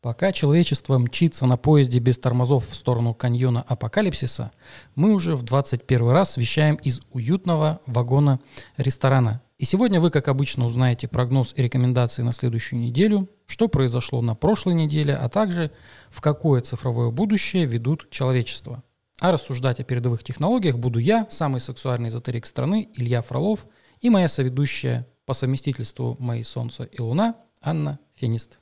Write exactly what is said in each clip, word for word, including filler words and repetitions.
Пока человечество мчится на поезде без тормозов в сторону каньона апокалипсиса, мы уже в двадцать первый раз вещаем из уютного вагона ресторана. И сегодня вы, как обычно, узнаете прогноз и рекомендации на следующую неделю, что произошло на прошлой неделе, а также в какое цифровое будущее ведут человечество. А рассуждать о передовых технологиях буду я, самый сексуальный эзотерик страны, Илья Фролов, и моя соведущая по совместительству «Мои солнце и луна» Анна Фенист.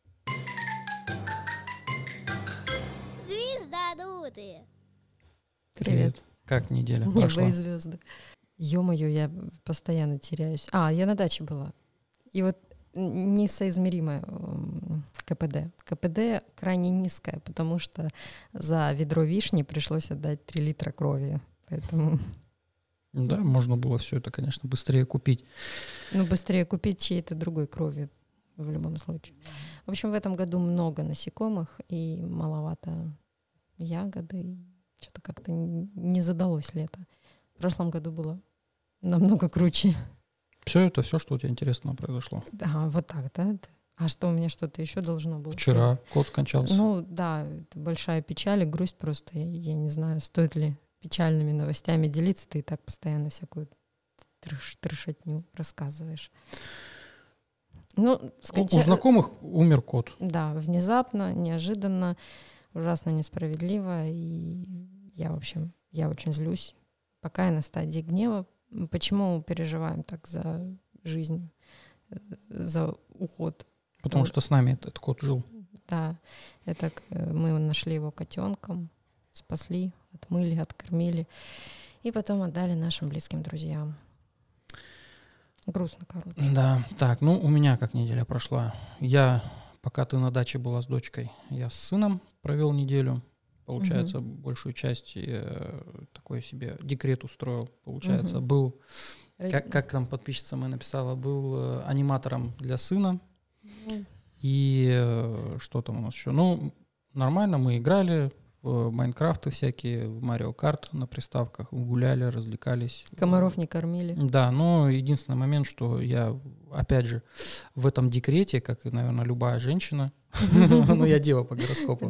Звездодуты. Привет. Как неделя Небо прошла? и звезды. Ё-моё, я постоянно теряюсь. А, я на даче была. И вот несоизмеримое м, КПД. КПД крайне низкое, потому что за ведро вишни пришлось отдать три литра крови. Поэтому... Да, можно было все это, конечно, быстрее купить. Ну, быстрее купить чьей-то другой крови в любом случае. В общем, в этом году много насекомых и маловато ягоды. Что-то как-то не задалось лето. В прошлом году было намного круче. Все это, все, что у тебя интересного произошло. Да, вот так, да? А что, у меня что-то еще должно было? Вчера кот скончался. Ну, да, это большая печаль и грусть просто. Я, я не знаю, стоит ли печальными новостями делиться. Ты и так постоянно всякую трэш, трэшатню рассказываешь. Ну, сконча... У знакомых умер кот. Да, внезапно, неожиданно, ужасно несправедливо. И я, в общем, я очень злюсь. Пока я на стадии гнева. Почему переживаем так за жизнь, за уход? Потому что с нами этот кот жил. Да, это мы нашли его котенком, спасли, отмыли, откормили и потом отдали нашим близким друзьям. Грустно, короче. Да, так, ну у меня как неделя прошла. Я, пока ты на даче была с дочкой, я с сыном провел неделю. Получается, угу. большую часть э, такой себе декрет устроил. Получается, угу. был, как, как там подписчица моя написала, был э, аниматором для сына. Угу. И э, что там у нас еще? Ну, нормально, мы играли в Майнкрафты всякие, в Марио Карт на приставках, гуляли, развлекались. Комаров не кормили. Да, но единственный момент, что я, опять же, в этом декрете, как и, наверное, любая женщина, ну, я дева по гороскопу,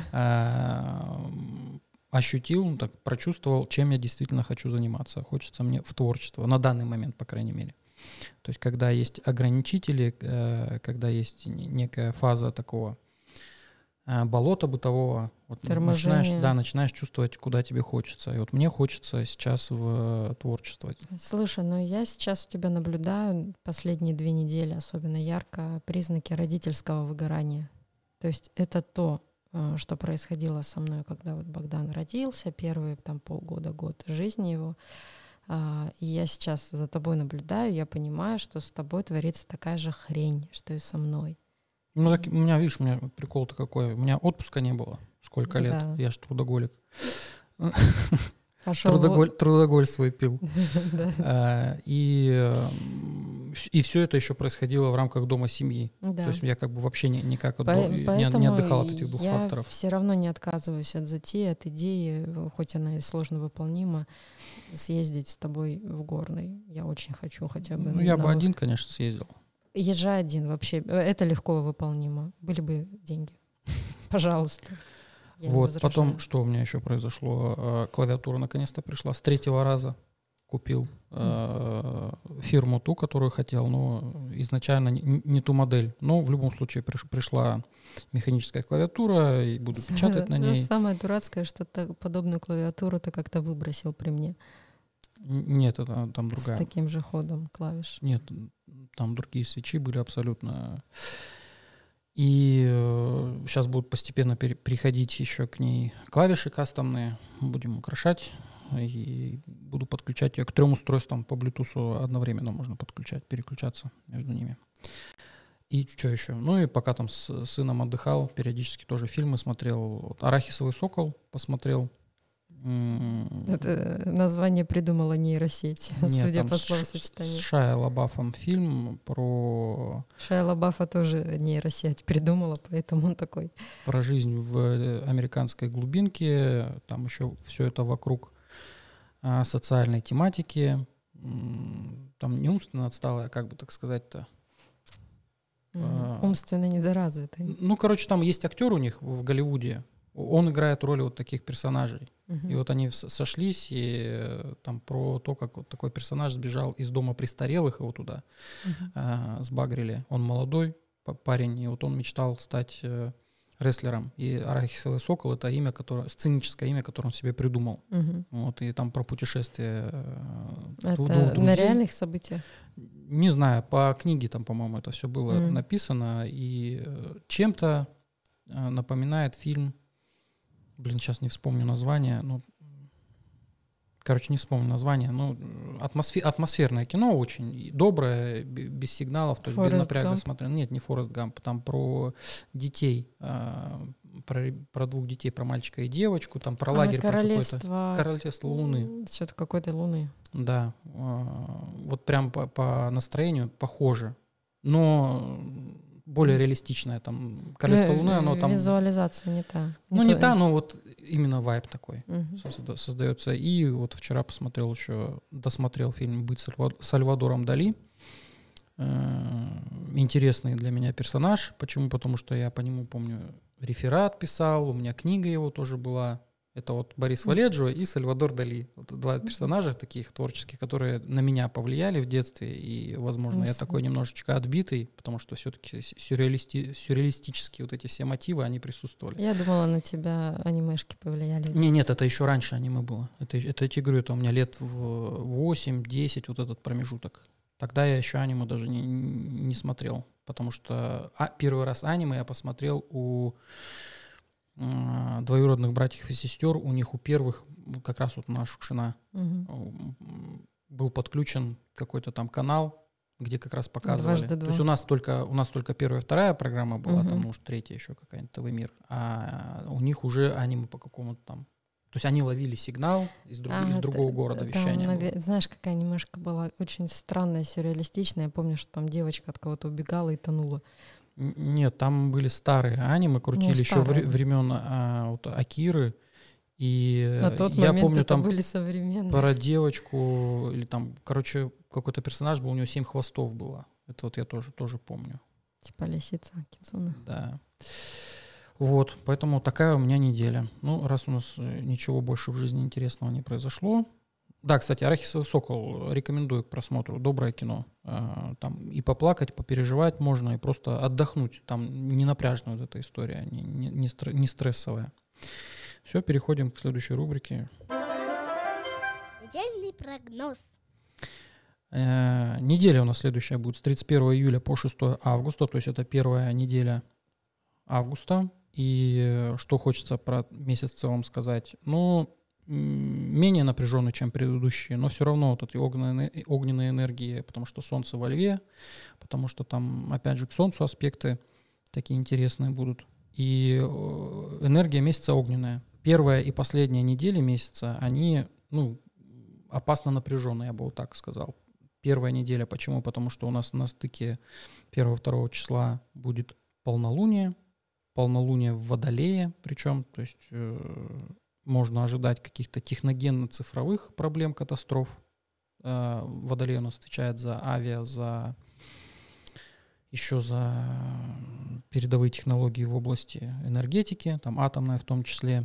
ощутил, так прочувствовал, чем я действительно хочу заниматься. Хочется мне в творчество, на данный момент, по крайней мере. То есть, когда есть ограничители, когда есть некая фаза такого болота бытового, вот начинаешь, да, начинаешь чувствовать, куда тебе хочется. И вот мне хочется сейчас в творчество. Слушай, ну я сейчас у тебя наблюдаю последние две недели особенно ярко признаки родительского выгорания. То есть это то, что происходило со мной, когда вот Богдан родился, первые там полгода, год жизни его. И я сейчас за тобой наблюдаю, я понимаю, что с тобой творится такая же хрень, что и со мной. Ну, так, у меня, видишь, у меня прикол-то какой. У меня отпуска не было. Сколько лет? Да. Я же трудоголик. Трудоголь, трудоголь свой пил. И, и все это еще происходило в рамках дома семьи. Да. То есть я как бы вообще ни, никак По, не, не отдыхал от этих двух я факторов. Я все равно не отказываюсь от затеи, от идеи, хоть она и сложно выполнима, съездить с тобой в Горный. Я очень хочу хотя бы. Ну, я бы один, конечно, съездил. Езжай один вообще. Это легко выполнимо. Были бы деньги. Пожалуйста. Я вот, потом, что у меня еще произошло? Клавиатура наконец-то пришла. С третьего раза купил э, фирму ту, которую хотел, но изначально не, не ту модель. Но в любом случае приш, пришла механическая клавиатура, и буду печатать на ней. Самое дурацкое, что подобную клавиатуру ты как-то выбросил при мне. Нет, это там другая. С таким же ходом клавиш. Нет, там другие свечи были абсолютно. И э, сейчас будут постепенно пере- переходить еще к ней клавиши кастомные. Будем украшать. И буду подключать ее к трем устройствам по Bluetooth одновременно можно подключать, переключаться между ними. И что еще? Ну и пока там с сыном отдыхал, периодически тоже фильмы смотрел. Вот, «Арахисовый сокол» посмотрел. Это название придумала нейросеть, Нет, судя по с, словосочетанию. С Шайа Лабафом фильм про... Шайа Лабафа тоже нейросеть придумала, поэтому он такой. Про жизнь в американской глубинке. Там еще все это вокруг а, социальной тематики. Там не умственно отсталая, как бы так сказать-то. Угу. А, умственно недоразвитый. Ну, короче, там есть актер у них в Голливуде, он играет роли вот таких персонажей. Uh-huh. И вот они сошлись, и там про то, как вот такой персонаж сбежал из дома престарелых, его туда uh-huh. а, сбагрили. Он молодой парень, и вот он мечтал стать э, рестлером. И «Арахисовый сокол» — это имя, которое, сценическое имя, которое он себе придумал. Uh-huh. Вот, и там про путешествие э, двух друзей. На реальных событиях? Не знаю, по книге там, по-моему, это все было uh-huh. написано, и чем-то напоминает фильм. Блин, сейчас не вспомню название. Ну, короче, не вспомню название. Ну, атмосфер, атмосферное кино очень. Доброе, без сигналов, то есть без напряга смотрел. Нет, не «Форест Гамп». Там про детей, про, про двух детей, про мальчика и девочку, там про а, лагерь. Королевство... Про Королевство Луны. Что-то какой-то Луны. Да. Вот прям по, по настроению похоже. Но... более реалистичная, там, «Королевство Луны», оно там... Визуализация не та. Не ну, то... не та, но вот именно вайб такой угу. созда- создается. И вот вчера посмотрел еще, досмотрел фильм «Быть Сальвадором Дали». Интересный для меня персонаж. Почему? Потому что я по нему, помню, реферат писал, у меня книга его тоже была. Это вот Борис Валеджио и Сальвадор Дали. Вот два персонажа таких творческих, которые на меня повлияли в детстве. И, возможно, я такой немножечко отбитый, потому что все-таки сюрреалисти... сюрреалистические вот эти все мотивы, они присутствовали. Я думала, на тебя анимешки повлияли. Не, нет, это еще раньше аниме было. Это, это я тебе говорю, это у меня лет в восемь-десять вот этот промежуток. Тогда я еще аниме даже не, не смотрел, потому что а, первый раз аниме я посмотрел у... двоюродных братьев и сестер, у них у первых, как раз вот на Шукшина, угу. был подключен какой-то там канал, где как раз показывали. То есть у нас только, у нас только первая, вторая программа была, угу. там, может, третья еще какая-нибудь ТВ Мир, а у них уже аниме по какому-то там. То есть они ловили сигнал из, друг, а, из другого города вещания. Наве... Знаешь, какая немножко была очень странная, сюрреалистичная. Я помню, что там девочка от кого-то убегала и тонула. Нет, там были старые аниме, крутили ну, еще вре- времен а, вот, Акиры. И на тот я момент помню, это там были современные. Про девочку, или там, короче, какой-то персонаж был, у него семь хвостов было. Это вот я тоже, тоже помню. Типа лисица, кицуна. Да. Вот, поэтому такая у меня неделя. Ну, раз у нас ничего больше в жизни интересного не произошло. Да, кстати, «Арахисовый сокол» рекомендую к просмотру. Доброе кино. Там и поплакать, попереживать можно, и просто отдохнуть. Там не напряжная вот эта история, не, не, не стрессовая. Все, переходим к следующей рубрике. Недельный прогноз. Э, неделя у нас следующая будет с тридцать первого июля по шестого августа, то есть это первая неделя августа. И что хочется про месяц в целом сказать? Ну, менее напряженный, чем предыдущие, но все равно вот эти огненные, огненные энергии, потому что Солнце во Льве, потому что там, опять же, к Солнцу аспекты такие интересные будут. И энергия месяца огненная. Первая и последняя недели месяца, они, ну, опасно напряженные, я бы вот так сказал. Первая неделя, почему? Потому что у нас на стыке первого-второго числа будет полнолуние, полнолуние в Водолее, причем, то есть э, можно ожидать каких-то техногенно-цифровых проблем, катастроф. Э, Водолей у нас отвечает за авиа, за еще за передовые технологии в области энергетики, там атомная в том числе.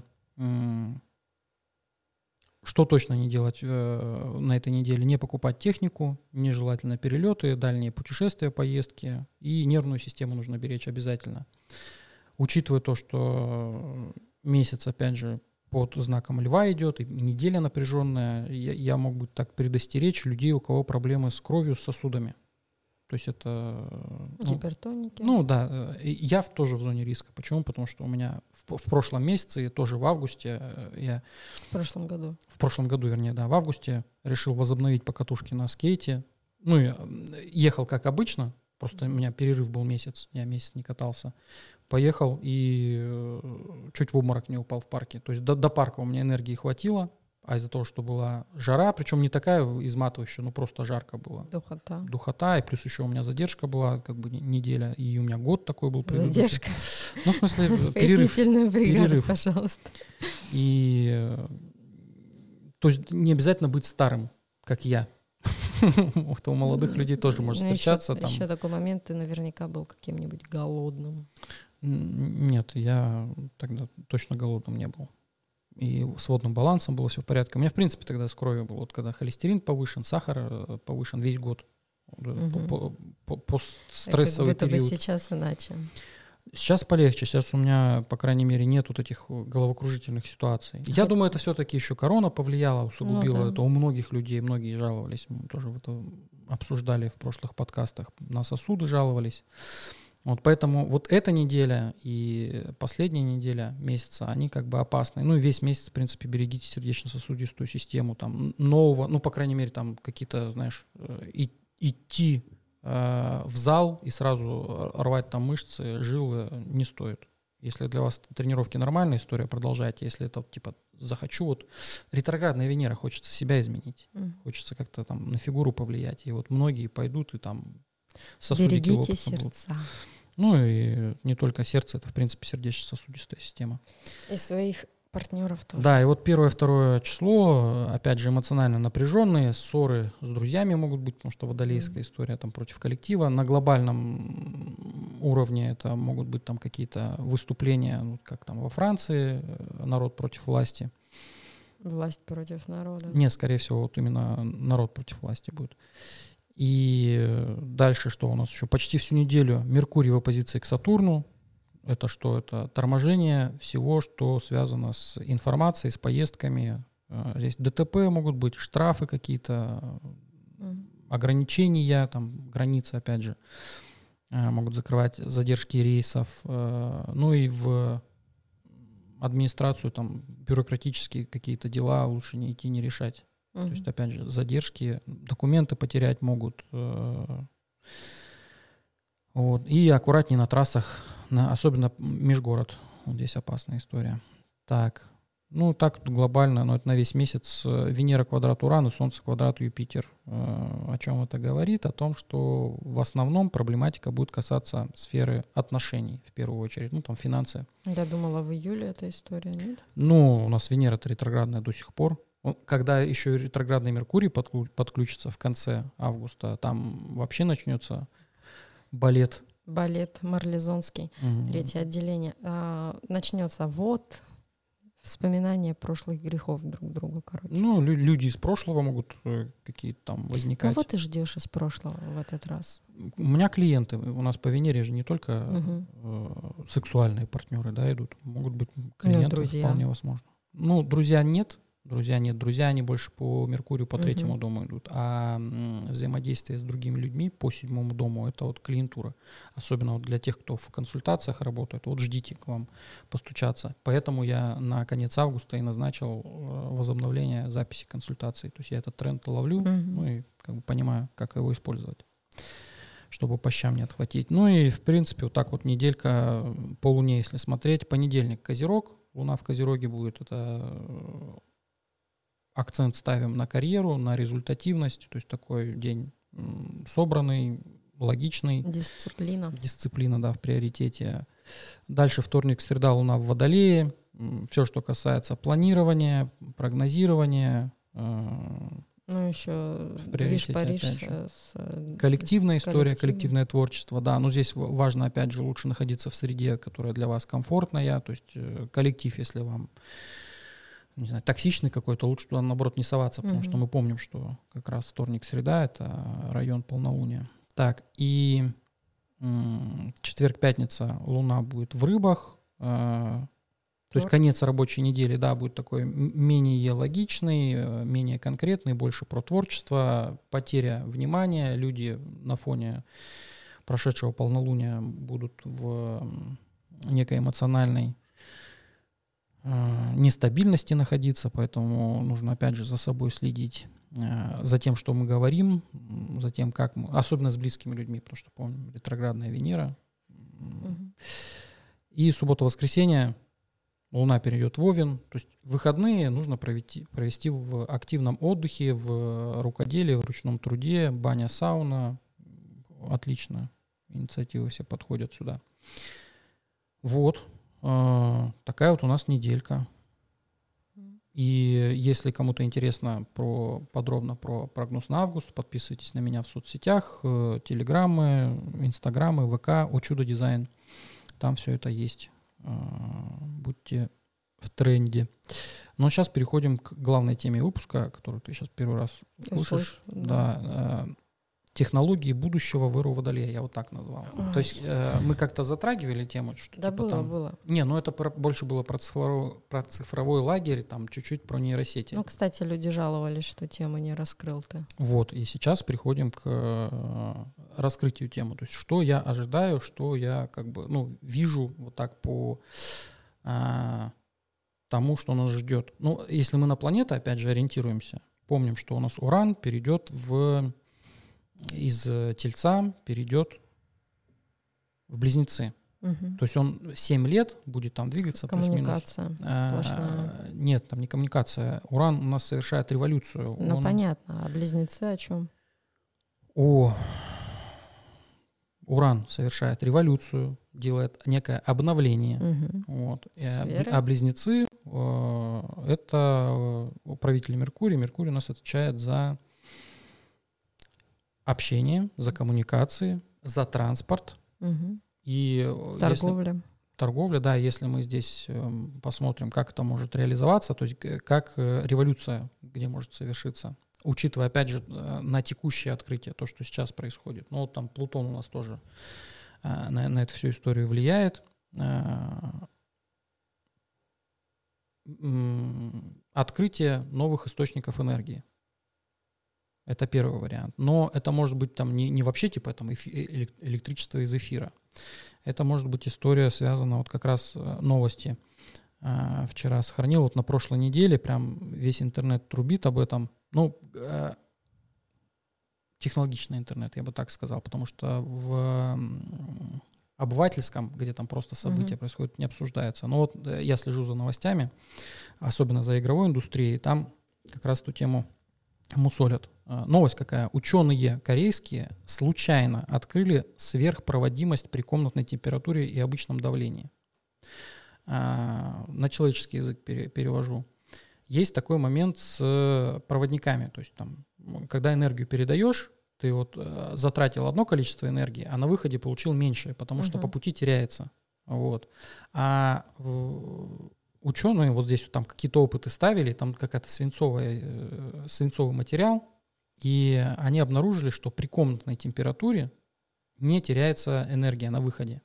Что точно не делать э, на этой неделе? Не покупать технику, нежелательно перелеты, дальние путешествия, поездки, и нервную систему нужно беречь обязательно. Учитывая то, что месяц, опять же, под знаком Льва идет, и неделя напряженная, я, я мог бы так предостеречь людей, у кого проблемы с кровью, с сосудами. То есть это... Гипертоники. Ну, ну да, я в, тоже в зоне риска. Почему? Потому что у меня в, в прошлом месяце, и тоже в августе, я... В прошлом году. В прошлом году, вернее, да, в августе решил возобновить покатушки на скейте. Ну, я ехал как обычно, просто у меня перерыв был месяц, я месяц не катался. Поехал и чуть в обморок не упал в парке. То есть до, до парка у меня энергии хватило, а из-за того, что была жара, причем не такая изматывающая, ну просто жарко было. Духота. Духота, и плюс еще у меня задержка была, как бы неделя, и у меня год такой был предыдущий. Задержка. Ну, в смысле, перерыв. Перерыв, пожалуйста. И, то есть не обязательно быть старым, как я. У молодых людей тоже может Ну, встречаться. Еще, там. еще такой момент, ты наверняка был каким-нибудь голодным. Н- Нет, я тогда точно голодным не был. И с водным балансом было все в порядке. У меня, в принципе, тогда с кровью было, вот когда холестерин повышен, сахар э, повышен весь год. Э, по- по- по- Постстрессовый Как будто бы период. сейчас иначе. Сейчас полегче. Сейчас у меня, по крайней мере, нет вот этих головокружительных ситуаций. Я Хоть- думаю, это все-таки еще корона повлияла, усугубила Ну да. это у многих людей. Многие жаловались. Мы тоже в это обсуждали в прошлых подкастах. На сосуды жаловались. Вот поэтому вот эта неделя и последняя неделя месяца, они как бы опасны. Ну и весь месяц, в принципе, берегите сердечно-сосудистую систему. Там нового, ну, по крайней мере, там какие-то, знаешь, э, и- идти э, в зал и сразу рвать там мышцы, жилы не стоит. Если для вас тренировки нормальная история, продолжайте. Если это вот, типа захочу, вот ретроградная Венера, хочется себя изменить, Мгм. хочется как-то там на фигуру повлиять. И вот многие пойдут и там сосудики Берегите опытно будут. сердца. Ну и не только сердце, это в принципе сердечно-сосудистая система. И своих партнеров тоже. Да, и вот первое-второе число, опять же, эмоционально напряженные, ссоры с друзьями могут быть, потому что водолейская Мгм. история там против коллектива. На глобальном уровне это могут быть там какие-то выступления, ну, как там во Франции, э, народ против власти. Власть против народа. Нет, скорее всего, вот именно народ против власти будет. И дальше что у нас еще? Почти всю неделю Меркурий в оппозиции к Сатурну. Это что? Это торможение всего, что связано с информацией, с поездками. Э, Здесь ДТП могут быть, штрафы какие-то, Мгм. ограничения, там, границы, опять же, э, могут закрывать задержки рейсов. Э, Ну и в администрацию, там, бюрократические какие-то дела лучше не идти, не решать. То Мгм. есть, опять же, задержки, документы потерять могут. э, Вот. И аккуратнее на трассах, на, особенно межгород. Вот здесь опасная история. Так, ну так глобально, но это на весь месяц. э, Венера квадрат Уран и Солнце квадрат Юпитер. Э, О чем это говорит? О том, что в основном проблематика будет касаться сферы отношений в первую очередь. Ну там финансы. Я думала, в июле эта история, нет? Ну, у нас Венера-то ретроградная до сих пор. Он- Когда еще и ретроградный Меркурий подклю- подключится в конце августа, там вообще начнется балет. Балет марлезонский, М, третье отделение. А, начнется вот вспоминание прошлых грехов друг другу, короче. Ну, лю- люди из прошлого могут э, какие-то там возникать. Кого ты ждешь из прошлого в этот раз? У меня клиенты, у нас по Венере же не только Мгм. э, сексуальные партнеры, да, идут, могут быть клиенты, друзья. вполне возможно. Ну, друзья нет, друзья нет, друзья они больше по Меркурию, по Мгм. третьему дому идут, а м, взаимодействие с другими людьми по седьмому дому — это вот клиентура, особенно вот для тех, кто в консультациях работает, вот ждите к вам постучаться. Поэтому я на конец августа и назначил э, возобновление записи консультаций, то есть я этот тренд ловлю, Мгм. ну и как бы понимаю, как его использовать, чтобы по щам не отхватить. Ну и, в принципе, вот так вот неделька по Луне, если смотреть. Понедельник — Козерог. Луна в Козероге будет. Это э, акцент ставим на карьеру, на результативность. То есть такой день м, собранный, логичный. Дисциплина. Дисциплина, да, в приоритете. Дальше вторник, среда, Луна в Водолее. Все, что касается планирования, прогнозирования, э, Ну, еще В Движ приоритете, Париж. опять же. э, с, э, коллективная история, коллективом. коллективное творчество, да, но здесь в- важно, опять же, лучше находиться в среде, которая для вас комфортная, то есть э, коллектив, если вам, не знаю, токсичный какой-то, лучше туда, наоборот, не соваться, потому Мгм. что мы помним, что как раз вторник, среда — это район полнолуния. Так, и м, четверг, пятница Луна будет в Рыбах, э, то есть Тор. конец рабочей недели, да, будет такой м- менее логичный, э, менее конкретный, больше про творчество, потеря внимания. Люди на фоне прошедшего полнолуния будут в м, некой эмоциональной э, нестабильности находиться, поэтому нужно опять же за собой следить, э, за тем, что мы говорим, м, за тем, как мы, особенно с близкими людьми, потому что, помним, ретроградная Венера. М, Мгм. И суббота-воскресенье Луна перейдет в Овен. То есть выходные нужно провести, провести в активном отдыхе, в рукоделии, в ручном труде, баня, сауна. Отлично. Инициативы все подходят сюда. Вот. Э, Такая вот у нас неделька. И если кому-то интересно про, подробно про прогноз на август, подписывайтесь на меня в соцсетях, э, телеграммы, инстаграмы, ВК, о чудо дизайн. Там все это есть. Э, будьте в тренде. Но сейчас переходим к главной теме выпуска, которую ты сейчас первый раз слышишь. Да. Да, э, технологии будущего в эру Водолея, я вот так назвал. Ой. То есть э, мы как-то затрагивали тему, что да, типа было, там... было. Не, ну это про, больше было про цифровой, про цифровой лагерь, там чуть-чуть про нейросети. Ну, кстати, люди жаловались, что тему не раскрыл ты. Вот, и сейчас приходим к э, раскрытию темы. То есть что я ожидаю, что я как бы, ну, вижу вот так по э, тому, что нас ждет. Ну, если мы на планеты, опять же, ориентируемся, помним, что у нас Уран перейдет в... из Тельца перейдет в Близнецы. Угу. То есть он семь лет будет там двигаться. Коммуникация плюс-минус. А, нет, там не коммуникация. Уран у нас совершает революцию. Ну, он... понятно. А Близнецы о чем? О, Уран совершает революцию, делает некое обновление. Угу. Вот. А Близнецы э, это правитель Меркурий. Меркурий у нас отвечает за общение, за коммуникации, за транспорт. Угу. И торговля. Если, торговля, да, если мы здесь э, посмотрим, как это может реализоваться, то есть как э, революция, где может совершиться, учитывая, опять же, э, на текущее открытие, то, что сейчас происходит. Ну, вот там Плутон у нас тоже э, на, на эту всю историю влияет. Э, э, открытие новых источников энергии. Это первый вариант. Но это может быть там не, не вообще типа там эфи, электричество из эфира. Это может быть история, связана вот как раз новости. Э, вчера сохранил, вот на прошлой неделе прям весь интернет трубит об этом. Ну, э, технологичный интернет, я бы так сказал, потому что в обывательском, где там просто события mm-hmm. происходят, не обсуждается. Но вот я слежу за новостями, особенно за игровой индустрией, там как раз эту тему мусолят. Новость какая? Ученые корейские случайно открыли сверхпроводимость при комнатной температуре и обычном давлении. На человеческий язык перевожу. Есть такой момент с проводниками. То есть там, когда энергию передаешь, ты вот затратил одно количество энергии, а на выходе получил меньшее, потому uh-huh. что по пути теряется. Вот. А в... ученые вот здесь вот там какие-то опыты ставили, там какая-то свинцовая, э, свинцовый материал, и они обнаружили, что при комнатной температуре не теряется энергия на выходе.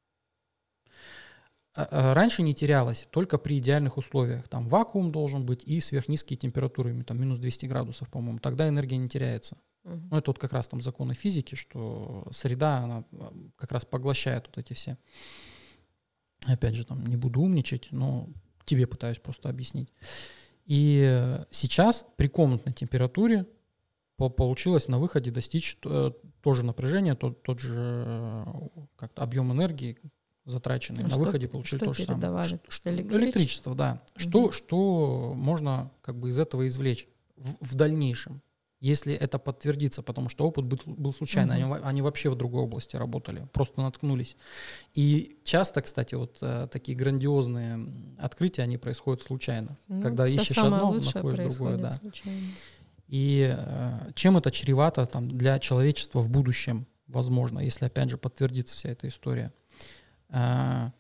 А, а раньше не терялась, только при идеальных условиях. Там вакуум должен быть и сверхнизкие температуры, там минус двести градусов, по-моему. Тогда энергия не теряется. Uh-huh. Ну, это вот как раз там законы физики, что среда, она как раз поглощает вот эти все. Опять же, там не буду умничать, но тебе пытаюсь просто объяснить. И сейчас при комнатной температуре получилось на выходе достичь тоже напряжения, тот, тот же как-то объем энергии затраченный. А на что, выходе получили то же самое. Что, электричество? электричество, да. Угу. Что, что можно как бы из этого извлечь в, в дальнейшем, если это подтвердится, потому что опыт был, был случайный, угу. они, они вообще в другой области работали, просто наткнулись. И часто, кстати, вот а, такие грандиозные открытия, они происходят случайно. Ну, когда ищешь одно, находишь другое. Да. И а, чем это чревато там, для человечества в будущем, возможно, если, опять же, подтвердится вся эта история. А,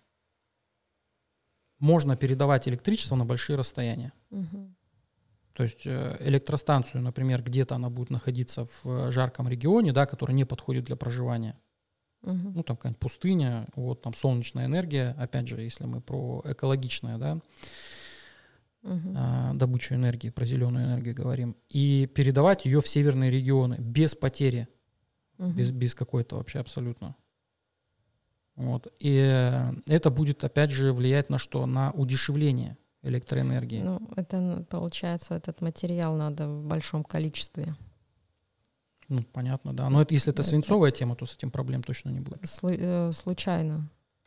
можно передавать электричество на большие расстояния. Угу. То есть электростанцию, например, где-то она будет находиться в жарком регионе, да, который не подходит для проживания. Uh-huh. Ну, там какая-нибудь пустыня, вот там солнечная энергия, опять же, если мы про экологичную, да, uh-huh. добычу энергии, про зеленую энергию говорим, и передавать ее в северные регионы без потери, uh-huh. без, без какой-то вообще абсолютно. Вот. И это будет, опять же, влиять на что? На удешевление электроэнергии. Ну, это, получается, этот материал надо в большом количестве. Ну, понятно, да. Но это, если это, это свинцовая тема, то с этим проблем точно не будет. Слу- случайно.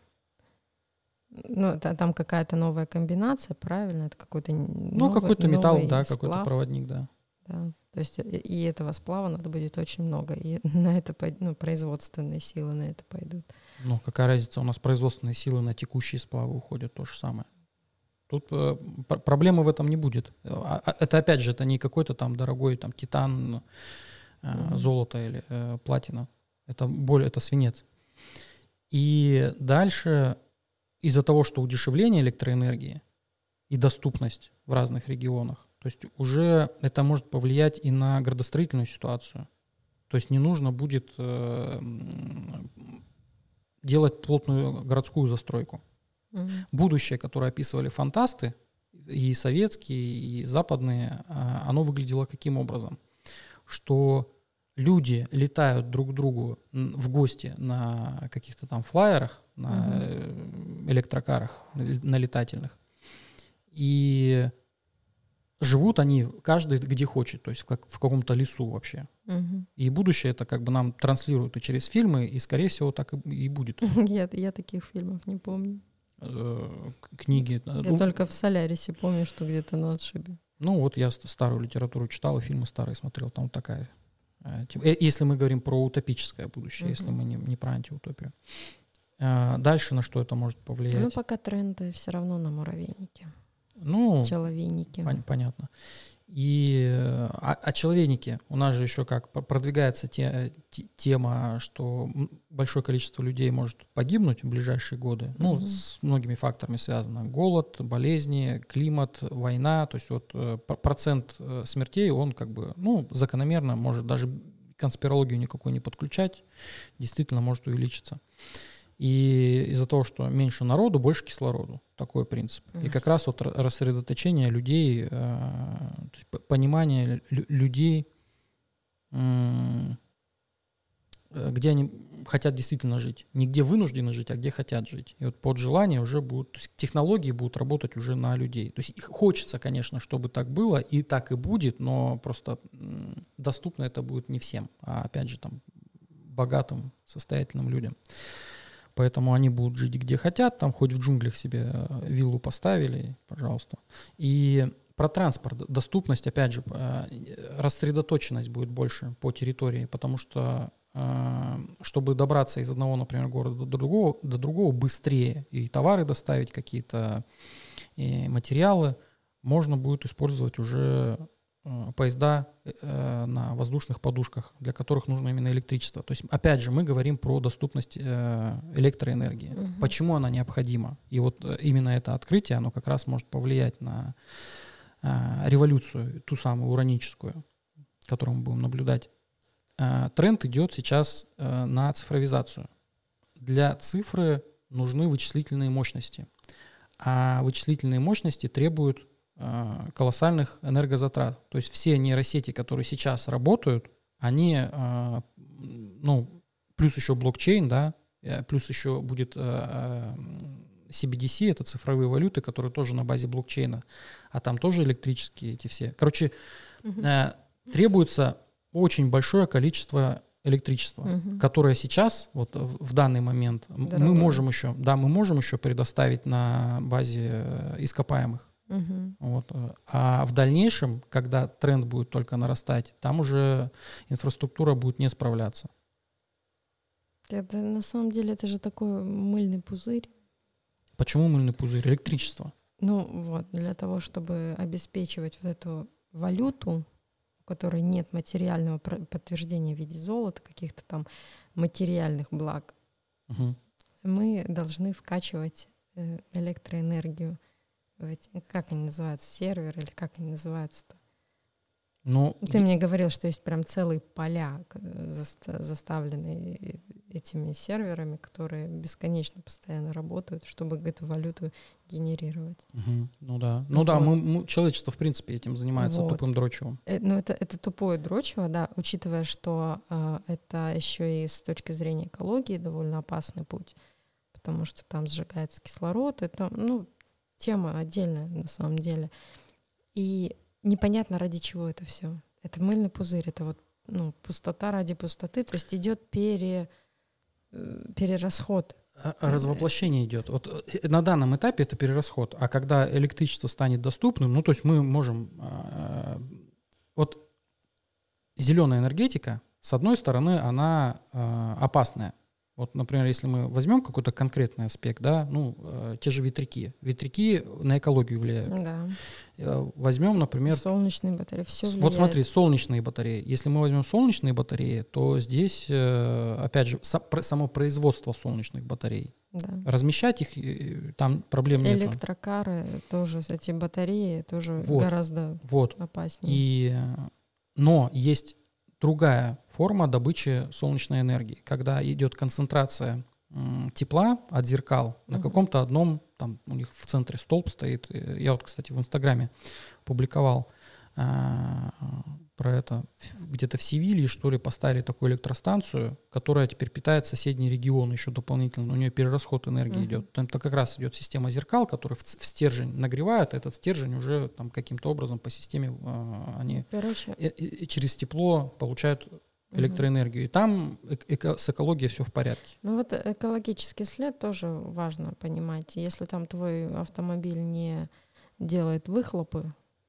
Ну, это, там какая-то новая комбинация, правильно? Это какой-то Ну, новый, какой-то металл, да, сплав. какой-то проводник, да. Да. То есть и этого сплава надо будет очень много. И на это, ну, производственные силы на это пойдут. Ну, какая разница? У нас производственные силы на текущие сплавы уходят, то же самое. Тут э, пр- проблемы в этом не будет. А- а- Это, опять же, это не какой-то там дорогой там титан, э, Мгм. золото или э, платина. Это более, это свинец. И дальше из-за того, что удешевление электроэнергии и доступность в разных регионах, то есть уже это может повлиять и на градостроительную ситуацию. То есть не нужно будет э, м, делать плотную городскую застройку. Мгм. Будущее, которое описывали фантасты, и советские, и западные, а, оно выглядело каким образом? Что люди летают друг к другу м, в гости на каких-то там флайерах, на Мгм. э, электрокарах, на на летательных, и живут они каждый где хочет, то есть в, как, в каком-то лесу вообще. Мгм. И будущее это как бы нам транслируют и через фильмы, и, скорее всего, так и, и будет. Я, я таких фильмов не помню. Э, к- книги. Я Ну, только в «Солярисе» помню, что где-то на отшибе. ну, вот я ст- старую литературу читал, и фильмы старые смотрел, там вот такая э, тема. Э, Если мы говорим про утопическое будущее, если Мгм. мы не, не про антиутопию. Э, Дальше на что это может Ну, повлиять? пока тренды все равно на муравейнике, Ну, человейнике. пон- понятно. И э, о, о человейнике у нас же еще как пр- продвигается те- те- тема, что м, большое количество людей может погибнуть в ближайшие годы. Ну, Мгм. с многими факторами связано. Голод, болезни, климат, война. То есть вот э, пр- процент э, смертей, он как бы, ну, закономерно может даже конспирологию никакой не подключать, действительно может увеличиться. И из-за того, что меньше народу, больше кислороду. Такой принцип. И как раз вот ра- рассредоточение людей, э, то есть п- понимание лю- людей, м, э, где они хотят действительно жить. Не где вынуждены жить, а где хотят жить. И вот под желание уже будут, то есть технологии будут работать уже на людей. То есть их хочется, конечно, чтобы так было, и так и будет, но просто м, доступно это будет не всем, а опять же там богатым, состоятельным людям. Поэтому они будут жить где хотят, там хоть в джунглях себе э, виллу поставили, пожалуйста. И про транспорт, д- доступность, опять же, э, рассредоточенность будет больше по территории, потому что э, чтобы добраться из одного, например, города до другого, до другого быстрее и товары доставить, какие-то и материалы, можно будет использовать уже э, поезда э, на воздушных подушках, для которых нужно именно электричество. То есть, опять же, мы говорим про доступность э, электроэнергии. Мгм. Почему она необходима? И вот э, именно это открытие, оно как раз может повлиять на э, революцию, ту самую ураническую, которую мы будем наблюдать. Э, тренд идет сейчас э, на цифровизацию. Для цифры нужны вычислительные мощности. А вычислительные мощности требуют э, колоссальных энергозатрат. То есть все нейросети, которые сейчас работают, они, э, ну, плюс еще блокчейн, да, э, плюс еще будет э, э, си би ди си, это цифровые валюты, которые тоже на базе блокчейна, а там тоже электрические эти все. Короче, Мгм. э, требуется очень большое количество электричества, Мгм. которое сейчас, вот в, в данный момент, м- мы Дорогое. можем еще, да, мы можем еще предоставить на базе э, ископаемых. Мгм. Вот. э, А в дальнейшем, когда тренд будет только нарастать, там уже инфраструктура будет не справляться. Это на самом деле это же такой мыльный пузырь. Почему мыльный пузырь? Электричество. Ну вот, для того, чтобы обеспечивать вот эту валюту, у которой нет материального про- подтверждения в виде золота, каких-то там материальных благ, Мгм. мы должны вкачивать э, электроэнергию в эти, как они называются, сервер или как они называются-то? Ну, Ты е- мне говорил, что есть прям целые поля, к- заста- заставленные этими серверами, которые бесконечно постоянно работают, чтобы эту валюту генерировать. Мгм. Ну да. Ну да, Вот. мы, мы- человечество в принципе этим занимается Вот. тупым дрочевым. Э, Ну, это, это тупое дрочево, да, учитывая, что а, это еще и с точки зрения экологии довольно опасный путь, потому что там сжигается кислород, это, ну, тема отдельная на самом деле. И непонятно, ради чего это все. Это мыльный пузырь, это вот, ну, пустота ради пустоты, то есть идет пере, э, перерасход. А- а Развоплощение идет. Вот э, на данном этапе это перерасход, а когда электричество станет доступным, ну то есть мы можем... э, Вот зеленая энергетика, с одной стороны, она э, опасная. Вот, например, если мы возьмем какой-то конкретный аспект, да, ну, э, те же ветряки. Ветряки на экологию влияют. Да. Э, возьмем, например... Солнечные батареи, все влияет. Вот смотри, солнечные батареи. Если мы возьмем солнечные батареи, то здесь, э, опять же, со, про, само производство солнечных батарей. Да. Размещать их, э, там проблем нет. Электрокары тоже, эти батареи тоже вот, гораздо вот. опаснее. И, но есть другая форма добычи солнечной энергии, когда идет концентрация м, тепла от зеркал на Угу. каком-то одном, там у них в центре столб стоит. Я вот, кстати, в Инстаграме публиковал а, про это. Где-то в Севилье, что ли, поставили такую электростанцию, которая теперь питает соседний регион еще дополнительно. У нее перерасход энергии uh-huh. идет. Там как раз идет система зеркал, которые в, в стержень нагревают, а этот стержень уже там каким-то образом по системе а, они Короче. И, и через тепло получают электроэнергию. Uh-huh. И там эко- с экологией все в порядке. Ну вот экологический след тоже важно понимать. Если там твой автомобиль не делает выхлопы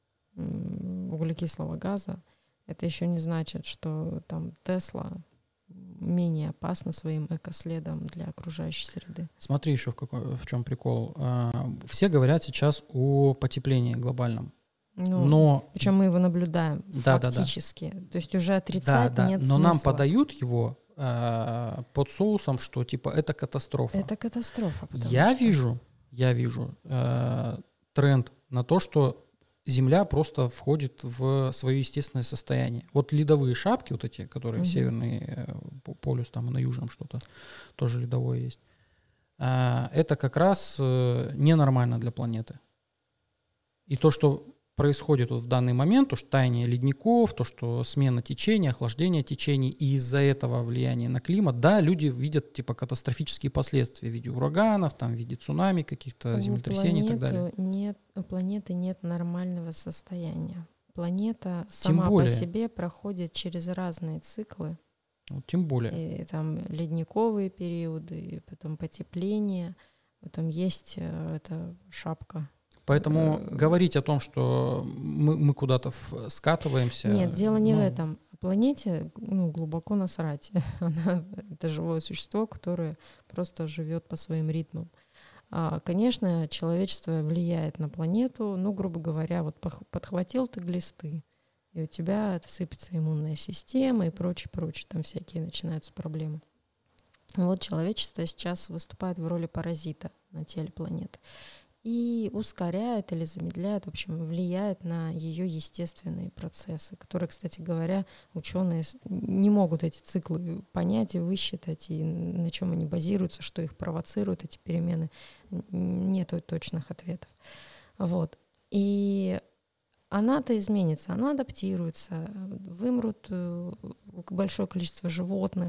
углекислого газа, это еще не значит, что там Тесла менее опасна своим экоследом для окружающей среды. Смотри еще в, какой, в чем прикол. Все говорят сейчас о потеплении глобальном. Ну, но причем мы его наблюдаем да, фактически. Да, да. То есть уже отрицать да, да. нет но смысла. Но нам подают его э, под соусом, что типа это катастрофа. Это катастрофа. Я что... вижу, я вижу э, тренд на то, что Земля просто входит в свое естественное состояние. Вот ледовые шапки, вот эти, которые uh-huh. северный полюс, там и на южном что-то тоже ледовое есть, это как раз ненормально для планеты. И то, что происходит вот в данный момент, то, что таяние ледников, то, что смена течения, охлаждение течений, и из-за этого влияние на климат, да, люди видят типа катастрофические последствия в виде ураганов, там, в виде цунами, каких-то землетрясений и так далее. Нет, у планеты нет нормального состояния. Планета сама по себе проходит через разные циклы. Вот тем более. И там ледниковые периоды, и потом потепление, потом есть эта шапка. Поэтому говорить о том, что мы, мы куда-то в, скатываемся... Нет, дело не ну... в этом. Планете ну, глубоко насрать. Она, это живое существо, которое просто живет по своим ритмам. А, конечно, человечество влияет на планету. Ну, грубо говоря, вот подхватил ты глисты, и у тебя сыпется иммунная система и прочее, прочее. Там всякие начинаются проблемы. Вот человечество сейчас выступает в роли паразита на теле планеты. И ускоряет или замедляет, в общем, влияет на ее естественные процессы, которые, кстати говоря, ученые не могут эти циклы понять и высчитать, и на чем они базируются, что их провоцирует, эти перемены. Нету точных ответов. Вот. И она-то изменится, она адаптируется, вымрут большое количество животных,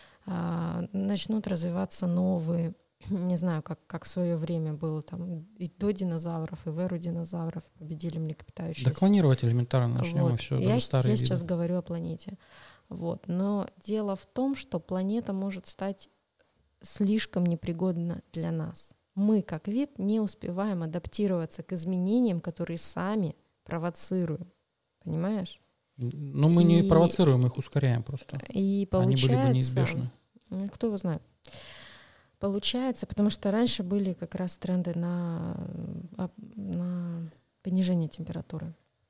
начнут развиваться новые. Не знаю, как, как в свое время было там и до динозавров, и в эру динозавров победили млекопитающиеся. Да клонировать элементарно начнем, вот. и все, я, даже старые я виды. сейчас говорю о планете. Вот. Но дело в том, что планета может стать слишком непригодна для нас. Мы, как вид, не успеваем адаптироваться к изменениям, которые сами провоцируем. Понимаешь? Но мы и, не провоцируем, их ускоряем просто. И получается, они были бы неизбежны. Кто его знает. Получается, потому что раньше были как раз тренды на, на понижение температуры.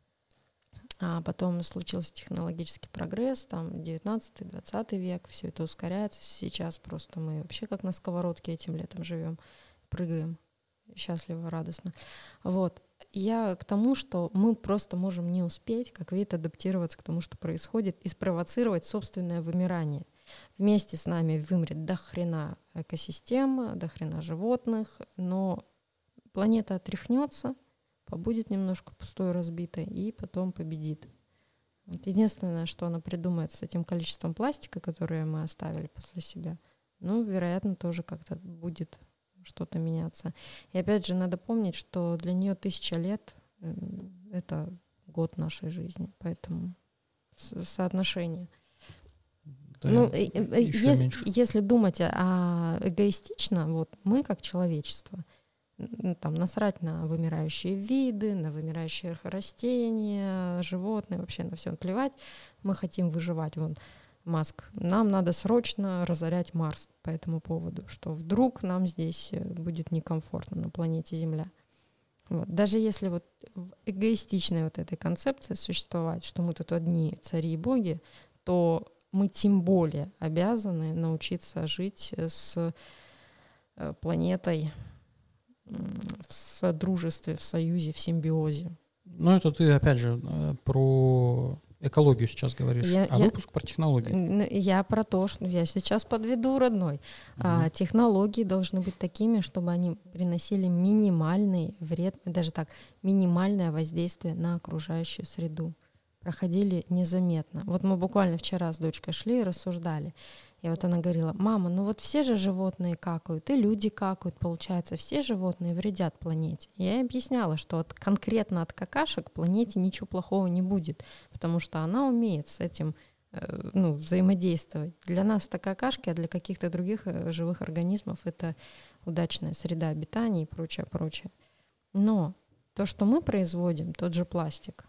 А потом случился технологический прогресс, там девятнадцатый-двадцатый век, все это ускоряется. Сейчас просто мы вообще как на сковородке этим летом живем, прыгаем счастливо, радостно. Вот. Я к тому, что мы просто можем не успеть, как вид, адаптироваться к тому, что происходит, и спровоцировать собственное вымирание. Вместе с нами вымрет до хрена экосистема, до хрена животных, но планета отряхнется, побудет немножко пустой, разбитой, и потом победит. Вот единственное, что она придумает с этим количеством пластика, которое мы оставили после себя, ну, вероятно, тоже как-то будет что-то меняться. И опять же, надо помнить, что для нее тысяча лет — это год нашей жизни, поэтому соотношение. Да, ну, если, если думать а, эгоистично, вот мы как человечество, там насрать на вымирающие виды, на вымирающие растения, животные, вообще на все плевать. Мы хотим выживать. Вон Маск, нам надо срочно разорять Марс по этому поводу, что вдруг нам здесь будет некомфортно на планете Земля. Вот. Даже если вот в эгоистичной вот этой концепции существовать, что мы тут одни цари и боги, то мы тем более обязаны научиться жить с планетой в содружестве, в союзе, в симбиозе. Ну, это ты, опять же, про экологию сейчас говоришь, я, а я, выпуск про технологии. Я про то, что я сейчас подведу, родной. Угу. А, технологии должны быть такими, чтобы они приносили минимальный вред, даже так, минимальное воздействие на окружающую среду. Проходили незаметно. Вот мы буквально вчера с дочкой шли и рассуждали. И вот она говорила: мама, ну вот все же животные какают, и люди какают, получается, все животные вредят планете. Я ей объясняла, что от, конкретно от какашек планете ничего плохого не будет, потому что она умеет с этим э, ну, взаимодействовать. Для нас это какашки, а для каких-то других живых организмов это удачная среда обитания и прочее, прочее. Но то, что мы производим, тот же пластик,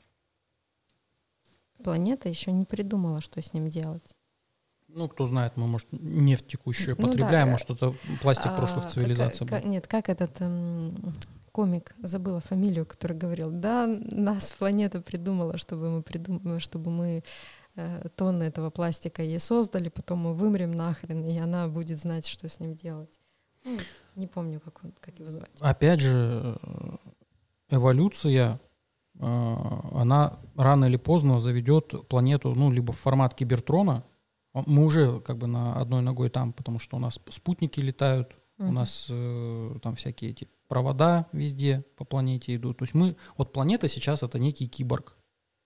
планета еще не придумала, что с ним делать. Ну, кто знает, мы, может, нефть текущую ну, потребляем, да. может, это пластик а, прошлых цивилизаций как, был. Нет, как этот эм, комик, забыла фамилию, который говорил: да, нас планета придумала, чтобы мы, придум... чтобы мы э, тонны этого пластика ей создали, потом мы вымрем нахрен, и она будет знать, что с ним делать. Ну, не помню, как, он, как его звать. Опять же, эволюция, э, она рано или поздно заведет планету, ну, либо в формат Кибертрона. Мы уже как бы на одной ногой там, потому что у нас спутники летают, uh-huh. у нас э, там всякие эти провода везде по планете идут. То есть мы, вот планета сейчас это некий киборг.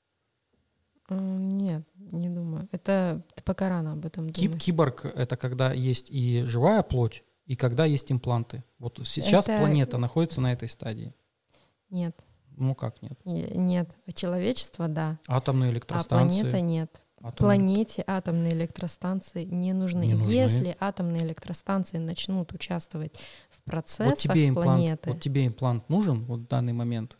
Uh, нет, не думаю. Это ты пока рано об этом Киб- думаешь. Киборг — это когда есть и живая плоть, и когда есть импланты. Вот сейчас это... планета находится на этой стадии. Нет. Ну как нет? Нет. Человечество — да. Атомные электростанции. А планета — нет. Атомные. Планете атомные электростанции не нужны. не нужны. Если атомные электростанции начнут участвовать в процессах вот тебе имплант, планеты... Вот тебе имплант нужен вот в данный момент?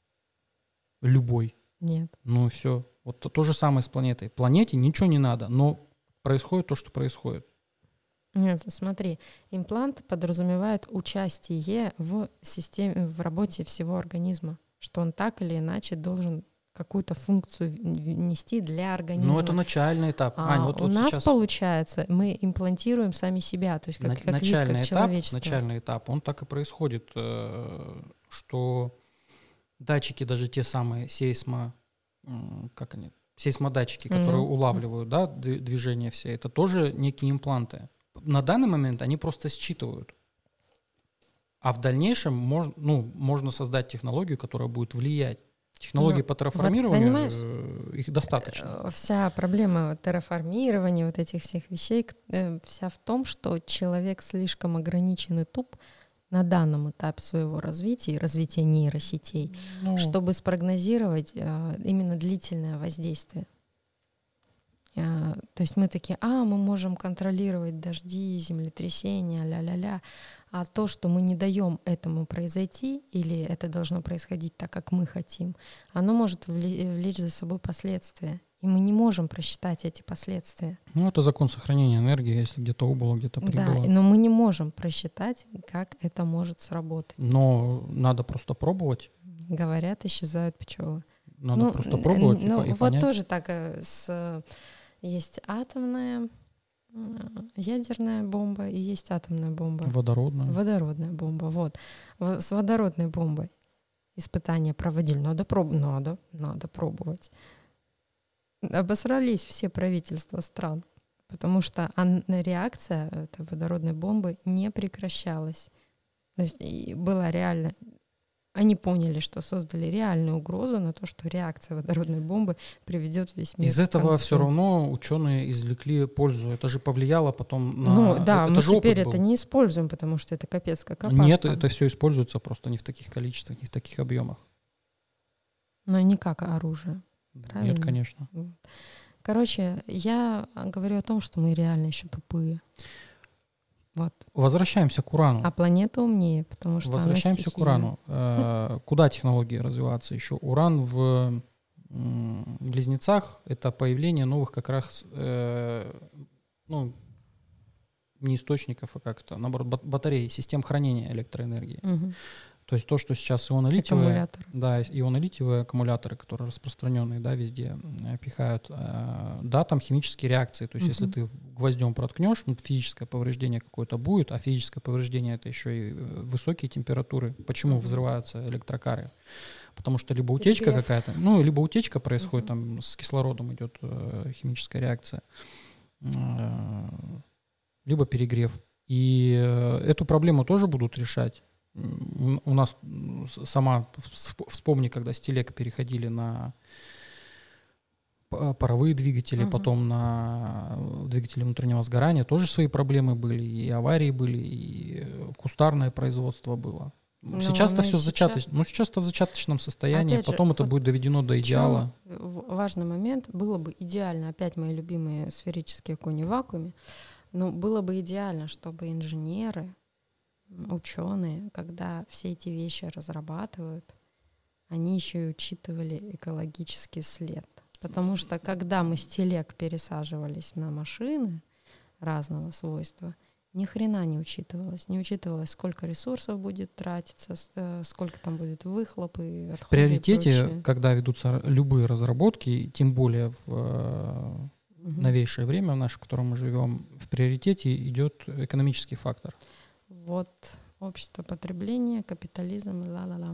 Любой? Нет. Ну все. Вот то, то же самое с планетой. Планете ничего не надо, но происходит то, что происходит. Нет, смотри, имплант подразумевает участие в системе, в работе всего организма, что он так или иначе должен какую-то функцию нести для организма. Ну, это начальный этап. А Ань, вот, у вот нас сейчас... получается, мы имплантируем сами себя, то есть как, как начальный вид, как этап, человечество. Начальный этап, он так и происходит, что датчики, даже те самые сейсмо, как они, сейсмодатчики, которые mm-hmm. улавливают, да, движение все, это тоже некие импланты. На данный момент они просто считывают. А в дальнейшем мож, ну, можно создать технологию, которая будет влиять. Технологии ну, по терраформированию, вот, их достаточно. Вся проблема терраформирования, вот этих всех вещей, вся в том, что человек слишком ограничен и туп на данном этапе своего развития и развития нейросетей, ну, чтобы спрогнозировать именно длительное воздействие. То есть мы такие, а, мы можем контролировать дожди, землетрясения, ля-ля-ля, а то, что мы не даем этому произойти, или это должно происходить так, как мы хотим, оно может влечь за собой последствия, и мы не можем просчитать эти последствия. Ну, это закон сохранения энергии, если где-то убыло, где-то прибыло. Да, но мы не можем просчитать, как это может сработать. Но надо просто пробовать. Говорят, исчезают пчелы. Надо ну, просто пробовать ну, и, и вот понять. тоже так с... Есть атомная, ядерная бомба и есть атомная бомба. Водородная. Водородная бомба, вот. С водородной бомбой испытания проводили. Надо, проб... надо, надо пробовать. Обосрались все правительства стран, потому что реакция этой водородной бомбы не прекращалась. То есть была реально... Они поняли, что создали реальную угрозу на то, что реакция водородной бомбы приведет весь мир. Из этого все равно ученые извлекли пользу. Это же повлияло потом на... Ну да, это мы теперь это не используем, потому что это капец как опасно. Нет, это все используется просто не в таких количествах, не в таких объемах. Но не как оружие. Правильно? Нет, конечно. Короче, я говорю о том, что мы реально еще тупые. Вот. Возвращаемся к Урану. А планета умнее, потому что Возвращаемся она к Урану. Э, куда технологии развиваться еще? Уран в близнецах это появление новых как раз, э, ну, не источников, а как это, наоборот, батареи, систем хранения электроэнергии. Угу. То есть то, что сейчас ионолитиевые, да, ионолитиевые аккумуляторы, которые распространенные, да, везде пихают, э, да, там химические реакции. То есть угу. если ты гвоздем проткнешь, ну, физическое повреждение какое-то будет, а физическое повреждение — это еще и высокие температуры. Почему угу. взрываются электрокары? Потому что либо утечка Перегрев. какая-то, ну, либо утечка происходит, угу. там с кислородом идет э, химическая реакция, э, либо перегрев. И э, эту проблему тоже будут решать. У нас сама, вспомни, когда с телег переходили на паровые двигатели, uh-huh. потом на двигатели внутреннего сгорания, тоже свои проблемы были, и аварии были, и кустарное производство было. Но сейчас-то все сейчас... зачаточно, ну сейчас-то в зачаточном состоянии, опять потом же, это вот будет доведено до идеала. Важный момент, было бы идеально, опять мои любимые сферические кони в вакууме, но было бы идеально, чтобы инженеры, ученые, когда все эти вещи разрабатывают, они еще и учитывали экологический след. Потому что когда мы с телег пересаживались на машины разного свойства, ни хрена не учитывалось. Не учитывалось, сколько ресурсов будет тратиться, сколько там будет выхлопы, отходы. В приоритете, когда ведутся любые разработки, тем более в угу. новейшее время, в наше, в котором мы живем, в приоритете идет экономический фактор. Вот общество потребления, капитализм, ла-ла-ла.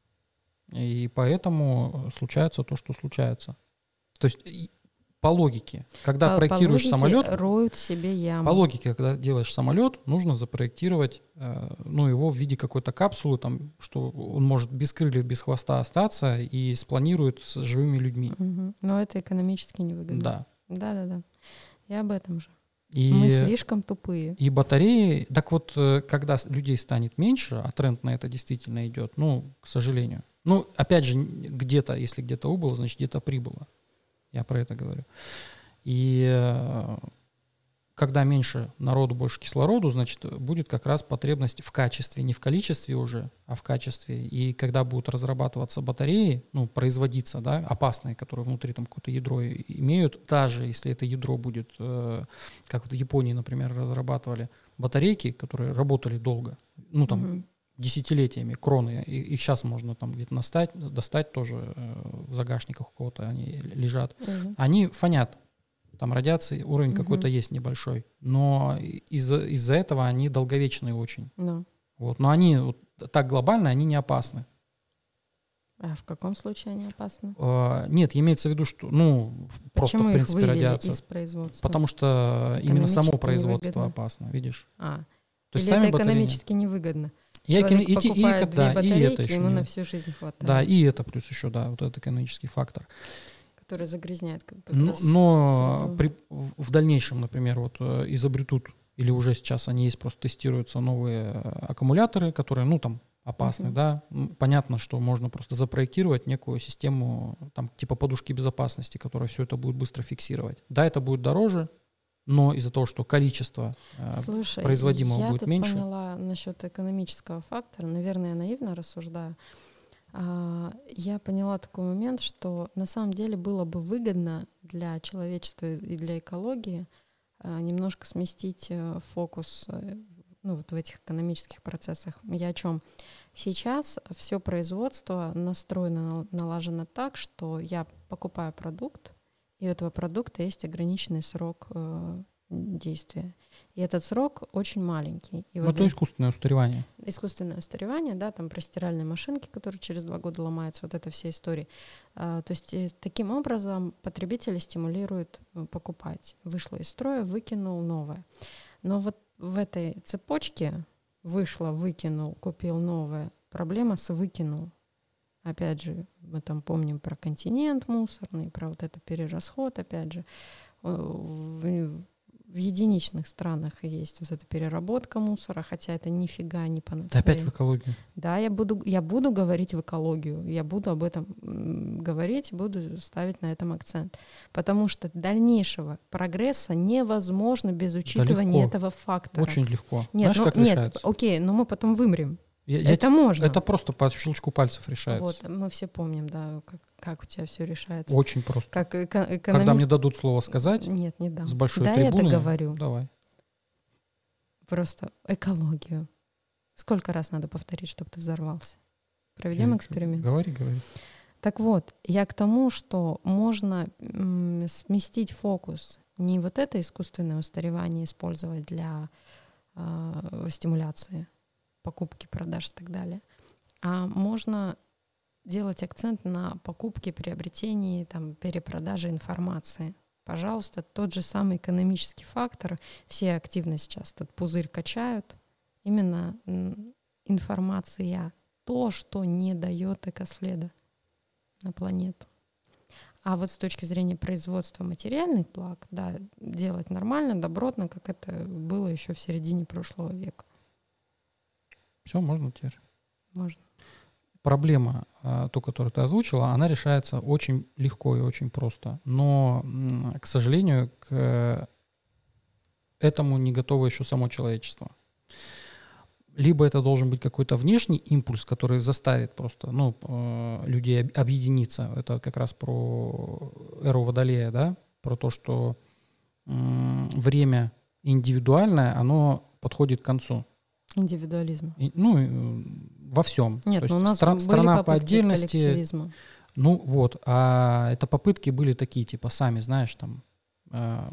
И поэтому случается то, что случается. То есть по логике, когда по, проектируешь по логике самолет, роют себе яму. По логике, когда делаешь самолет, нужно запроектировать э, ну, его в виде какой-то капсулы, там, что он может без крыльев, без хвоста остаться и спланирует с живыми людьми. Угу. Но это экономически невыгодно. Да. Да-да-да. И об этом же. И, Мы слишком тупые. И батареи, так вот, когда людей станет меньше, а тренд на это действительно идет, ну, к сожалению. Ну, опять же, где-то, если где-то убыло, значит, где-то прибыло. Я про это говорю. И когда меньше народу, больше кислороду, значит, будет как раз потребность в качестве, не в количестве уже, а в качестве. И когда будут разрабатываться батареи, ну, производиться, да, опасные, которые внутри там какое-то ядро имеют, даже если это ядро будет, э, как в Японии, например, разрабатывали батарейки, которые работали долго, ну, там, угу. десятилетиями, кроны, и их сейчас можно там где-то достать, достать тоже э, в загашниках у кого-то они лежат, угу. они фонят. Там радиации, уровень угу. какой-то есть небольшой, но из-за, из-за этого они долговечные очень. No. Вот. Но они вот, так глобально, они не опасны. А в каком случае они опасны? Uh, нет, имеется в виду, что, ну, просто, Почему в принципе, их вывели радиация. Из производства? Потому что именно само производство невыгодно. Опасно, видишь? А, То или это экономически батареи... невыгодно? Я Человек и, покупает и, две да, батарейки, и это еще ему не... на всю жизнь хватает. Да, и это плюс еще, да, вот этот экономический фактор. Который загрязняет как бы. Но, но при, в дальнейшем, например, вот изобретут, или уже сейчас они есть, просто тестируются новые аккумуляторы, которые, ну, там, опасны, uh-huh. да. Понятно, что можно просто запроектировать некую систему, там, типа подушки безопасности, которая все это будет быстро фиксировать. Да, это будет дороже, но из-за того, что количество Слушай, производимого я будет тут меньше. Я поняла насчет экономического фактора, наверное, я наивно рассуждаю. Я поняла такой момент, что на самом деле было бы выгодно для человечества и для экологии немножко сместить фокус, ну, вот в этих экономических процессах. Я о чем? Сейчас все производство настроено, налажено так, что я покупаю продукт, и у этого продукта есть ограниченный срок действия. И этот срок очень маленький. И ну, вот это искусственное устаревание. Искусственное устаревание, да, там про стиральные машинки, которые через два года ломаются, вот это все истории. А, то есть и, таким образом потребители стимулируют покупать. Вышло из строя, выкинул новое. Но вот в этой цепочке вышло, выкинул, купил новое. Проблема с выкинул. Опять же, мы там помним про континент мусорный, про вот это перерасход, опять же. В, в единичных странах есть вот эта переработка мусора, хотя это нифига не панацея. Опять в экологию. Да, я буду, я буду говорить в экологию, я буду об этом говорить, буду ставить на этом акцент. Потому что дальнейшего прогресса невозможно без учитывания да легко. этого фактора. Очень легко. Нет, Знаешь, ну, как нет, решается? окей, но мы потом вымрем. Я, я, это можно. Это просто по щелчку пальцев решается. Вот, мы все помним, да, как, как у тебя все решается. Очень просто. Как эко- экономист... Когда мне дадут слово сказать, нет, не дам. с большой да, трибуны, я договорю. Давай. Просто экологию. Сколько раз надо повторить, чтобы ты взорвался? Проведем я эксперимент. Говори, говори. Так вот, я к тому, что можно м, сместить фокус. Не вот это искусственное устаревание использовать для э, стимуляции покупки, продаж и так далее, а можно делать акцент на покупке, приобретении, там, перепродаже информации. Пожалуйста, тот же самый экономический фактор, все активно сейчас этот пузырь качают, именно информация, то, что не дает экоследа на планету. А вот с точки зрения производства материальных благ, да, делать нормально, добротно, как это было еще в середине прошлого века. Все, можно теперь? Можно. Проблема, ту, которую ты озвучила, она решается очень легко и очень просто. Но, к сожалению, к этому не готово еще само человечество. Либо это должен быть какой-то внешний импульс, который заставит просто ну, людей объединиться. Это как раз про эру Водолея, да? Про то, что время индивидуальное, оно подходит к концу. Индивидуализм. И, ну, во всем. Нет, То есть ну у нас стра- были страна по попытки отдельности. коллективизма. Ну вот, а это попытки были такие, типа, сами, знаешь, там, э,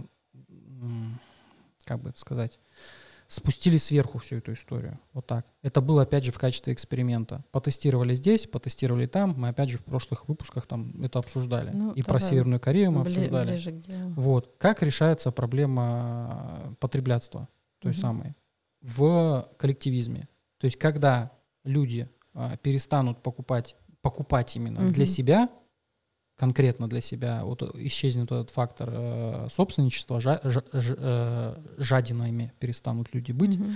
как бы это сказать, спустили сверху всю эту историю. Вот так. Это было, опять же, в качестве эксперимента. Потестировали здесь, потестировали там. Мы, опять же, в прошлых выпусках там это обсуждали. Ну, и про Северную Корею мы бли- обсуждали. Ближе к делу. Вот. Как решается проблема потреблятства той Мгм. самой в коллективизме. То есть когда люди а, перестанут покупать, покупать именно Мгм. для себя, конкретно для себя, вот исчезнет этот фактор э, собственничества, жа- жа- ж- э, жадинами перестанут люди быть, Мгм.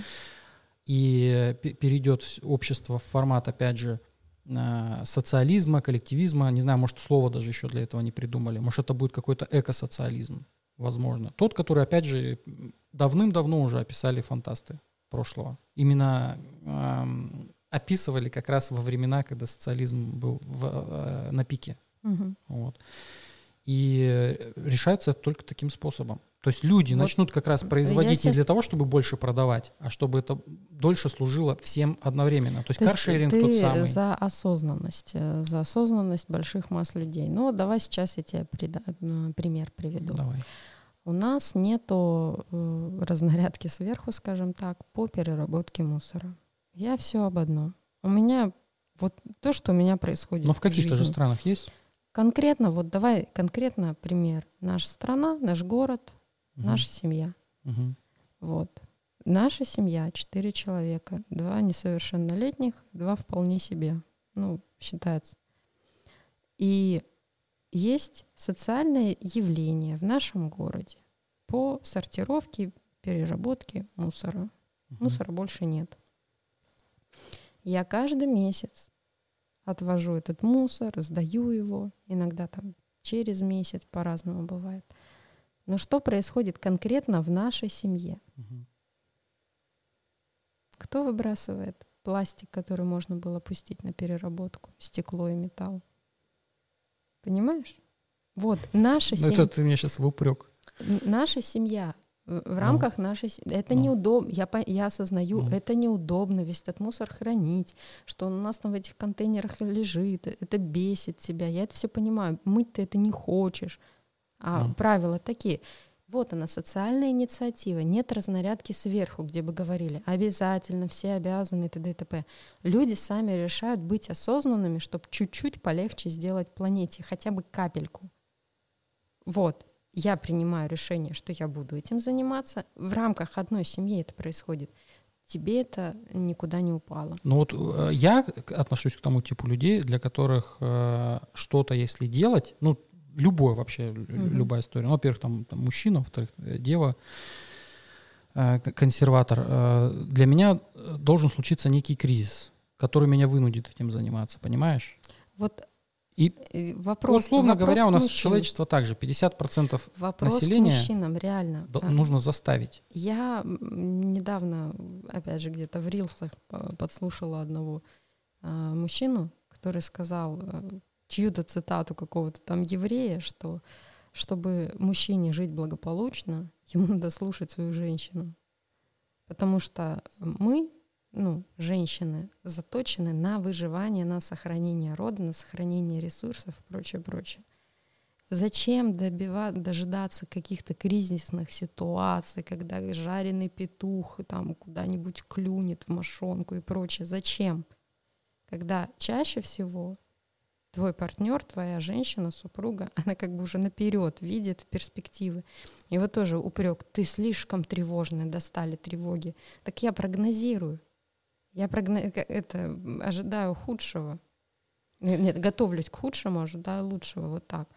и пе- перейдет с- общество в формат, опять же, э, социализма, коллективизма, не знаю, может, слово даже еще для этого не придумали, может, это будет какой-то экосоциализм, возможно. Тот, который, опять же, давным-давно уже описали фантасты прошлого. Именно эм, описывали как раз во времена, когда социализм был в, э, на пике. Мгм. Вот. И решается это только таким способом. То есть люди Вот начнут как раз производить я не щас- для того, чтобы больше продавать, а чтобы это дольше служило всем одновременно. То есть То есть каршеринг ты тот самый. за осознанность, э, за осознанность больших масс людей. Ну, вот давай сейчас я тебе прида- м, пример приведу. Давай. У нас нету э, разнарядки сверху, скажем так, по переработке мусора. Я все об одном. У меня вот то, что у меня происходит Но в каких-то же жизни. странах есть. Конкретно, вот давай конкретно пример. Наша страна, наш город, Мгм. наша семья. Мгм. Вот. Наша семья, четыре человека, два несовершеннолетних, два вполне себе, ну, считается. И есть социальное явление в нашем городе по сортировке, переработке мусора. Мгм. Мусора больше нет. Я каждый месяц отвожу этот мусор, сдаю его, иногда там через месяц, по-разному бывает. Но что происходит конкретно в нашей семье? Мгм. Кто выбрасывает пластик, который можно было пустить на переработку, стекло и металл? Понимаешь? Вот наша Ну, семья. это ты мне сейчас в упрек. Н- Наша семья в в рамках нашей семьи. Это Ну. неудобно. Я, по- я осознаю, Ну. это неудобно весь этот мусор хранить, что он у нас там в этих контейнерах лежит. Это бесит тебя. Я это все понимаю. Мыть ты это не хочешь. А Ну. правила такие. Вот она, социальная инициатива. Нет разнарядки сверху, где бы говорили, обязательно, все обязаны, т.д. и т.п. Люди сами решают быть осознанными, чтобы чуть-чуть полегче сделать планете, хотя бы капельку. Вот. Я принимаю решение, что я буду этим заниматься. В рамках одной семьи это происходит. Тебе это никуда не упало. Ну вот э, я к- отношусь к тому типу людей, для которых э, что-то, если делать, ну, любое вообще, лю- Мгм. любая история. Ну, во-первых, там, там мужчина, во-вторых, э, дева, э, к- консерватор. Э, для меня э, должен случиться некий кризис, который меня вынудит этим заниматься, понимаешь? Вот И, И вопрос, условно вопрос говоря, у нас мужчин. человечество также пятьдесят процентов Вопрос населения к мужчинам, реально. д- нужно заставить. Я недавно, опять же, где-то в рилсах подслушала одного а, мужчину, который сказал а, чью-то цитату какого-то там еврея, что чтобы мужчине жить благополучно, ему надо слушать свою женщину. Потому что мы, ну, женщины, заточены на выживание, на сохранение рода, на сохранение ресурсов и прочее, прочее. Зачем добивать, дожидаться каких-то кризисных ситуаций, когда жареный петух там куда-нибудь клюнет в мошонку и прочее? Зачем? Когда чаще всего твой партнер, твоя женщина, супруга, она как бы уже наперед видит перспективы. И вот тоже упрек: ты слишком тревожная, достали тревоги. Так я прогнозирую. Я прогно... это, ожидаю худшего. Нет, готовлюсь к худшему, ожидаю лучшего. Вот так.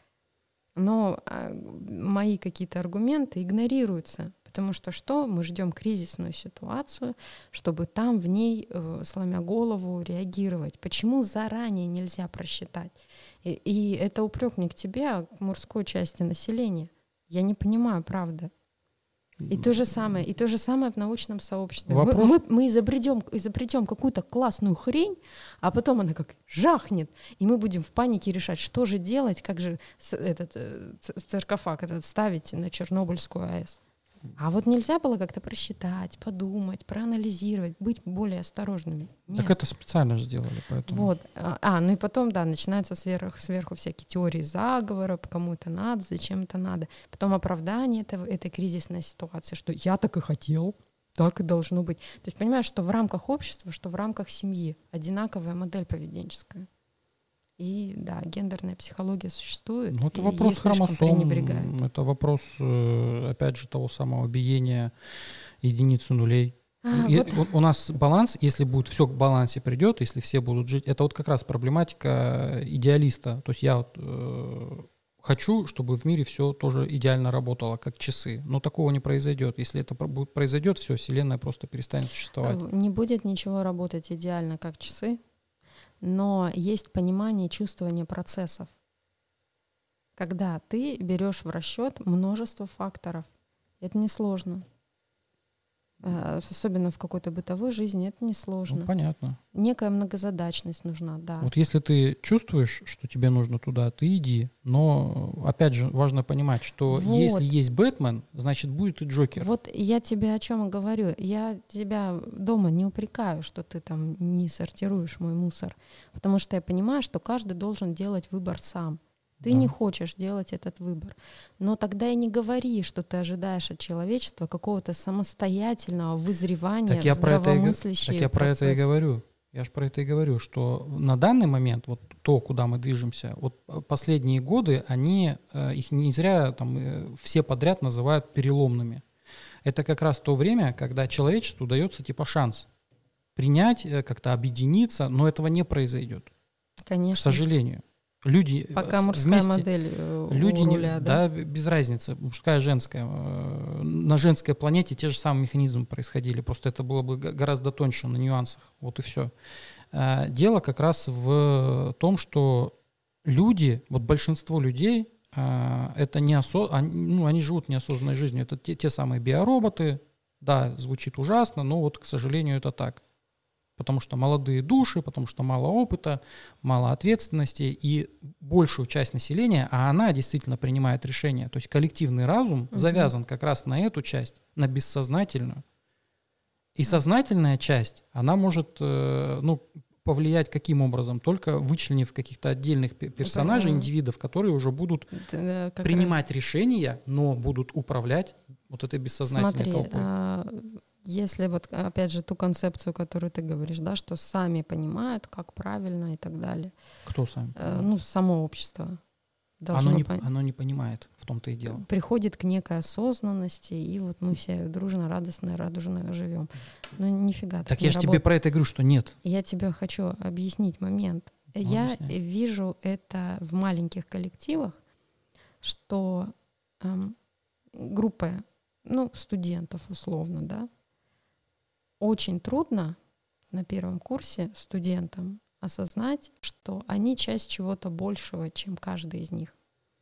Но а, мои какие-то аргументы игнорируются, потому что что? Мы ждем кризисную ситуацию, чтобы там в ней, э, сломя голову, реагировать. Почему заранее нельзя просчитать? И, и это упрек не к тебе, а к мужской части населения. Я не понимаю, правда. И то же самое, и то же самое в научном сообществе. Вопрос... Мы, мы, мы изобретем, изобретем какую-то классную хрень, а потом она как жахнет, и мы будем в панике решать, что же делать, как же этот саркофаг этот ставить на Чернобыльскую АЭС. А вот нельзя было как-то просчитать, подумать, проанализировать, быть более осторожными. Нет. Так это специально же сделали, поэтому... Вот. А, ну и потом, да, начинаются сверху, сверху всякие теории заговора, кому это надо, зачем это надо. Потом оправдание этого, этой кризисной ситуации, что я так и хотел, так и должно быть. То есть понимаешь, что в рамках общества, что в рамках семьи одинаковая модель поведенческая. И да, гендерная психология существует. Ну, это вопрос хромосом, это вопрос, опять же, того самого биения единицы нулей. А, и, вот. у, у нас баланс, если будет все к балансе придет, если все будут жить, это вот как раз проблематика идеалиста. То есть я вот, э, хочу, чтобы в мире все тоже идеально работало, как часы. Но такого не произойдет. Если это произойдет, все, Вселенная просто перестанет существовать. Не будет ничего работать идеально, как часы. Но есть понимание, чувствование процессов. Когда ты берешь в расчет множество факторов, это несложно. Особенно в какой-то бытовой жизни это несложно. Ну, понятно. Некая многозадачность нужна, да. Вот если ты чувствуешь, что тебе нужно туда, ты иди. Но, опять же, важно понимать, что вот. Если есть Бэтмен, значит, будет и Джокер. Вот я тебе о чем и говорю. Я тебя дома не упрекаю, что ты там не сортируешь мой мусор. Потому что я понимаю, что каждый должен делать выбор сам. Ты да. не хочешь делать этот выбор. Но тогда и не говори, что ты ожидаешь от человечества какого-то самостоятельного вызревания так я здравомыслящих Так я про это и говорю. Я же про это и говорю, что на данный момент, вот то, куда мы движемся, вот последние годы, они, их не зря там все подряд называют переломными. Это как раз то время, когда человечеству дается типа шанс принять, как-то объединиться, но этого не произойдет. Конечно. К сожалению. Люди пока мужская вместе, модель люди у руля, не, да? да, без разницы, мужская, женская. На женской планете те же самые механизмы происходили, просто это было бы гораздо тоньше на нюансах, вот и все. Дело как раз в том, что люди, вот большинство людей, это не осо... они, ну, они живут неосознанной жизнью, это те, те самые биороботы, да, звучит ужасно, но вот, к сожалению, это так. Потому что молодые души, потому что мало опыта, мало ответственности, и большую часть населения, а она действительно принимает решения. То есть коллективный разум угу. завязан как раз на эту часть, на бессознательную. И сознательная часть, она может э, ну, повлиять каким образом? Только вычленив каких-то отдельных персонажей, индивидов, которые уже будут да, принимать раз... решения, но будут управлять вот этой бессознательной Смотри, толпой. А... Если вот, опять же, ту концепцию, которую ты говоришь, да, что сами понимают, как правильно и так далее. Кто сами? Э, ну, само общество. Оно не, пон... оно не понимает, в том-то и дело. Приходит к некой осознанности, и вот мы все дружно, радостно, радужно живем. Но нифига так, так не я же тебе про это говорю, что нет. Я тебе хочу объяснить момент. Ну, я объясняй. Вижу это в маленьких коллективах, что эм, группа, ну, студентов условно, да, очень трудно на первом курсе студентам осознать, что они часть чего-то большего, чем каждый из них.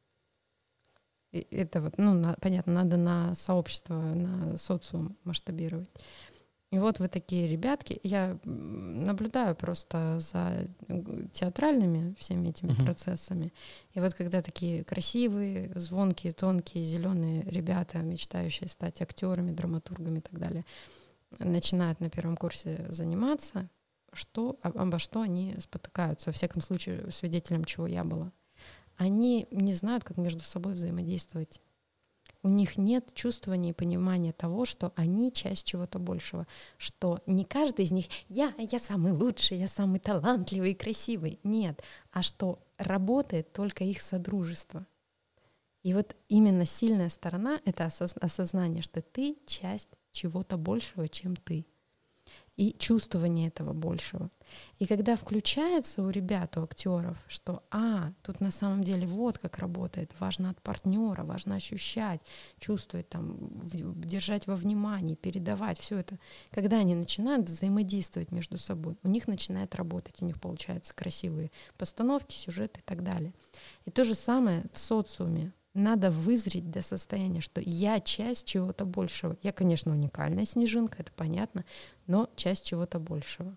И это вот, ну, на, понятно, надо на сообщество, на социум масштабировать. И вот вы такие ребятки. Я наблюдаю просто за театральными всеми этими uh-huh. процессами. И вот когда такие красивые, звонкие, тонкие, зеленые ребята, мечтающие стать актерами, драматургами и так далее, начинают на первом курсе заниматься, что, обо что они спотыкаются. Во всяком случае, свидетелем чего я была. Они не знают, как между собой взаимодействовать. У них нет чувствования и понимания того, что они часть чего-то большего, что не каждый из них «я, я самый лучший, я самый талантливый и красивый». Нет, а что работает только их содружество. И вот именно сильная сторона — это осознание, что ты часть чего-то большего, чем ты. И чувствование этого большего. И когда включается у ребят, у актеров, что а, тут на самом деле вот как работает, важно от партнера, важно ощущать, чувствовать, там, держать во внимании, передавать все это. Когда они начинают взаимодействовать между собой, у них начинает работать, у них получаются красивые постановки, сюжеты и так далее. И то же самое в социуме. Надо вызреть до состояния, что я часть чего-то большего. Я, конечно, уникальная снежинка, это понятно, но часть чего-то большего.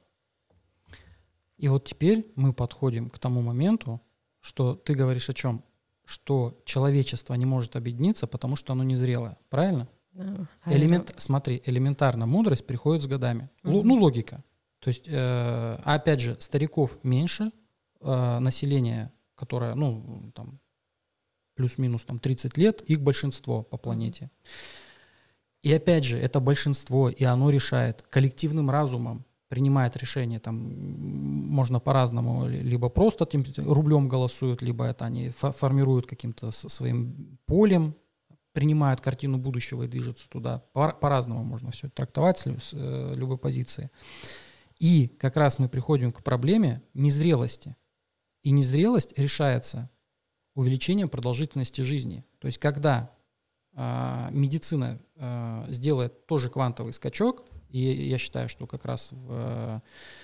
И вот теперь мы подходим к тому моменту, что ты говоришь о чем? Что человечество не может объединиться, потому что оно незрелое. Правильно? Да. Элемент, это... Смотри, элементарно мудрость приходит с годами. Угу. Л, ну, логика. То есть, э, опять же, стариков меньше, э, население, которое, ну, там, плюс-минус там тридцать лет, их большинство по планете. И опять же, это большинство, и оно решает коллективным разумом, принимает решение, там можно по-разному, либо просто тем, рублем голосуют, либо это они формируют каким-то своим полем, принимают картину будущего и движутся туда. По- по-разному можно все трактовать с, с э, любой позиции. И как раз мы приходим к проблеме незрелости. И незрелость решается увеличением продолжительности жизни. То есть когда э, медицина э, сделает тоже квантовый скачок, и я считаю, что как раз в э,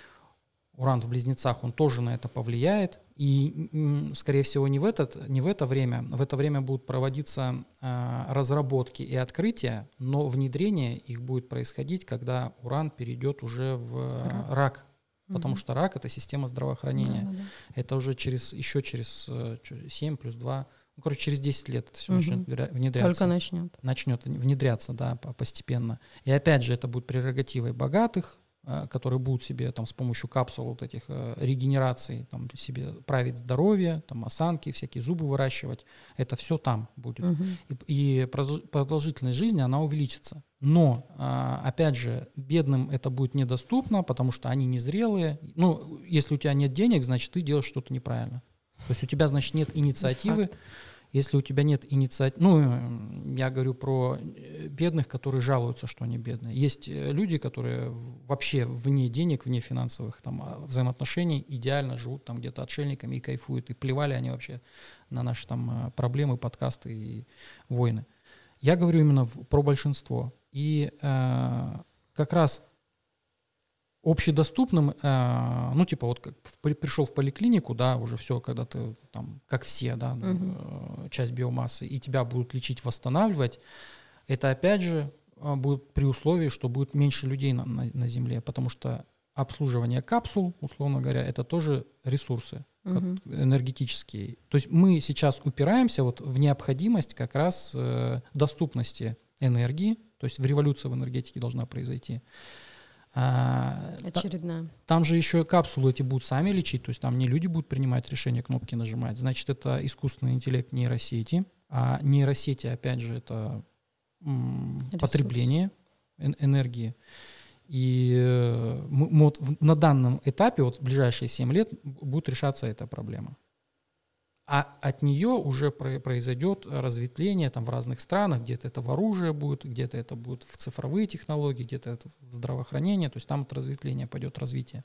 Уран в Близнецах он тоже на это повлияет, и, м, скорее всего, не в, этот, не в это время, в это время будут проводиться э, разработки и открытия, но внедрение их будет происходить, когда Уран перейдет уже в рак. рак. Потому mm-hmm. что рак — это система здравоохранения. Да, да, да. Это уже через, еще через семь плюс два, ну, короче, через десять лет это все mm-hmm. начнет внедряться. Только начнет. Начнет внедряться, да, постепенно. И опять же, это будет прерогативой богатых, которые будут себе там с помощью капсул вот этих регенераций там себе править здоровье, там осанки, всякие зубы выращивать. Это все там будет. Угу. И, и продолжительность жизни, она увеличится. Но, опять же, бедным это будет недоступно, потому что они незрелые. Ну, если у тебя нет денег, значит, ты делаешь что-то неправильно. То есть у тебя, значит, нет инициативы. Если у тебя нет инициативы, ну, я говорю про бедных, которые жалуются, что они бедные. Есть люди, которые вообще вне денег, вне финансовых там, взаимоотношений идеально живут там где-то отшельниками и кайфуют, и плевали они вообще на наши там проблемы, подкасты и войны. Я говорю именно про большинство. И э, как раз общедоступным, э, ну, типа, вот как в, пришел в поликлинику, да, уже все, когда ты там, как все, да, uh-huh. э, часть биомассы, и тебя будут лечить, восстанавливать, это, опять же, будет при условии, что будет меньше людей на, на, на Земле, потому что обслуживание капсул, условно говоря, это тоже ресурсы uh-huh. энергетические. То есть мы сейчас упираемся вот в необходимость как раз э, доступности энергии, то есть в революция в энергетике должна произойти. Очередная. Там, там же еще капсулы эти будут сами лечить, то есть там не люди будут принимать решения, кнопки нажимать. Значит, это искусственный интеллект, нейросети. А нейросети, опять же, это м, потребление эн- энергии. И э, мы, вот на данном этапе, вот в ближайшие семь лет, будет решаться эта проблема. А от нее уже произойдет разветвление там в разных странах, где-то это в оружие будет, где-то это будет в цифровые технологии, где-то это в здравоохранение, то есть там это разветвление пойдет, развитие.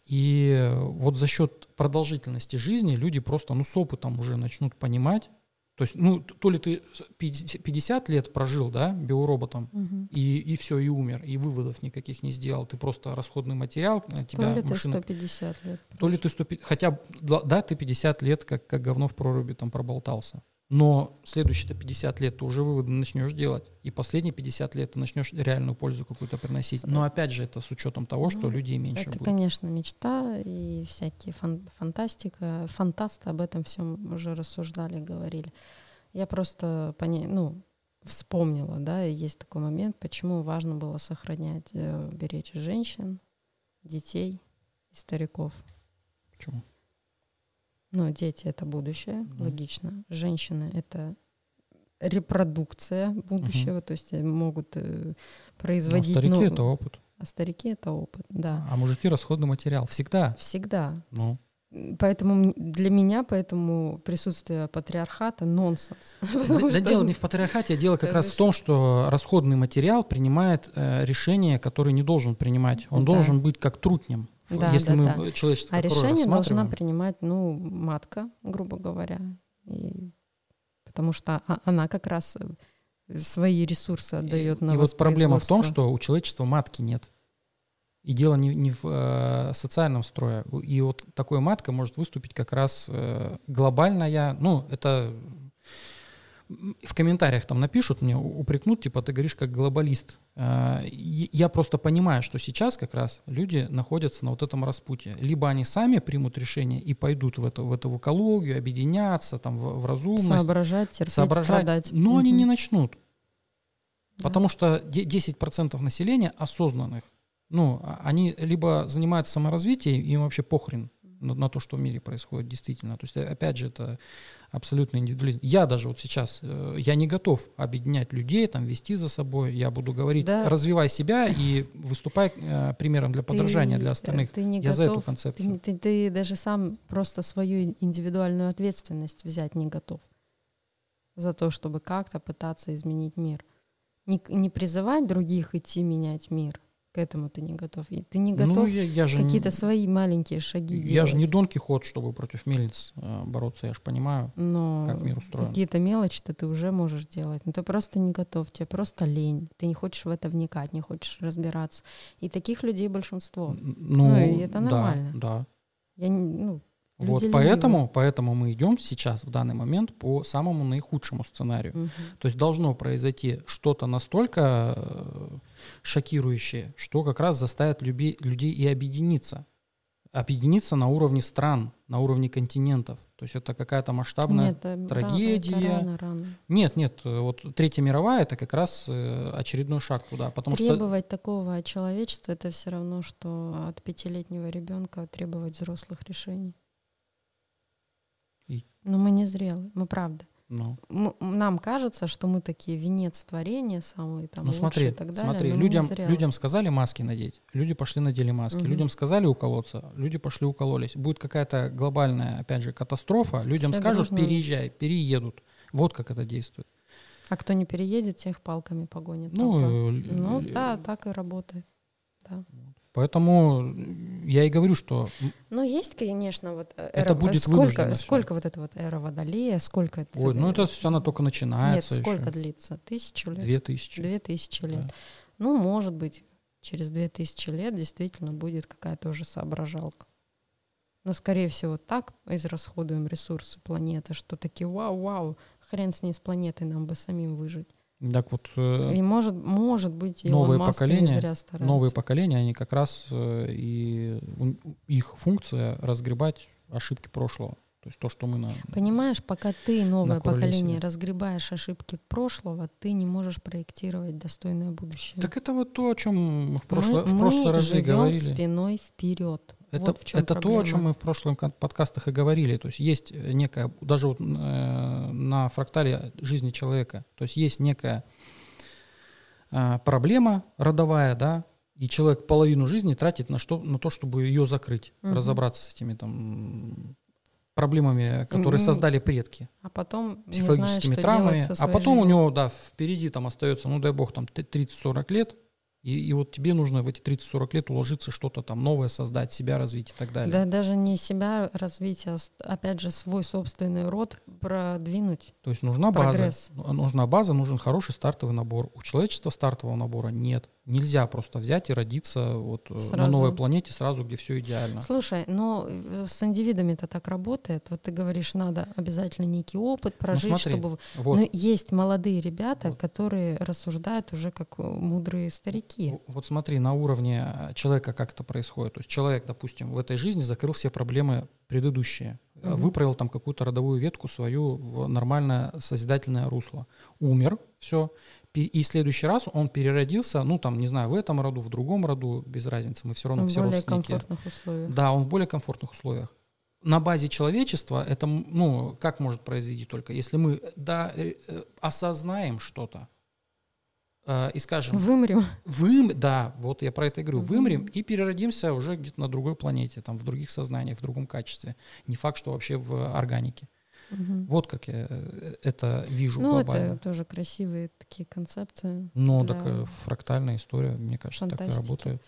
И вот за счет продолжительности жизни люди просто ну, с опытом уже начнут понимать, То есть, ну, то ли ты пятьдесят лет прожил, да, биороботом, Угу. и, и все, и умер, и выводов никаких не сделал, ты просто расходный материал, тебя То ли машина... ты сто пятьдесят лет. То ли ты сто пятьдесят... Хотя, да, ты пятьдесят лет, как, как говно в проруби там проболтался. Но следующие пятьдесят лет ты уже выводы начнешь делать, и последние пятьдесят лет ты начнешь реальную пользу какую-то приносить. Но опять же, это с учетом того, ну, что людей меньше это, будет. Это, конечно, мечта, и всякие фан- фантастика, фантасты об этом всем уже рассуждали, говорили. Я просто поня... ну, вспомнила, да, и есть такой момент, почему важно было сохранять, э, беречь женщин, детей и стариков. Почему? Ну, дети — это будущее, Mm. логично. Женщины — это репродукция будущего, Uh-huh. то есть могут э, производить... Ну, старики ну, — это опыт. А старики — это опыт, да. А мужики — расходный материал. Всегда. Всегда. Ну. Поэтому для меня поэтому присутствие патриархата — нонсенс. Да, да дело не в патриархате, а дело как раз в том, что расходный материал принимает э, решения, которые не должен принимать. Он Да. должен быть как трутнем. Да, если да, мы да. человечество А такое решение должна рассматриваем. принимать, ну, матка, грубо говоря. И потому что а- она как раз свои ресурсы отдает И, на и вот проблема в том, воспроизводство. что у человечества матки нет. И дело не, не в э, социальном строе. И вот такая матка может выступить как раз э, глобальная. Ну, это в комментариях там напишут мне, упрекнут, типа, ты говоришь как глобалист. Э, я просто понимаю, что сейчас как раз люди находятся на вот этом распутье. Либо они сами примут решение и пойдут в эту, в эту экологию, объединяться, там, в, в разумность. Соображать, терпеть, соображать, страдать. но Мгм. они не начнут. Да. Потому что десять процентов населения осознанных, ну, они либо занимаются саморазвитием, им вообще похрен на, на то, что в мире происходит действительно. То есть, опять же, это абсолютно индивидуализм. Я даже вот сейчас, э, я не готов объединять людей, там, вести за собой. Я буду говорить, Да. развивай себя и выступай э, примером для подражания Ты- для остальных. Ты не Я готов, за эту концепцию. Ты, ты- ты даже сам просто свою индивидуальную ответственность взять не готов за то, чтобы как-то пытаться изменить мир. Не, не призывать других идти менять мир. К этому ты не готов. И ты не готов Ну, я, я же какие-то не- свои маленькие шаги Я делать. же не Дон Кихот, чтобы против мельниц э, бороться, я же понимаю. Но как мир устроен. какие-то мелочи-то ты уже можешь делать. Но ты просто не готов, тебе просто лень. Ты не хочешь в это вникать, не хочешь разбираться. И таких людей большинство. Ну, Ну, и это да, нормально. Да. Я не, ну, Вот люди поэтому, поэтому мы идем сейчас, в данный момент, по самому наихудшему сценарию. ленивые. То есть должно произойти что-то настолько э, шокирующее, что как раз заставит люби- людей и объединиться. Объединиться на уровне стран, на уровне континентов. То есть это какая-то масштабная Нет, это трагедия. Рано, это рано, рано. Нет, нет, э, вот Третья мировая — это как раз э, очередной шаг туда. Потому что Требовать такого от человечества — это все равно, что от пятилетнего ребенка требовать взрослых решений. И- Но мы не зрелые, мы правда. ну, М- Нам кажется, что мы такие венец творения, самые там Ну лучшие смотри, и так далее. смотри, но мы не людям, зрелые. людям сказали маски надеть, люди пошли надели маски, Мгм. людям сказали уколоться, люди пошли укололись. Будет какая-то глобальная, опять же, катастрофа, людям Все скажут дружно. переезжай, переедут. Вот как это действует. А кто не переедет, тех палками погонит. Ну, толпа. э, ну э, да, так и работает. Да. Поэтому я и говорю, что м, Ну, есть, конечно, вот э, Это эра, будет сколько, вынужденно всё. сколько вот это вот эра Водолея, сколько это? ой, ну это все она только Нет, начинается. сколько еще. длится? Тысячу лет? Две тысячи. Две тысячи лет. Да. Ну, может быть, через две тысячи лет действительно будет какая-то уже соображалка. Но, скорее всего, так израсходуем ресурсы планеты, что такие вау-вау, хрен с ней с планетой, нам бы самим выжить. Так вот, э, И может, может быть, новые Илон Маск не поколения- зря старается. новые поколения, они как раз э, и у- их функция разгребать ошибки прошлого. То есть то, что мы на... Понимаешь, пока ты, новое Накурили поколение, себе. разгребаешь ошибки прошлого, ты не можешь проектировать достойное будущее. Так это вот то, о чем мы в, прошло- мы в прошлый мы раз и живем говорили. спиной вперед. Это, Вот в чем это то, о чем мы в прошлых кон- подкастах и говорили. То есть есть некая, даже вот, э, на фрактале жизни человека, то есть есть некая э, проблема родовая, да, и человек половину жизни тратит на, что, на то, чтобы ее закрыть, Мгм. разобраться с этими там проблемами, которые М, создали предки, А потом не знает, психологическими что травмами, делать со а своей потом у жизнью. него, да, впереди там остается, ну дай бог, там тридцать-сорок лет, И, и вот тебе нужно в эти тридцать-сорок лет уложиться, что-то там новое создать, себя развить и так далее. Да, даже не себя развить, а опять же свой собственный род продвинуть. То есть нужна Прогресс. база, нужна база, нужен хороший стартовый набор. У человечества стартового набора нет. Нельзя просто взять и родиться вот Сразу. на новой планете сразу, где все идеально. Слушай, но с индивидами это так работает. Вот ты говоришь, надо обязательно некий опыт прожить, ну, смотри, чтобы... Вот. Но есть молодые ребята, Вот. которые рассуждают уже как мудрые старики. Вот смотри, на уровне человека как это происходит. То есть человек, допустим, в этой жизни закрыл все проблемы предыдущие, угу. выправил там какую-то родовую ветку свою в нормальное созидательное русло. Умер, все. И в следующий раз он переродился, ну там, не знаю, в этом роду, в другом роду, без разницы, мы все равно в все более родственники. комфортных условиях. Да, он в более комфортных условиях. На базе человечества это, ну, как может произойти только, если мы да, осознаем что-то э, и скажем... Вымрем. Вым, да, вот я про это и говорю. Угу. Вымрем и переродимся уже где-то на другой планете, там, в других сознаниях, в другом качестве. Не факт, что вообще в органике. Угу. Вот как я это вижу ну, глобально. это тоже красивые такие концепции. Ну, для... такая фрактальная история, мне кажется, фантастики. такая работает.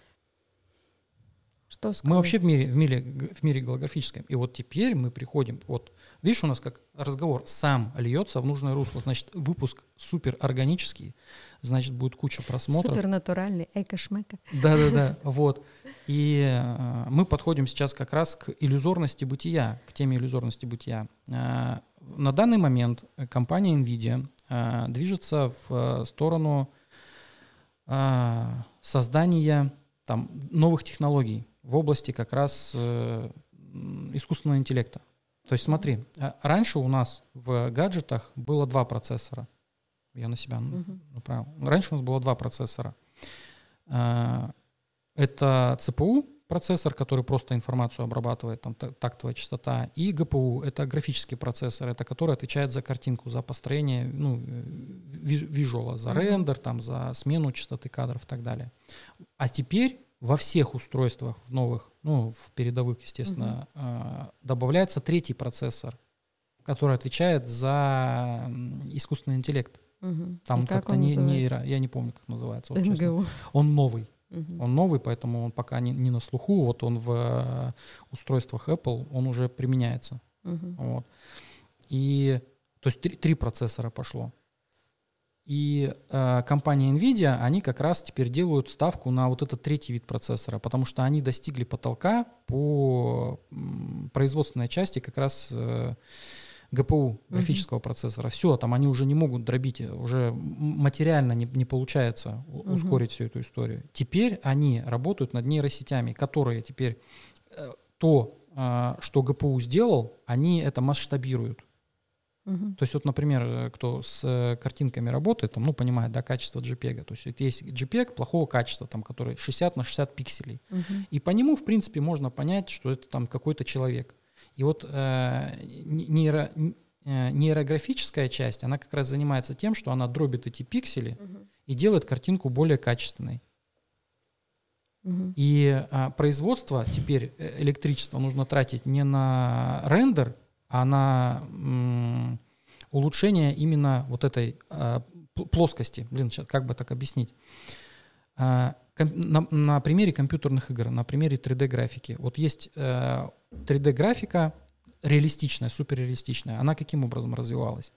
Что сказать? Мы вообще в мире, в мире, в мире голографическом. И вот теперь мы приходим, вот видишь, у нас как разговор сам льется в нужное русло. Значит, выпуск супер органический, значит, будет куча просмотров. Супер натуральный, эко-шмека. Да-да-да, вот. И э, мы подходим сейчас как раз к иллюзорности бытия, к теме иллюзорности бытия. Э, на данный момент компания NVIDIA э, движется в сторону э, создания там, новых технологий в области как раз э, искусственного интеллекта. То есть смотри, раньше у нас в гаджетах было два процессора. Я на себя uh-huh. направил. Раньше у нас было два процессора. Э, это ЦПУ процессор, который просто информацию обрабатывает, там тактовая частота, и ГПУ, это графический процессор, это который отвечает за картинку, за построение, ну, визуала, за uh-huh. рендер, там, за смену частоты кадров и так далее. А теперь во всех устройствах, в новых, ну, в передовых, естественно, uh-huh. добавляется третий процессор, который отвечает за искусственный интеллект. Uh-huh. Там как-то не, нейро, я не помню, как называется. Вот, честно. Он новый. Uh-huh. Он новый, поэтому он пока не, не на слуху. Вот он в устройствах Apple, он уже применяется. Uh-huh. Вот. И, то есть три, три процессора пошло. И э, компания NVIDIA, они как раз теперь делают ставку на вот этот третий вид процессора, потому что они достигли потолка по м, производственной части как раз э, ГПУ, графического uh-huh. процессора. Все, там они уже не могут дробить, уже материально не, не получается uh-huh. ускорить всю эту историю. Теперь они работают над нейросетями, которые теперь э, то, э, что ГПУ сделал, они это масштабируют. Uh-huh. То есть вот, например, кто с картинками работает, там, ну, понимает, да, качество JPEG. То есть есть JPEG плохого качества, там, который шестьдесят на шестьдесят пикселей. Uh-huh. И по нему, в принципе, можно понять, что это там какой-то человек. И вот э, нейро, э, нейрографическая часть, она как раз занимается тем, что она дробит эти пиксели uh-huh. и делает картинку более качественной. Uh-huh. И э, производство теперь электричество нужно тратить не на рендер, а на м, улучшение именно вот этой а, плоскости. Блин, сейчас как бы так объяснить? А, ком, на, на примере компьютерных игр, на примере три дэ-графики. Вот есть а, три дэ-графика реалистичная, суперреалистичная. Она каким образом развивалась?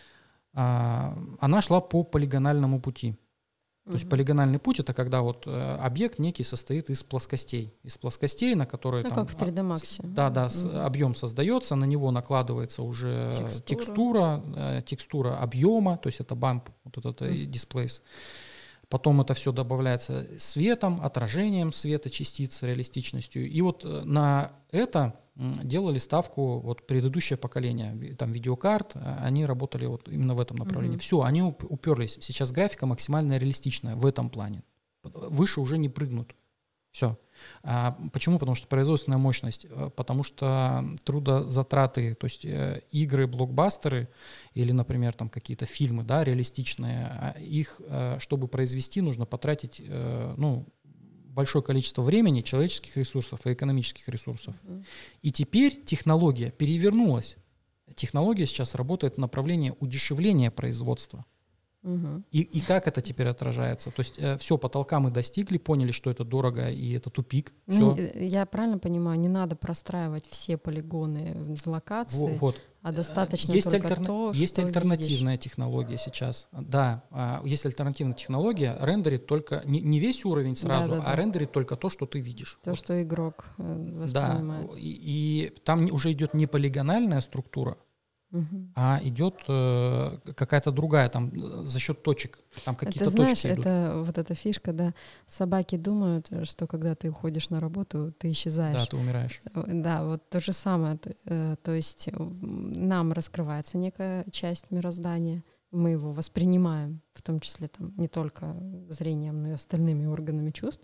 А, она шла по полигональному пути. То uh-huh. есть полигональный путь — это когда вот э, объект некий состоит из плоскостей. Из плоскостей, на которые... Ну, там, как в три дэ Max. Да, да, uh-huh. объем создается, на него накладывается уже текстура, текстура, э, текстура объема, то есть это бамп, вот этот uh-huh. дисплейс. Потом это все добавляется светом, отражением света, частиц, реалистичностью. И вот на это делали ставку вот предыдущее поколение, там видеокарт, они работали вот именно в этом направлении. Uh-huh. Все, они уперлись. Сейчас графика максимально реалистичная в этом плане. Выше уже не прыгнут. Все. А почему? Потому что производственная мощность, потому что трудозатраты, то есть э, игры, блокбастеры или, например, там какие-то фильмы, да, реалистичные, их, э, чтобы произвести, нужно потратить, э, ну, большое количество времени, человеческих ресурсов и экономических ресурсов. Uh-huh. И теперь технология перевернулась. Технология сейчас работает в направлении удешевления производства. Угу. И, и как это теперь отражается? То есть э, все, потолка мы достигли, поняли, что это дорого и это тупик. Ну, Всё. я правильно понимаю, не надо простраивать все полигоны в локации, Вот. а достаточно есть только альтерна... то, Есть что альтернативная видишь. технология сейчас. Да, а, есть альтернативная технология, рендерит только не, не весь уровень сразу, Да, да, а да. рендерит только то, что ты видишь. То, Вот. что игрок э, воспринимает. Да, и, и там уже идет не полигональная структура, Угу. а идет э, какая-то другая, там э, за счет точек, там какие-то Это, знаешь, точки идут. это вот эта фишка, да, собаки думают, что когда ты уходишь на работу, ты исчезаешь. Да, ты умираешь. Да, вот то же самое. То, э, то есть э, нам раскрывается некая часть мироздания, мы его воспринимаем, в том числе там не только зрением, но и остальными органами чувств,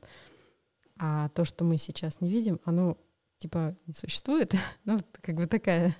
а то, что мы сейчас не видим, оно типа не существует. Ну, вот как бы такая...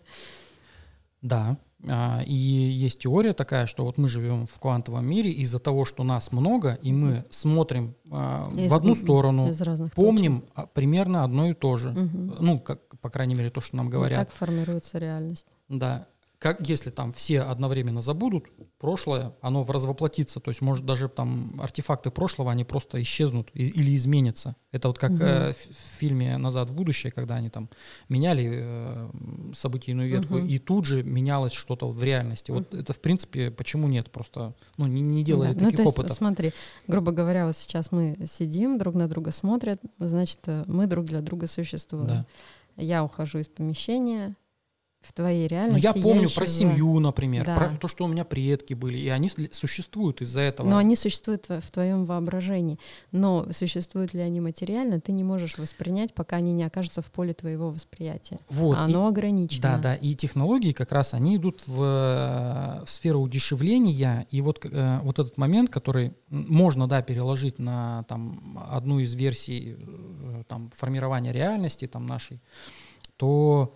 Да, а, и есть теория такая, что вот мы живем в квантовом мире из-за того, что нас много, и мы смотрим а, Из- в одну сторону, из разных помним а, примерно одно и то же. Мгм. Ну, как, по крайней мере, то, что нам Вот говорят. так формируется реальность. Да. Как, если там все одновременно забудут прошлое, оно развоплотится. То есть, может, даже там артефакты прошлого, они просто исчезнут и- или изменятся. Это вот как Мгм. э, в в фильме «Назад в будущее», когда они там меняли э, событийную ветку, Мгм. и тут же менялось что-то в реальности. Вот это, в принципе, почему нет? Просто ну, не, не делали Да. Ну, таких то есть, опытов. смотри, грубо говоря, вот сейчас мы сидим, друг на друга смотрят, значит, э, мы друг для друга существуем. Да. Я ухожу из помещения, в твоей Ну, реальности я помню про исчезаю. семью, например, Да. про то, что у меня предки были, и они сли- существуют из-за этого. Но они существуют в в твоем воображении. Но существуют ли они материально, ты не можешь воспринять, пока они не окажутся в поле твоего восприятия. Вот, А и- оно ограничено. Да, да, и технологии как раз, они идут в, э, в сферу удешевления, и вот, э, вот этот момент, который м, можно, да, переложить на там, одну из версий э, там, формирования реальности там, нашей, то,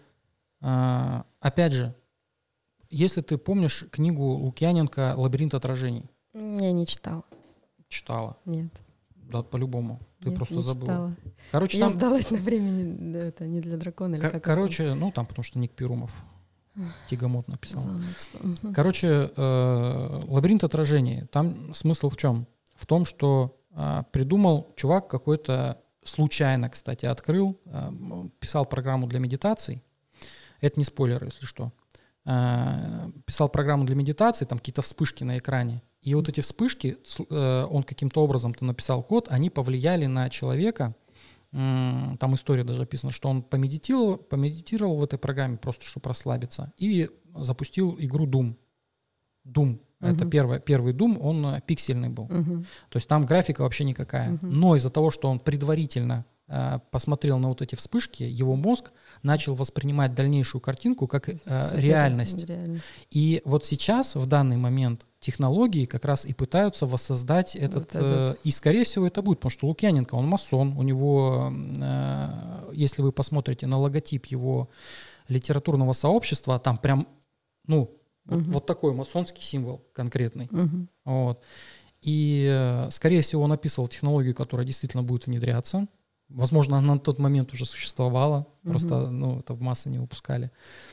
э, опять же, если ты помнишь книгу Лукьяненко «Лабиринт отражений», Я не читала. читала, Нет. да, по-любому, ты Нет, просто не забыла. читала. Короче, Я там, сдалась на времени, да, это не для дракона. Или ко- как это? короче, ну там, потому что Ник Перумов Тягомот написал. Занудство. Мгм. Короче, э, лабиринт отражений. Там смысл в чем? В том, что э, придумал чувак какой-то случайно, кстати, открыл, э, м, писал программу для медитаций. Это не спойлер, если что. Э, писал программу для медитации, там какие-то вспышки на экране. И вот эти вспышки, с- э, он каким-то образом-то написал код, они повлияли на человека. М, Там история даже описана, что он помедитировал, помедитировал в этой программе просто, чтобы расслабиться, и запустил игру Doom. Doom. Это Мгм. первое, первый Doom, он э, пиксельный был. Мгм. То есть там графика вообще никакая. Мгм. Но из-за того, что он предварительно э, посмотрел на вот эти вспышки, его мозг начал воспринимать дальнейшую картинку как э, Супер реальность. реальность. И вот сейчас, в данный момент, технологии как раз и пытаются воссоздать этот... Вот этот. э, и, скорее всего, это будет, потому что Лукьяненко, он масон, у него, э, если вы посмотрите на логотип его литературного сообщества, там прям, ну, вот, Мгм. вот такой масонский символ конкретный. Мгм. Вот. И, э, скорее всего, он описывал технологию, которая действительно будет внедряться. Возможно, она на тот момент уже существовала, Мгм. просто ну, это в массы не выпускали.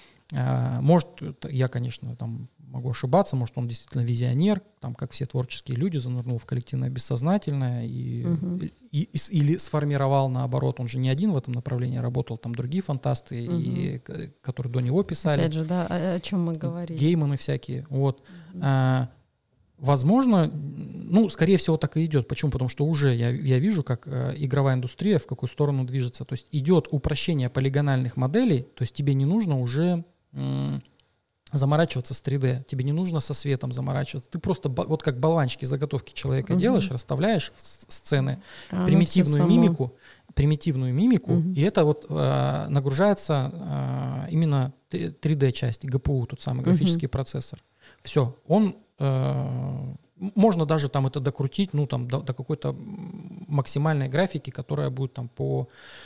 А, Может, это я, конечно, там могу ошибаться, может, он действительно визионер, там, как все творческие люди, занырнул в коллективное бессознательное и, Мгм. и- и с- или сформировал наоборот. Он же не один в этом направлении работал, там другие фантасты, и, к- которые до него писали, Опять же, да, о, о чем мы говорили. гейманы всякие. Вот. Мгм. А, Возможно, ну, скорее всего, так и идет. Почему? Потому что уже я, я вижу, как э, игровая индустрия в какую сторону движется. То есть идет упрощение полигональных моделей, то есть тебе не нужно уже м, заморачиваться с три дэ, тебе не нужно со светом заморачиваться. Ты просто ба- вот как болванчики заготовки человека Мгм. делаешь, расставляешь в с- сцены, А оно примитивную всё само. мимику, примитивную мимику, Мгм. и это вот э, нагружается э, именно три дэ-часть, джи пи ю, тот самый графический процессор. Все, он э, м- можно даже там это докрутить, ну там до, до какой-то м, максимальной графики, которая будет там по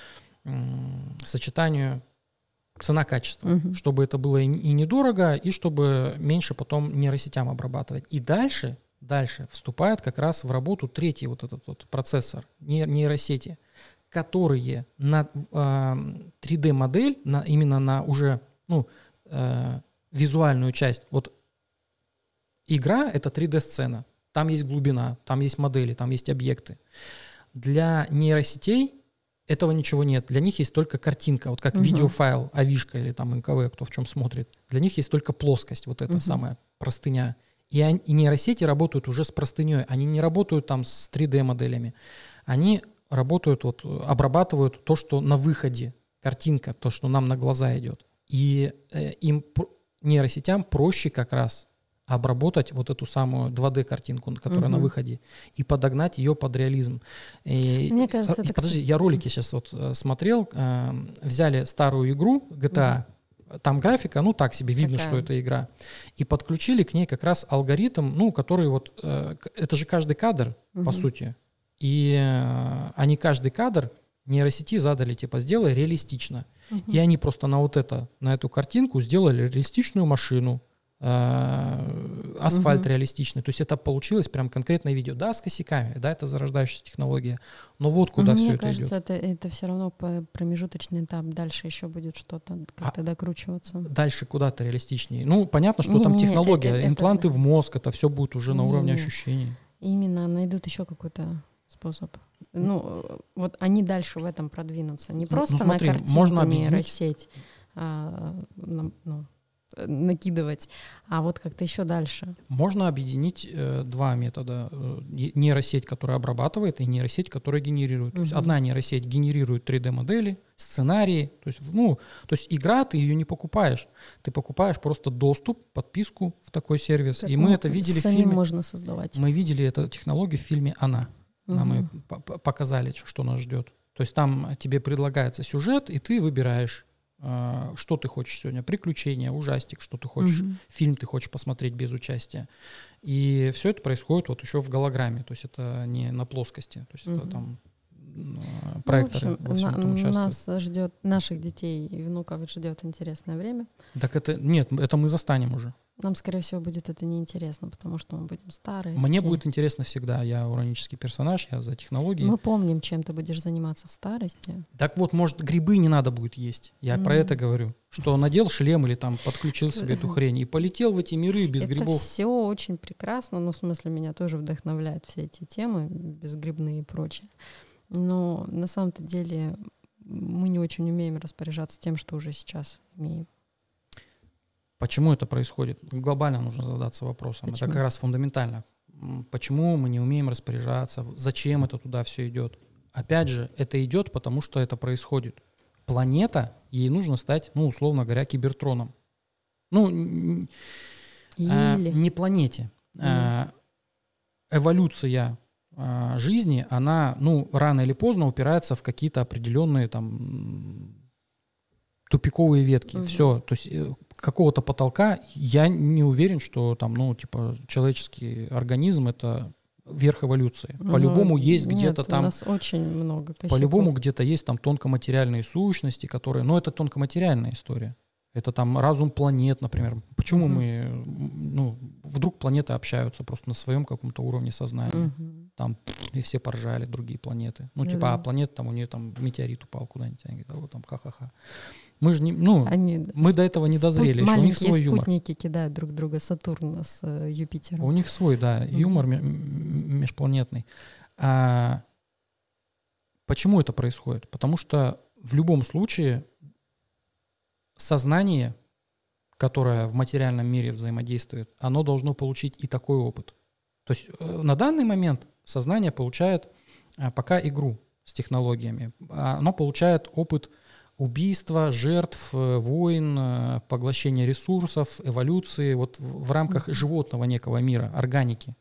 м, сочетанию цена-качество, Мгм. чтобы это было и, и недорого, и чтобы меньше потом нейросетям обрабатывать. И дальше, дальше вступает как раз в работу третий вот этот вот процессор, нейр- нейросети, которые на э, три дэ-модель, на, именно на уже ну, э, визуальную часть. Вот игра — это три дэ-сцена. Там есть глубина, там есть модели, там есть объекты. Для нейросетей этого ничего нет. Для них есть только картинка, вот как uh-huh. видеофайл, авишка или там эн ка вэ, кто в чем смотрит. Для них есть только плоскость, вот эта uh-huh. самая простыня. И, они, и нейросети работают уже с простыней. Они не работают там с три дэ-моделями. Они работают, вот, обрабатывают то, что на выходе, картинка, то, что нам на глаза идет. И э, им, нейросетям, проще как раз обработать вот эту самую два дэ-картинку, которая угу. на выходе, и подогнать ее под реализм. И, Мне кажется, и, это... Подожди, я ролики сейчас вот смотрел, э, взяли старую игру джи ти эй, угу. там графика, ну так себе, видно, Такая. Что это игра, и подключили к ней как раз алгоритм, ну, который вот, э, это же каждый кадр, угу. по сути, и э, они каждый кадр нейросети задали, типа, сделай реалистично. Угу. И они просто на вот это, на эту картинку сделали реалистичную машину, асфальт угу. реалистичный. То есть это получилось прям конкретное видео. Да, с косяками, да, это зарождающаяся технология. Но вот куда Мне все кажется, это идет. Это, это все равно промежуточный этап. Дальше еще будет что-то как-то а докручиваться. Дальше куда-то реалистичнее. Ну, понятно, что не, там не, технология, это, импланты это, в мозг, это все будет уже не, на уровне не. ощущений. Именно найдут еще какой-то способ. Ну, вот они дальше в этом продвинутся. Не просто ну, смотри, на картинку можно нейросеть, а, ну, накидывать, а вот как-то еще дальше. Можно объединить э, два метода. Нейросеть, которая обрабатывает, и нейросеть, которая генерирует. Uh-huh. То есть одна нейросеть генерирует три дэ-модели, сценарии. То есть, ну, то есть игра, ты ее не покупаешь. Ты покупаешь просто доступ, подписку в такой сервис. Как и мы это видели в фильме. Можно создавать. Мы видели эту технологию в фильме «Она». Uh-huh. Нам и показали, что нас ждет. То есть там тебе предлагается сюжет, и ты выбираешь, что ты хочешь сегодня, приключения, ужастик, что ты хочешь, угу. фильм ты хочешь посмотреть без участия. И все это происходит вот еще в голограмме, то есть это не на плоскости, то есть угу. это там проекторы ну, в общем, во всем на, этом участвуют. Нас ждет, наших детей и внуков ждет интересное время. Так это, нет, это мы застанем уже. Нам, скорее всего, будет это неинтересно, потому что мы будем старые. Мне такие. будет интересно всегда. Я уранический персонаж, я за технологии. Мы помним, чем ты будешь заниматься в старости. Так вот, может, грибы не надо будет есть. Я mm. про это говорю. Что надел шлем или там подключил себе эту хрень и полетел в эти миры без это грибов. Это все очень прекрасно. Ну, в смысле, меня тоже вдохновляют все эти темы, безгрибные и прочее. Но на самом-то деле мы не очень умеем распоряжаться тем, что уже сейчас имеем. Почему это происходит? Глобально нужно задаться вопросом. Почему? Это как раз фундаментально. Почему мы не умеем распоряжаться? Зачем это туда все идет? Опять же, это идет, потому что это происходит. Планета, ей нужно стать, ну, условно говоря, кибертроном. Ну, а, не планете. А, эволюция а, жизни, она, ну, рано или поздно упирается в какие-то определенные там тупиковые ветки. Угу. Все. То есть какого-то потолка я не уверен, что там, ну, типа, человеческий организм — это верх эволюции. Ну, по-любому есть нет, где-то там... у нас очень много косяков. По-любому где-то есть там тонкоматериальные сущности, которые... Но это тонкоматериальная история. Это там разум планет, например. Почему угу. мы... Ну, вдруг планеты общаются просто на своем каком-то уровне сознания. Угу. Там и все поржали, другие планеты. Ну, типа, да. а планета там, у нее там метеорит упал куда-нибудь. Они говорят, а вот там ха-ха-ха. Мы же не, ну, Они, мы до этого не дозрели. Еще у них свой юмор. Спутники кидают друг друга Сатурна с э, Юпитером. У них свой, да, юмор mm-hmm. межпланетный. А почему это происходит? Потому что в любом случае сознание, которое в материальном мире взаимодействует, оно должно получить и такой опыт. То есть на данный момент сознание получает пока игру с технологиями. Оно получает опыт убийства, жертв, войн, поглощения ресурсов, эволюции вот в, в рамках mm-hmm. животного некого мира, органики.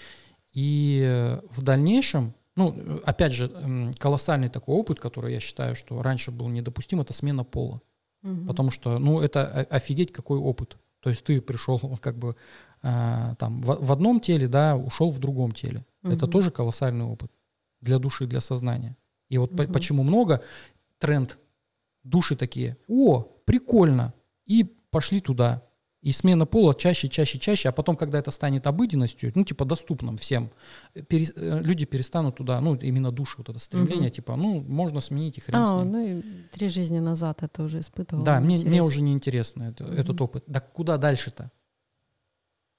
И в дальнейшем, ну, опять же, колоссальный такой опыт, который я считаю, что раньше был недопустим, это смена пола. Mm-hmm. Потому что, ну, это офигеть какой опыт. То есть ты пришел как бы а, там в, в одном теле, да, ушел в другом теле. Mm-hmm. Это тоже колоссальный опыт для души, для сознания. И вот mm-hmm. по, почему много тренд души такие, о, прикольно, и пошли туда. И смена пола чаще, чаще, чаще, а потом, когда это станет обыденностью, ну, типа, доступным всем, пере, люди перестанут туда, ну, именно души, вот это стремление, угу. типа, ну, можно сменить и хрен а, с ним. Ну, и три жизни назад это уже испытывал. Да, мне, мне уже не интересно это, угу. этот опыт. Да куда дальше-то?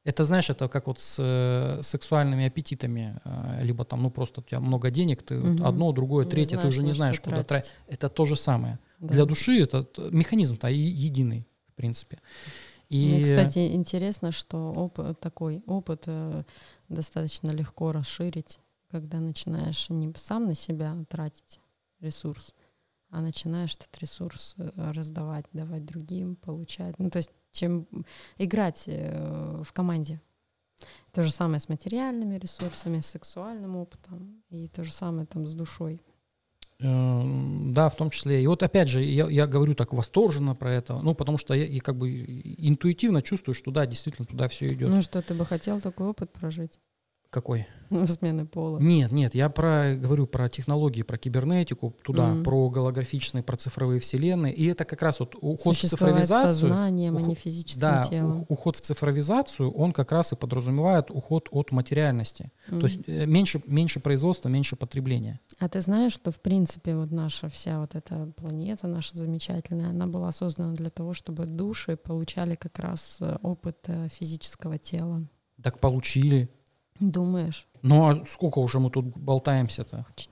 Это, знаешь, это как вот с э, сексуальными аппетитами. Э, либо там, ну, просто у тебя много денег, ты Мгм. одно, другое, Не третье, ты знаешь, уже на не что знаешь, куда тратить. тратить. Это то же самое. Да. Для души это т- механизм-то е- единый, в принципе. Мне, И кстати, интересно, что опыт, такой опыт э, достаточно легко расширить, когда начинаешь не сам на себя тратить ресурс, а начинаешь этот ресурс э, раздавать, давать другим, получать. Ну, то есть чем играть э, в команде. То же самое с материальными ресурсами, с сексуальным опытом, и то же самое там с душой. Э, Да, в том числе. И вот опять же, я, я говорю так восторженно про это, ну, потому что я и как бы интуитивно чувствую, что да, действительно туда все идет. Ну что, ты бы хотел такой опыт прожить? Какой? Смены пола. Нет, нет, я про, говорю про технологии, про кибернетику, туда, Мгм. про голографичные, про цифровые вселенные. И это как раз вот уход в Существовать цифровизацию. сознанием, а уход- не физическим Да, телом. ух- уход в цифровизацию, он как раз и подразумевает уход от материальности. Мгм. То есть э, меньше, меньше производства, меньше потребления. А ты знаешь, что в принципе вот наша вся вот эта планета, наша замечательная, она была создана для того, чтобы души получали как раз э, опыт э, физического тела. Так получили. Думаешь? Ну а сколько уже мы тут болтаемся-то? Очень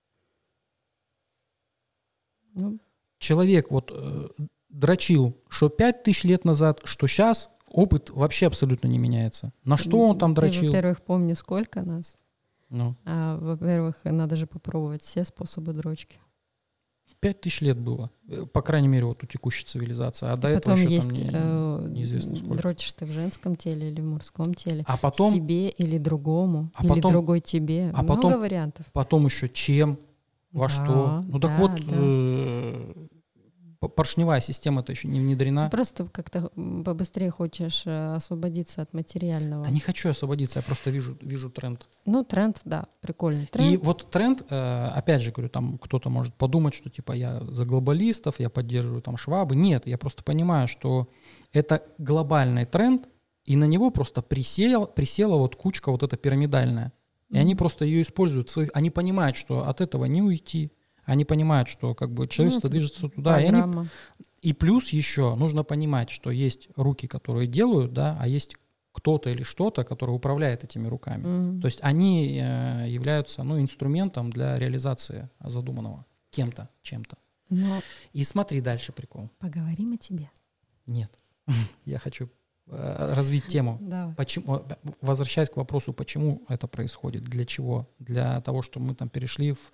мало. Ну, Человек вот э, дрочил, что пять тысяч лет назад, что сейчас, опыт вообще абсолютно не меняется. На что он там ты, дрочил? во-первых, помни, сколько нас. Ну, А, во-первых, надо же попробовать все способы дрочки. пять тысяч лет было, э, по крайней мере, вот у текущей цивилизации. А до И этого потом еще есть, там не- э, неизвестно сколько. дрочишь ты в женском теле или в мужском теле. А потом, Себе или другому, А или потом- другой тебе. а Много потом- вариантов. потом еще чем, во Да, что. Ну так да, вот, да. э, п- поршневая система-то еще не внедрена. Ты просто как-то м, побыстрее хочешь э, освободиться от материального. Да не хочу освободиться, я просто вижу, вижу тренд. Ну, тренд, да, прикольный И тренд. вот тренд, э, опять же говорю, там кто-то может подумать, что типа я за глобалистов, я поддерживаю там Швабы. Нет, я просто понимаю, что это глобальный тренд, и на него просто присел, присела вот кучка вот эта пирамидальная. И они Мгм. просто ее используют. в своих- Они понимают, что от этого не уйти. Они понимают, что как бы человечество это движется туда. И, они- Программа. и плюс еще нужно понимать, что есть руки, которые делают, да, а есть кто-то или что-то, которое управляет этими руками. Мгм. То есть они э, являются ну, инструментом для реализации задуманного кем-то, чем-то. Но И смотри дальше прикол. поговорим о тебе. Нет. Я хочу э, развить тему. Давай. Почему, э, возвращаясь к вопросу, почему это происходит, для чего? Для того, чтобы мы там перешли в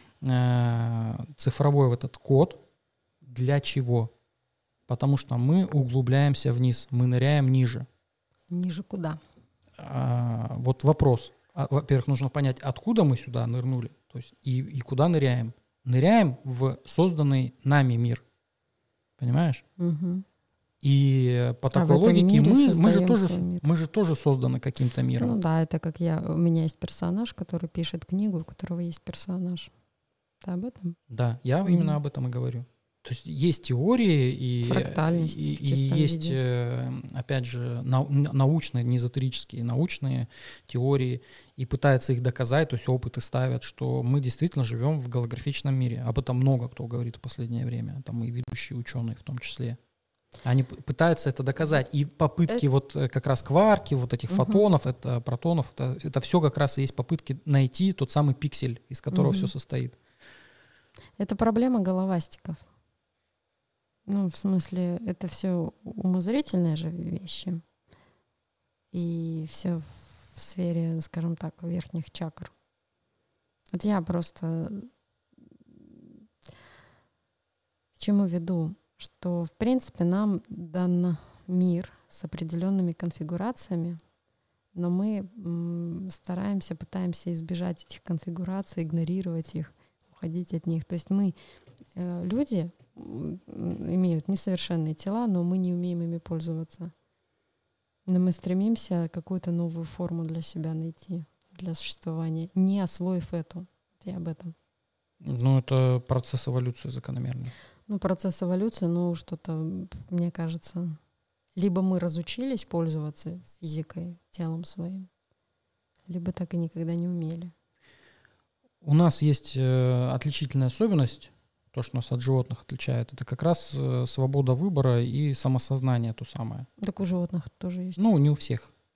э, цифровой вот этот код. Для чего? Потому что мы углубляемся вниз, мы ныряем ниже. Ниже куда? А, вот вопрос. А, во-первых, нужно понять, откуда мы сюда нырнули, то есть и, и куда ныряем. Ныряем в созданный нами мир. Понимаешь? Мгм. И по А в такой этом логике мире мы, мы, же создаем тоже, свой мир. мы же тоже созданы каким-то миром. Ну да, это как я. У меня есть персонаж, который пишет книгу, у которого есть персонаж. Ты об этом? Да, я Мгм. именно об этом и говорю. То есть есть теории и, Фрактальность и, в и чистом есть, виде. э, опять же, нау- научные, не эзотерические, научные теории, и пытаются их доказать, то есть опыты ставят, что мы действительно живем в голографичном мире. Об этом много кто говорит в последнее время, там и ведущие ученые в том числе. Они п- пытаются это доказать. И попытки Это- вот э, как раз кварки, вот этих Мгм. фотонов, это протонов, это, это все как раз и есть попытки найти тот самый пиксель, из которого Мгм. все состоит. Это проблема головастиков. Ну, в смысле, это все умозрительные же вещи. И все в сфере, скажем так, верхних чакр. Вот я просто к чему веду, что, в принципе, нам дан мир с определенными конфигурациями, но мы м, стараемся, пытаемся избежать этих конфигураций, игнорировать их, уходить от них. То есть мы, э, люди, м, имеют несовершенные тела, но мы не умеем ими пользоваться. Но мы стремимся какую-то новую форму для себя найти, для существования, не освоив эту. Вот я об этом. Ну, это процесс эволюции закономерный. Ну, процесс эволюции, ну, что-то, мне кажется, либо мы разучились пользоваться физикой, телом своим, либо так и никогда не умели. У нас есть э, отличительная особенность, то, что нас от животных отличает, это как раз э, свобода выбора и самосознание то самое. Так у животных тоже есть. Ну, не у всех.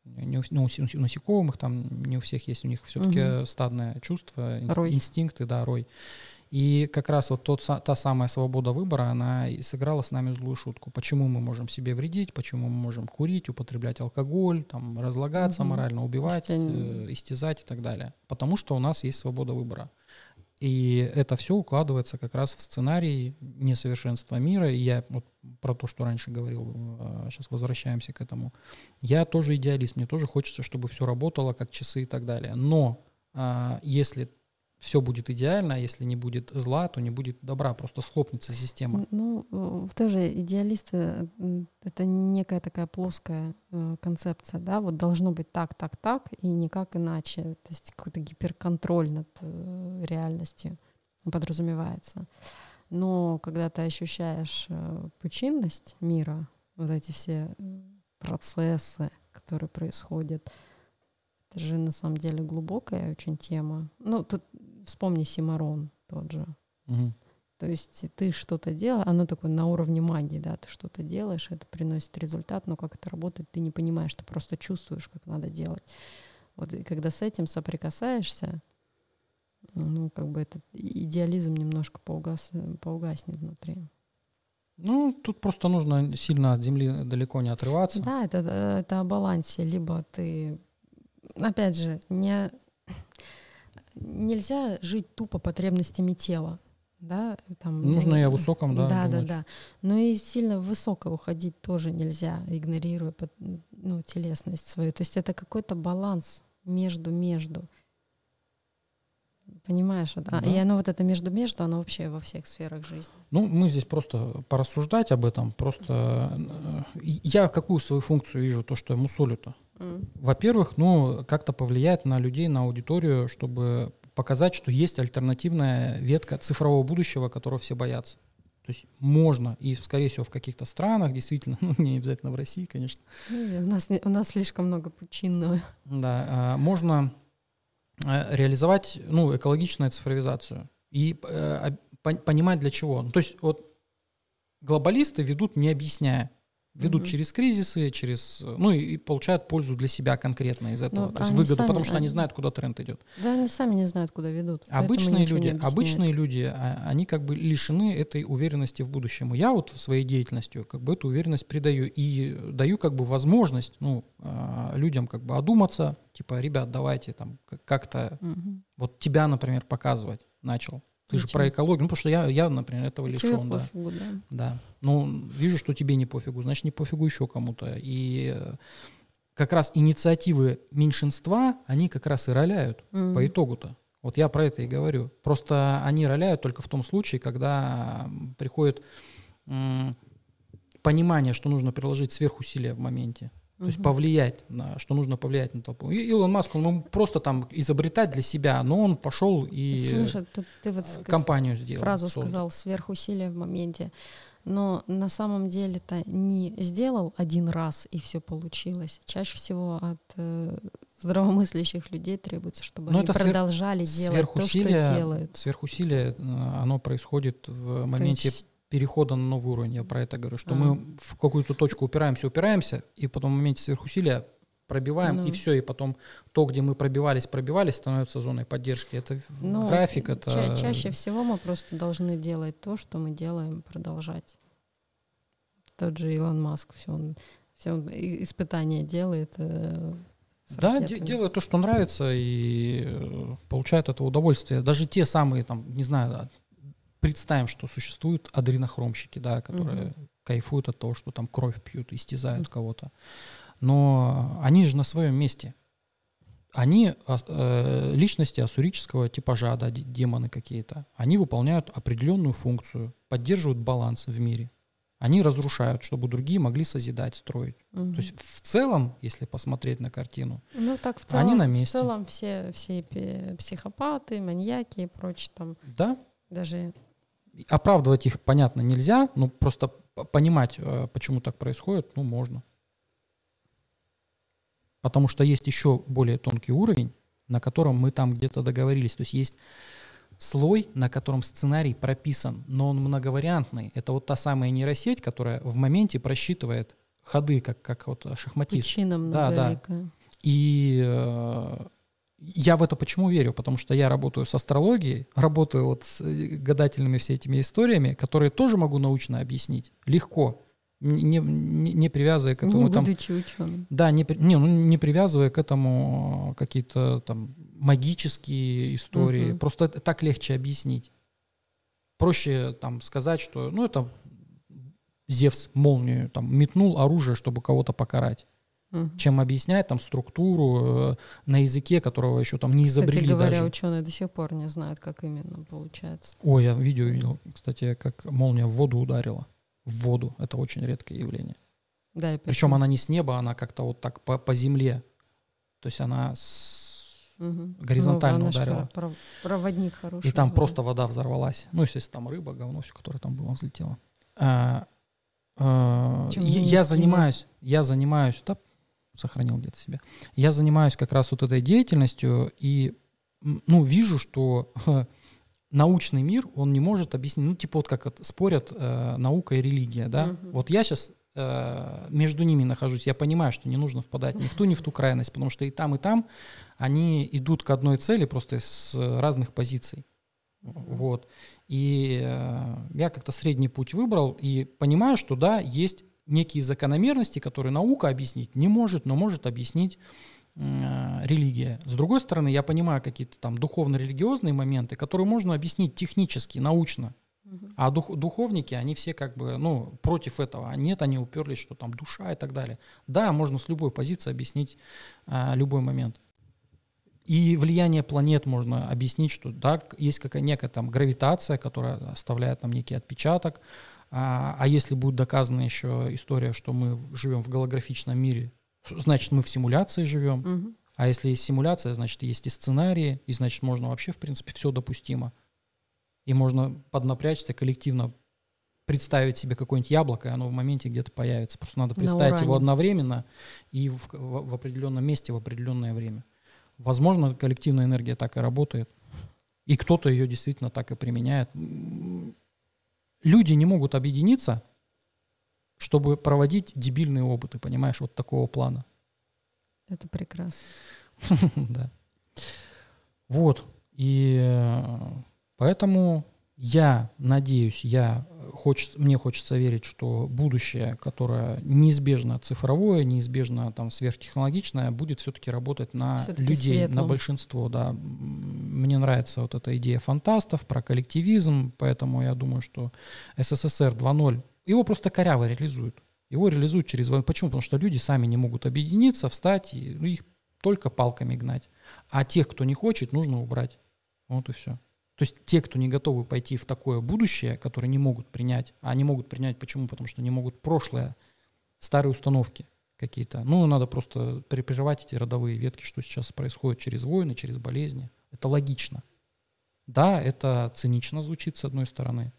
Не у, ну, у насекомых там не у всех есть, у них все-таки угу. стадное чувство, рой. инстинкты, да, рой. И как раз вот тот, та самая свобода выбора, она и сыграла с нами злую шутку. Почему мы можем себе вредить, почему мы можем курить, употреблять алкоголь, там, разлагаться угу. морально, убивать, э, истязать и так далее. Потому что у нас есть свобода выбора. И это все укладывается как раз в сценарий несовершенства мира. И я вот про то, что раньше говорил, сейчас возвращаемся к этому. Я тоже идеалист, мне тоже хочется, чтобы все работало как часы и так далее. Но а, если все будет идеально, а если не будет зла, то не будет добра, просто схлопнется система. Ну, тоже идеалисты — это некая такая плоская концепция, да, вот должно быть так, так, так, и никак иначе. То есть какой-то гиперконтроль над реальностью подразумевается. Но когда ты ощущаешь пучинность мира, вот эти все процессы, которые происходят, это же на самом деле глубокая очень тема. Ну, тут вспомни Симарон тот же. Угу. То есть ты что-то делаешь, оно такое на уровне магии, да, ты что-то делаешь, это приносит результат, но как это работает, ты не понимаешь, ты просто чувствуешь, как надо делать. Вот и когда с этим соприкасаешься, ну, как бы этот идеализм немножко поугас, поугаснет внутри. Ну, тут просто нужно сильно от земли далеко не отрываться. Да, это, это о балансе. Либо ты, опять же, не, нельзя жить тупо потребностями тела. Да, там, нужно ну, и о высоком, да. Да, думать. да, да. Но и сильно в высокое уходить тоже нельзя, игнорируя ну, телесность свою. То есть это какой-то баланс между-между. Понимаешь? Да? И оно вот это между-между, оно вообще во всех сферах жизни. Ну, мы здесь просто порассуждать об этом. Просто я какую свою функцию вижу, то, что я мусолю-то. Mm. Во-первых, ну, как-то повлияет на людей, на аудиторию, чтобы показать, что есть альтернативная ветка цифрового будущего, которого все боятся. То есть можно, и, скорее всего, в каких-то странах, действительно, ну, не обязательно в России, конечно. Mm, у нас, у нас слишком много пучинного. Да, можно реализовать, ну, экологичную цифровизацию и э, понимать для чего. Ну, то есть вот глобалисты ведут не объясняя, ведут угу. через кризисы, через, ну и, и получают пользу для себя конкретно из этого, ну, то есть выгоду, сами, потому что они, они знают, куда тренд идет. Да, они сами не знают, куда ведут. Обычные люди, обычные люди, они как бы лишены этой уверенности в будущем. И я вот своей деятельностью как бы эту уверенность придаю и даю как бы возможность, ну, людям как бы одуматься, типа, ребят, давайте там как-то угу. вот тебя, например, показывать начал. Ты Ничего. же про экологию, ну, потому что я, я например, этого лишен. Тебе пофигу, да. да. Да. Ну, вижу, что тебе не пофигу, значит, не пофигу еще кому-то. И как раз инициативы меньшинства, они как раз и роляют mm-hmm. по итогу-то. Вот я про это и говорю. Просто они роляют только в том случае, когда приходит м, понимание, что нужно приложить сверхусилия в моменте. То uh-huh. есть повлиять, на, что нужно повлиять на толпу. И Илон Маск, он мог просто там изобретать для себя, но он пошел и Слушай, ты, ты вот компанию сделал. Фразу создал. Сказал «сверхусилия в моменте». Но на самом деле-то не сделал один раз и все получилось. Чаще всего от э, здравомыслящих людей требуется, чтобы но они продолжали свер... делать то, что делают. Сверхусилие, оно происходит в моменте... перехода на новый уровень, я про это говорю, что а. мы в какую-то точку упираемся, упираемся, и потом в моменте сверхусилия пробиваем, ну. и все, и потом то, где мы пробивались, пробивались, становится зоной поддержки. Это ну, график, это... Ча- чаще всего мы просто должны делать то, что мы делаем, продолжать. Тот же Илон Маск, все он, все он испытания делает. Э, да, де- делает то, что нравится, и э, получает это удовольствие. Даже те самые, там, не знаю, представим, что существуют адренохромщики, да, которые uh-huh. кайфуют от того, что там кровь пьют, истязают uh-huh. кого-то. Но они же на своем месте. Они э, личности ассурического типажа, да, демоны какие-то. Они выполняют определенную функцию, поддерживают баланс в мире. Они разрушают, чтобы другие могли созидать, строить. Uh-huh. То есть в целом, если посмотреть на картину, ну, так в целом, они на месте. В целом все, все психопаты, маньяки и прочее там. Да. Даже... Оправдывать их, понятно, нельзя, но просто понимать, почему так происходит, ну, можно. Потому что есть еще более тонкий уровень, на котором мы там где-то договорились. То есть есть слой, на котором сценарий прописан, но он многовариантный. Это вот та самая нейросеть, которая в моменте просчитывает ходы, как, как вот шахматист. Причинам да, да. И э, я в это почему верю? Потому что я работаю с астрологией, работаю вот с гадательными все этими историями, которые тоже могу научно объяснить легко, не, не, не привязывая к этому... Не там, будучи ученым. Да, не, не, ну, не привязывая к этому какие-то там магические истории. Угу. Просто это так легче объяснить. Проще там сказать, что ну это Зевс молнию там метнул оружие, чтобы кого-то покарать, угу. чем объяснять там структуру э, на языке, которого еще там не изобрели. Кстати говоря, даже. ученые до сих пор не знают, как именно получается. Ой, я видео видел, кстати, как молния в воду ударила. В воду. Это очень редкое явление. Да, и Причем она не с неба, она как-то вот так по, по земле. То есть она с... угу. горизонтально ну, ударила. Пров... Проводник хороший. И там был. просто вода взорвалась. Ну, естественно, там рыба, говно, все, которое там было, взлетело. А, а, я, я занимаюсь, я занимаюсь, да, сохранил где-то себя. Я занимаюсь как раз вот этой деятельностью и, ну, вижу, что научный мир, он не может объяснить, ну, типа вот как вот спорят э, наука и религия, да. Угу. Вот я сейчас э, между ними нахожусь, я понимаю, что не нужно впадать ни в ту, ни в ту крайность, потому что и там, и там они идут к одной цели просто с разных позиций. Угу. Вот. И э, я как-то средний путь выбрал и понимаю, что да, есть некие закономерности, которые наука объяснить не может, но может объяснить религия. С другой стороны, я понимаю какие-то там духовно-религиозные моменты, которые можно объяснить технически, научно. Uh-huh. А дух, духовники, они все как бы, ну, против этого. А нет, они уперлись, что там душа и так далее. Да, можно с любой позиции объяснить а, любой момент. И влияние планет можно объяснить, что да, есть какая некая там гравитация, которая оставляет нам некий отпечаток. А, а если будет доказана еще история, что мы живем в голографичном мире, значит, мы в симуляции живем. Угу. А если есть симуляция, значит, есть и сценарии, и значит, можно вообще, в принципе, все допустимо. И можно поднапрячься, коллективно представить себе какое-нибудь яблоко, и оно в моменте где-то появится. Просто надо представить его одновременно и в, в, в определенном месте, в определенное время. Возможно, коллективная энергия так и работает. И кто-то ее действительно так и применяет. Люди не могут объединиться, чтобы проводить дебильные опыты, понимаешь, вот такого плана. Это прекрасно. Да. Вот. И поэтому я надеюсь, я хочется, мне хочется верить, что будущее, которое неизбежно цифровое, неизбежно там сверхтехнологичное, будет все-таки работать на все-таки людей, светлым. На большинство. Да. Мне нравится вот эта идея фантастов про коллективизм, поэтому я думаю, что СССР два ноль его просто коряво реализуют. Его реализуют через войну. Почему? Потому что люди сами не могут объединиться, встать, и ну, их только палками гнать. А тех, кто не хочет, нужно убрать. Вот и все. То есть те, кто не готовы пойти в такое будущее, которые не могут принять, а они могут принять почему? Потому что не могут прошлое, старые установки какие-то. Ну, надо просто прерывать эти родовые ветки, что сейчас происходит через войны, через болезни. Это логично. Да, это цинично звучит с одной стороны,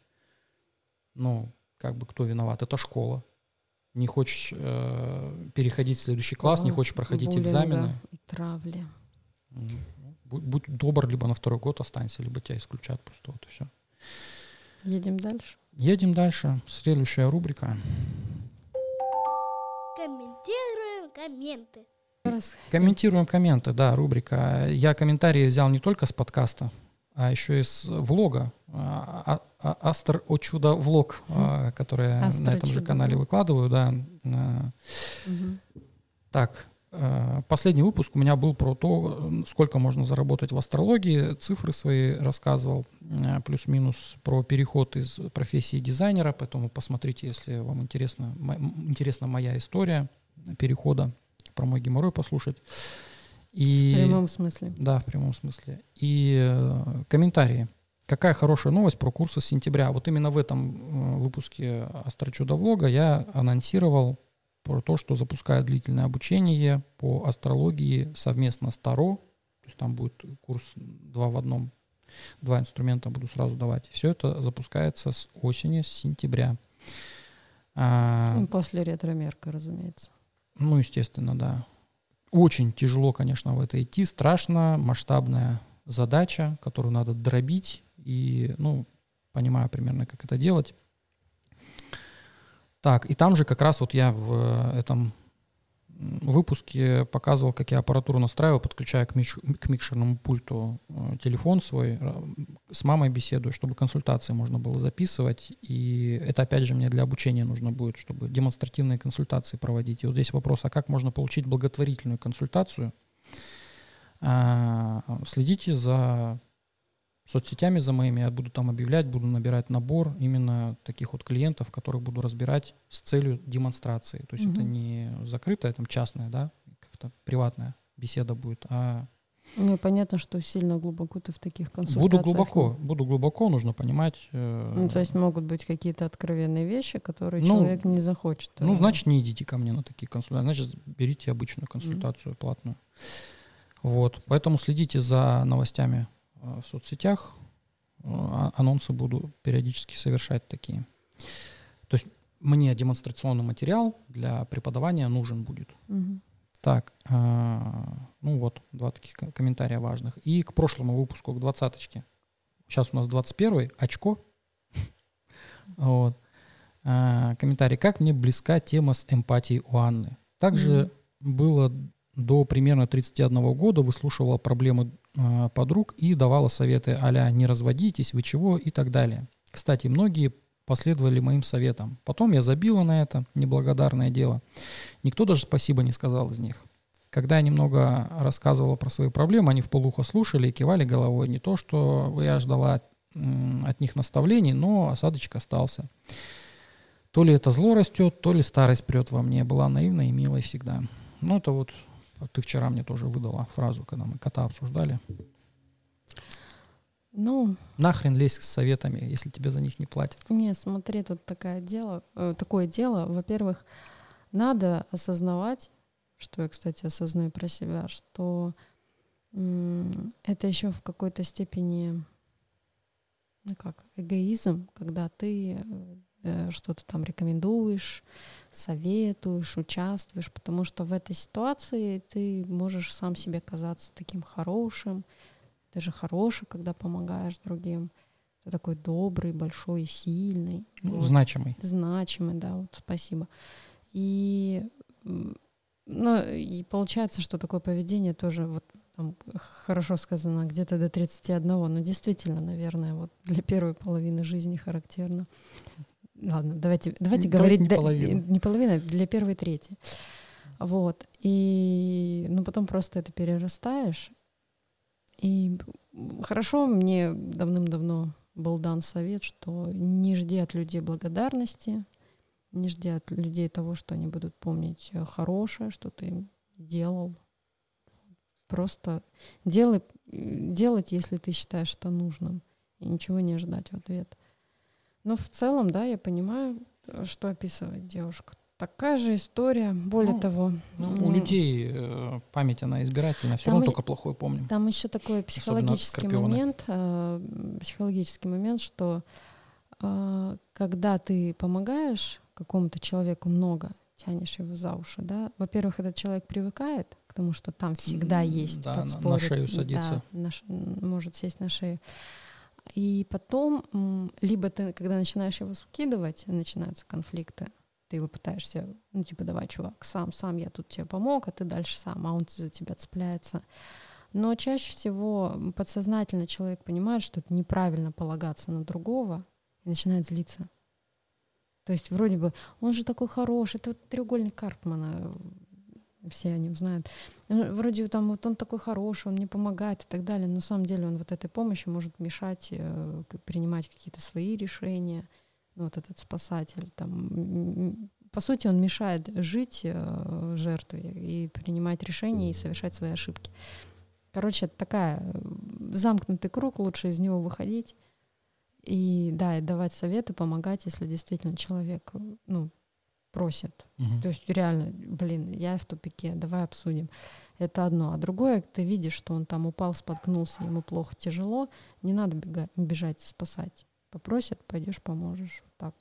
но как бы кто виноват? Это школа. Не хочешь э, переходить в следующий класс, О, не хочешь проходить буллинга экзамены. И травли. Будь, будь добр, либо на второй год останься, либо тебя исключат просто, вот и все. Едем дальше? Едем дальше. Следующая рубрика. Комментируем комменты. Раз. Комментируем комменты, да, рубрика. Я комментарии взял не только с подкаста, а еще из влога. А, а, Астр о чудо влог, а, который я на этом же канале выкладываю, да. Угу. Так, последний выпуск у меня был про то, сколько можно заработать в астрологии, цифры свои рассказывал, плюс-минус про переход из профессии дизайнера, поэтому посмотрите, если вам интересна, интересна моя история перехода, про мой геморрой послушать. И, в прямом смысле. Да, в прямом смысле. И э, комментарии. Какая хорошая новость про курсы с сентября. Вот именно в этом э, выпуске Астро-чудо-влога я анонсировал про то, что запускаю длительное обучение по астрологии совместно с Таро. То есть там будет курс два в одном. Два инструмента буду сразу давать. Все это запускается с осени, с сентября. А, После ретро-мерка, разумеется. Ну, естественно, да. Очень тяжело, конечно, в это идти, страшно, масштабная задача, которую надо дробить, и, ну, понимаю примерно, как это делать. Так, и там же как раз вот я в этом в выпуске показывал, как я аппаратуру настраиваю, подключая к, микш, к микшерному пульту э, телефон свой, э, с мамой беседую, чтобы консультации можно было записывать. И это, опять же, мне для обучения нужно будет, чтобы демонстративные консультации проводить. И вот здесь вопрос, а как можно получить благотворительную консультацию? А, следите за соцсетями, за моими, я буду там объявлять, буду набирать набор именно таких вот клиентов, которых буду разбирать с целью демонстрации. То есть mm-hmm. это не закрытая, там частная, да, как-то приватная беседа будет, а... Ну, понятно, что сильно глубоко ты в таких консультациях. Буду глубоко, буду глубоко, нужно понимать. Э... Ну, то есть могут быть какие-то откровенные вещи, которые ну, человек не захочет. Ну, значит, не идите ко мне на такие консультации, значит, берите обычную консультацию mm-hmm. платную. Вот, поэтому следите за новостями в соцсетях, анонсы буду периодически совершать такие. То есть мне демонстрационный материал для преподавания нужен будет. Угу. Так, ну вот, два таких комментария важных. И к прошлому выпуску, к двадцаточке. Сейчас у нас двадцать первый, очко. Вот. Комментарий. Как мне близка тема с эмпатией у Анны. Также было до примерно тридцати одного года, выслушивала проблемы э, подруг и давала советы а-ля «не разводитесь, вы чего» и так далее. Кстати, многие последовали моим советам. Потом я забила на это неблагодарное дело. Никто даже спасибо не сказал из них. Когда я немного рассказывала про свои проблемы, они вполуха слушали и кивали головой. Не то, что я ждала э, от них наставлений, но осадочек остался. То ли это зло растет, то ли старость прет во мне. Была наивной и милой всегда. Ну, это вот ты вчера мне тоже выдала фразу, когда мы кота обсуждали. Ну, нахрен лезь с советами, если тебе за них не платят. Не, смотри, тут такое дело, э, такое дело. Во-первых, надо осознавать, что я, кстати, осознаю про себя, что м- это еще в какой-то степени, ну как, эгоизм, когда ты э, что-то там рекомендуешь, советуешь, участвуешь, потому что в этой ситуации ты можешь сам себе казаться таким хорошим. Ты же хороший, когда помогаешь другим. Ты такой добрый, большой, сильный. Ну, вот. Значимый. Значимый, да, вот спасибо. И, ну, и получается, что такое поведение тоже, вот там, хорошо сказано, где-то до тридцати одного, но действительно, наверное, вот для первой половины жизни характерно. Ладно, давайте, давайте говорить... Не да, половина. Не половина, для первой трети. Вот. И, ну, потом просто это перерастаешь. И хорошо, мне давным-давно был дан совет, что не жди от людей благодарности, не жди от людей того, что они будут помнить хорошее, что ты им делал. Просто делай, делать, если ты считаешь это нужным, и ничего не ожидать в ответ. Но в целом, да, я понимаю, что описывает девушка. Такая же история, более ну, того... Ну, у людей э, память, она избирательная, все равно и, только плохое помним. Там еще такой психологический момент, э, психологический момент, что э, когда ты помогаешь какому-то человеку много, тянешь его за уши, да, во-первых, этот человек привыкает к тому, что там всегда есть да, подспорье. На шею садится. Да, на ш... может сесть на шею. И потом, либо ты, когда начинаешь его скидывать, начинаются конфликты, ты его пытаешься, ну, типа, давай, чувак, сам, сам, я тут тебе помог, а ты дальше сам, а он за тебя цепляется. Но чаще всего подсознательно человек понимает, что это неправильно полагаться на другого и начинает злиться. То есть вроде бы, он же такой хороший, это вот треугольник Карпмана, все о нем знают. Вроде там вот он такой хороший, он мне помогает и так далее, но на самом деле он вот этой помощью может мешать э, принимать какие-то свои решения. Вот этот спасатель, там, по сути, он мешает жить э, жертве и принимать решения и совершать свои ошибки. Короче, это такая замкнутый круг, лучше из него выходить и, да, и давать советы, помогать, если действительно человек, ну, просит. Угу. То есть реально, блин, я в тупике, давай обсудим. Это одно. А другое, ты видишь, что он там упал, споткнулся, ему плохо, тяжело, не надо бегать, бежать и спасать. Попросят, пойдешь, поможешь. Так.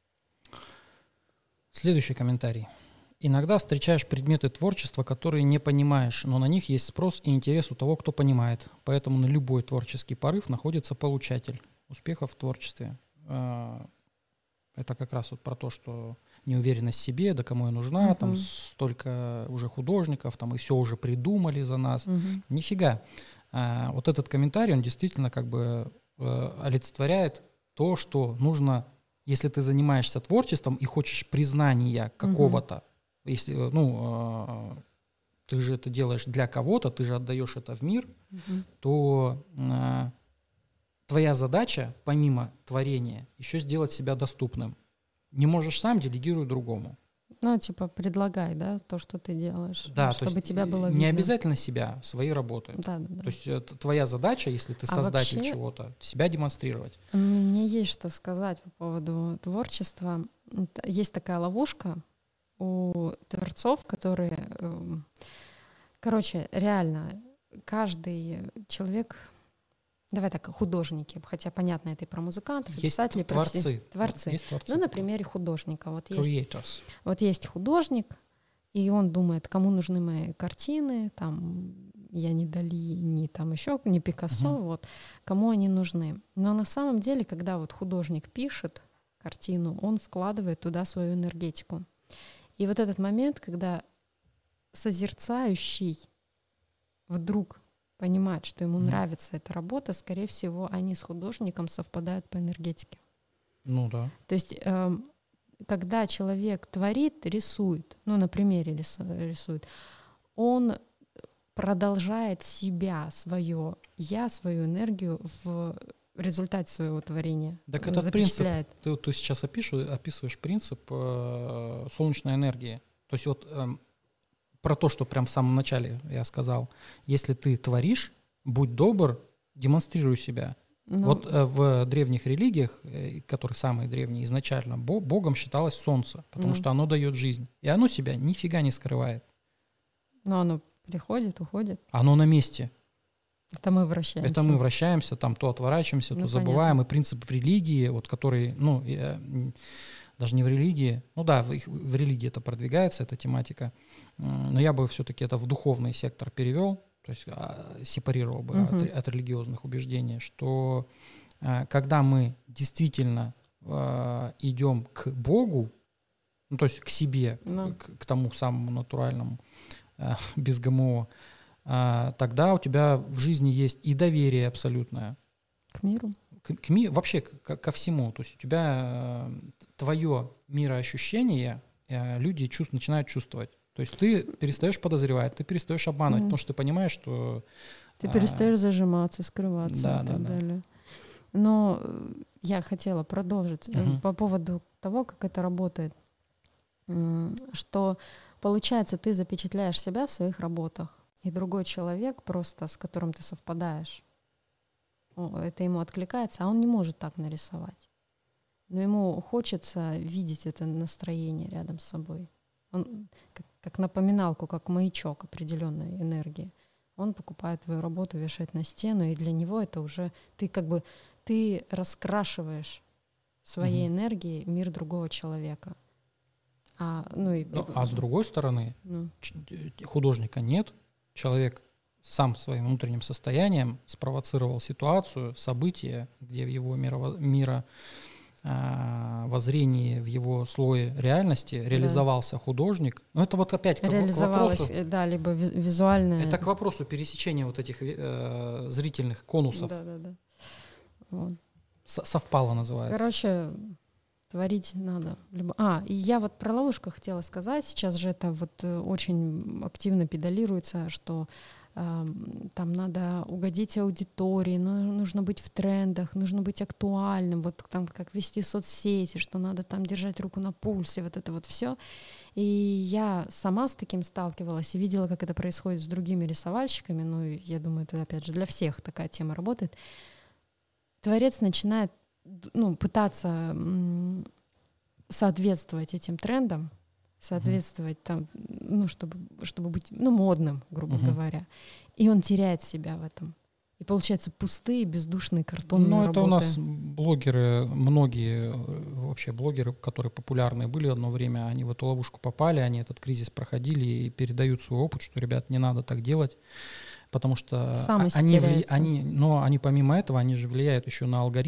Следующий комментарий. Иногда встречаешь предметы творчества, которые не понимаешь, но на них есть спрос и интерес у того, кто понимает. Поэтому на любой творческий порыв находится получатель. Успехов в творчестве. Это как раз вот про то, что неуверенность в себе, да кому я нужна, Мгм. там столько уже художников, там и все уже придумали за нас. Мгм. Нифига. А, вот этот комментарий, он действительно как бы э, олицетворяет то, что нужно, если ты занимаешься творчеством и хочешь признания какого-то, если, э, ну, э, ты же это делаешь для кого-то, ты же отдаешь это в мир, Мгм. то э, твоя задача, помимо творения, еще сделать себя доступным. Не можешь сам, делегируй другому. Ну, типа, предлагай, да, то, что ты делаешь, Да, чтобы то есть тебя было э, видно. не обязательно себя, свои работы. Да, да, да. То есть это твоя задача, если ты А создатель вообще- чего-то, себя демонстрировать. Мне есть что сказать по поводу творчества. Т- Есть такая ловушка у творцов, которые... эм, Короче, реально, каждый человек... Давай так, художники, хотя понятно, это и про музыкантов, и Есть писателей, про все- творцы. творцы. Есть творцы. Ну, на примере художника. Вот есть, Creators. вот есть художник, и он думает, кому нужны мои картины, там, я не Дали, ни там еще, не Пикассо, Мгм. вот, кому они нужны. Но на самом деле, когда вот художник пишет картину, он вкладывает туда свою энергетику. И вот этот момент, когда созерцающий вдруг понимает, что ему Мгм. нравится эта работа, скорее всего, они с художником совпадают по энергетике. Ну да. То есть, эм, когда человек творит, рисует, ну, на примере рису- рисует, он продолжает себя, свое я, свою энергию в результате своего творения. Так э, этот принцип, запечатляет. ты, ты сейчас опишу- описываешь принцип э, солнечной энергии. То есть вот эм, про то, что прям в самом начале я сказал. Если ты творишь, будь добр, демонстрируй себя. Ну, Вот э, в древних религиях, э, которые самые древние, изначально Бо- Богом считалось солнце, потому Ну. что оно дает жизнь. И оно себя нифига не скрывает. но оно приходит, уходит. Оно на месте. Это мы вращаемся. Это мы вращаемся, там то отворачиваемся, то Ну, забываем. И принцип в религии, вот который, ну, э, м, даже не в религии, ну да, в, их- в религии это продвигается, эта тематика, м, но я бы все-таки это в духовный сектор перевел, то есть а, сепарировал бы от, Мгм. ре- от религиозных убеждений, что э, когда мы действительно э, идем к Богу, ну то есть к себе, Ну. к, к тому самому натуральному, э, без ГМО, а, тогда у тебя в жизни есть и доверие абсолютное К миру. к, к ми- вообще к- ко, ко всему. То есть у тебя э, твое мироощущение э, люди чувств, начинают чувствовать. То есть ты перестаешь подозревать, ты перестаешь обманывать, Мгм. потому что ты понимаешь, что... Ты а, перестаешь зажиматься, скрываться да, и да, так да. далее. Но э, я хотела продолжить э, Мгм. по поводу того, как это работает. М, Что получается, ты запечатляешь себя в своих работах, и другой человек просто, с которым ты совпадаешь, о, это ему откликается, а он не может так нарисовать. Но ему хочется видеть это настроение рядом с собой. Он как, как напоминалку, как маячок определенной энергии. Он покупает твою работу, вешает на стену, и для него это уже ты как бы ты раскрашиваешь своей Мгм. энергией мир другого человека. А, ну и, Ну, а с другой стороны, ну, ч- э, художника нет, человек сам своим внутренним состоянием спровоцировал ситуацию, событие, где в его мирово- мира а, воззрении, в его слое реальности реализовался художник. Но это вот опять к, к реализовалось, вопросу, э, да, либо ви- визуальное. это к вопросу пересечения вот этих э, зрительных конусов. Да, да, да. Вот. С- совпало называется. Короче, творить надо. Либо... А, и я вот про ловушку хотела сказать. Сейчас же это вот э, очень активно педалируется, что э, там надо угодить аудитории, ну, нужно быть в трендах, нужно быть актуальным, вот там как вести соцсети, что надо там держать руку на пульсе, вот это вот все. И я сама с таким сталкивалась и видела, как это происходит с другими рисовальщиками. Ну, и я думаю, это опять же для всех такая тема работает. Творец начинает ну, пытаться м, соответствовать этим трендам, соответствовать там, ну, чтобы, чтобы быть ну, модным, грубо Мгм. говоря. И он теряет себя в этом. И получаются пустые, бездушные картонные Ну, это работы. у нас блогеры, многие э, вообще блогеры, которые популярные были одно время, они в эту ловушку попали, они этот кризис проходили и передают свой опыт, что, ребят, не надо так делать, потому что Самость а- они, вли- теряется. они, но они помимо этого, они же влияют еще на алгоритмы,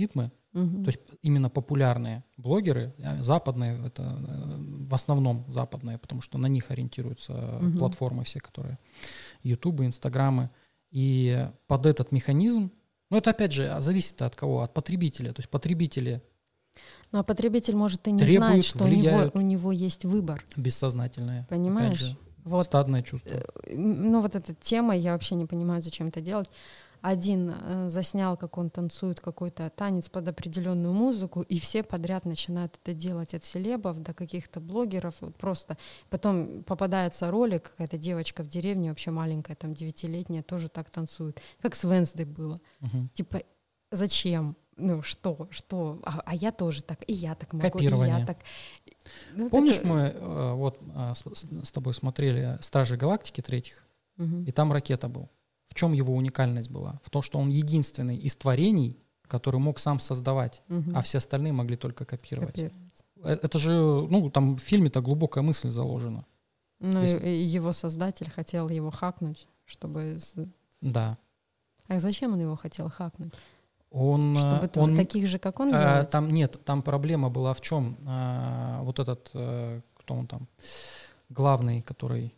Мгм. То есть именно популярные блогеры, э, западные, это э, в основном западные, потому что на них ориентируются Мгм. платформы все, которые Ютубы, Инстаграмы. И под этот механизм, ну это опять же зависит от кого? От потребителя. То есть потребители Ну а потребитель может и не требуют, знать, что у него, влияют. у него есть выбор. бессознательные. Понимаешь? Опять же, Вот. стадное чувство. Э, Ну вот эта тема, я вообще не понимаю, зачем это делать. Один э, заснял, как он танцует какой-то танец под определенную музыку, и все подряд начинают это делать, от селебов до каких-то блогеров. Вот просто. Потом попадается ролик, какая-то девочка в деревне, вообще маленькая, там девятилетняя, тоже так танцует. Как с Венсдей было. Мгм. Типа, зачем? Ну что, что? А, а я тоже так, и я так могу, и Копирование. я так. Ну, Помнишь, такое- мы э, вот э, с, с- с тобой смотрели «Стражи Галактики» третьих, Мгм. и там ракета был. В чем его уникальность была? В том, что он единственный из творений, который мог сам создавать, Мгм. а все остальные могли только копировать. Копировать. Э, Это же, ну, там в фильме-то глубокая мысль заложена. Ну, Если- и, и его создатель хотел его хакнуть, чтобы... с- Да. А зачем он его хотел хакнуть? Он, э, Чтобы т- он таких же, как он, э, делать? там нет, там проблема была в чем? Э, вот этот, э, кто он там, главный, который,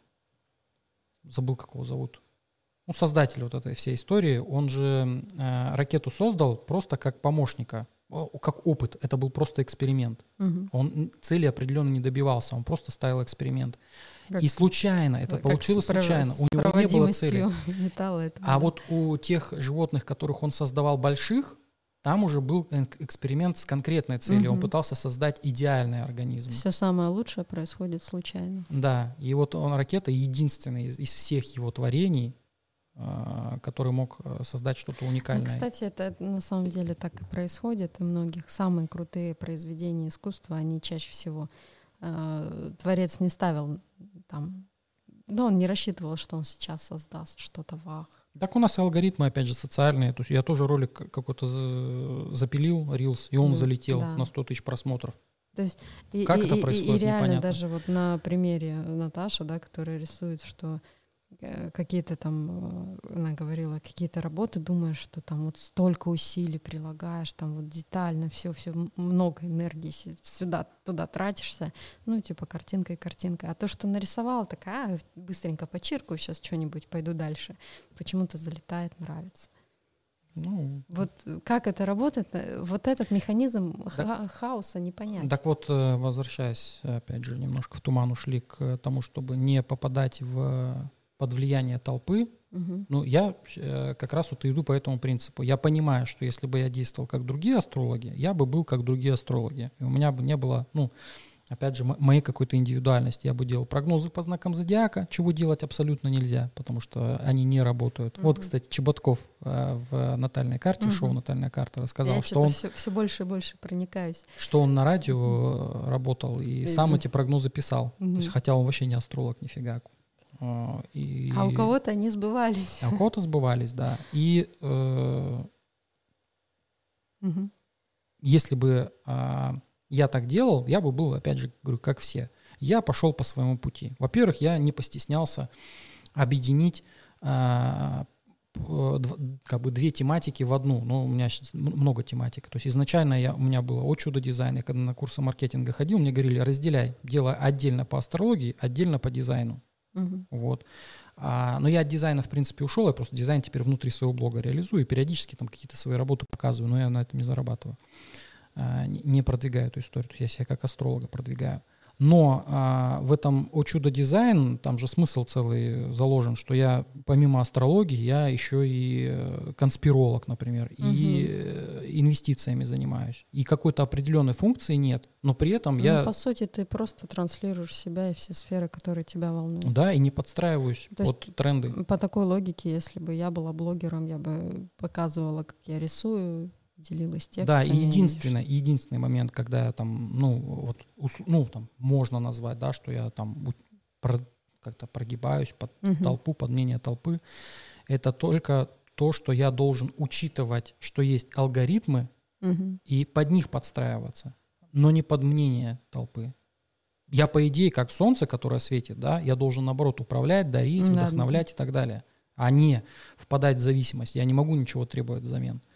забыл, как его зовут, ну, создатель вот этой всей истории, он же э, ракету создал просто как помощника, о, как опыт. Это был просто эксперимент. Мгм. Он цели определенно не добивался, он просто ставил эксперимент. Как- И случайно, это как получилось с пров- случайно. с У него не было цели. проводимостью металла это А было. вот у тех животных, которых он создавал больших, там уже был эн- эксперимент с конкретной целью. Он Мгм. пытался создать идеальный организм. Все самое лучшее происходит случайно. Да, и вот он, ракета, единственный из, из всех его творений, э, который мог э, создать что-то Ну, уникальное. кстати, это на самом деле так и происходит у многих. Самые крутые произведения искусства, они чаще всего э, творец не ставил там, ну, он не рассчитывал, что он сейчас создаст что-то вах. Так у нас и алгоритмы, опять же, социальные. То есть я тоже ролик какой-то за- запилил, Reels, и он Ну, залетел да. на сто тысяч просмотров. То есть и, Как и- это и- и происходит, реально непонятно. даже вот на примере Наташи, да, которая рисует, что э, какие-то там, э, она говорила, какие-то работы, думаешь, что там вот столько усилий прилагаешь, там вот детально все, все много энергии си- сюда, туда тратишься, ну типа картинка и картинка. А то, что нарисовала, такая, а, быстренько почиркаю сейчас что-нибудь, пойду дальше. Почему-то залетает, нравится. Ну, Вот э, как это работает, э, вот этот механизм ха- хаоса непонятен. так вот, э, возвращаясь, опять же, немножко в туман ушли к тому, чтобы не попадать в, под влияние толпы. Мгм. Ну, я э, как раз вот иду по этому принципу. Я понимаю, что если бы я действовал как другие астрологи, я бы был как другие астрологи. И у меня бы не было, ну, опять же, мо- моей какой-то индивидуальности. Я бы делал прогнозы по знакам зодиака, чего делать абсолютно нельзя, потому что они не работают. Вот, Мгм. кстати, Чеботков э, в «Натальной карте», Мгм. шоу «Натальная карта» рассказал, Я что что-то он, все, все больше и больше проникаюсь. что он на радио э, работал и И сам да. эти прогнозы писал. То есть, Мгм. хотя он вообще не астролог нифига. Э, И... А у кого-то они сбывались. А у кого-то сбывались, да. И э, Мгм. если бы а, я так делал, я бы был, опять же, говорю, как все. Я пошел по своему пути. Во-первых, я не постеснялся объединить а, п- дв- как бы две тематики в одну. Ну, у меня щас м- много тематик. То есть изначально я, у меня было о чудо-дизайн. Я когда на курсы маркетинга ходил, мне говорили, разделяй, делай отдельно по астрологии, отдельно по дизайну. Мгм. Вот. А, но я от дизайна, в принципе, ушел, я просто дизайн теперь внутри своего блога реализую, и периодически там какие-то свои работы показываю, но я на этом не зарабатываю, А, не не продвигаю эту историю, то есть я себя как астролога продвигаю. Но а, в этом «О чудо-дизайн» там же смысл целый заложен, что я помимо астрологии, я еще и э, конспиролог, например, и Мгм. э, инвестициями занимаюсь. И какой-то определенной функции нет, но при этом Ну, я... по сути, ты просто транслируешь себя и все сферы, которые тебя волнуют. Да, и не подстраиваюсь То есть под тренды. По такой логике, если бы я была блогером, я бы показывала, как я рисую, делилась текстами. Да, и единственный, единственный момент, когда я там, ну, вот, ус- ну, там, можно назвать, да, что я там у- про- как-то прогибаюсь под Мгм. толпу, под мнение толпы, это только то, что я должен учитывать, что есть алгоритмы, Мгм. и под них подстраиваться, но не под мнение толпы. Я, по идее, как солнце, которое светит, да, я должен, наоборот, управлять, дарить, Да, вдохновлять и так далее, а не впадать в зависимость. Я не могу ничего требовать взамен.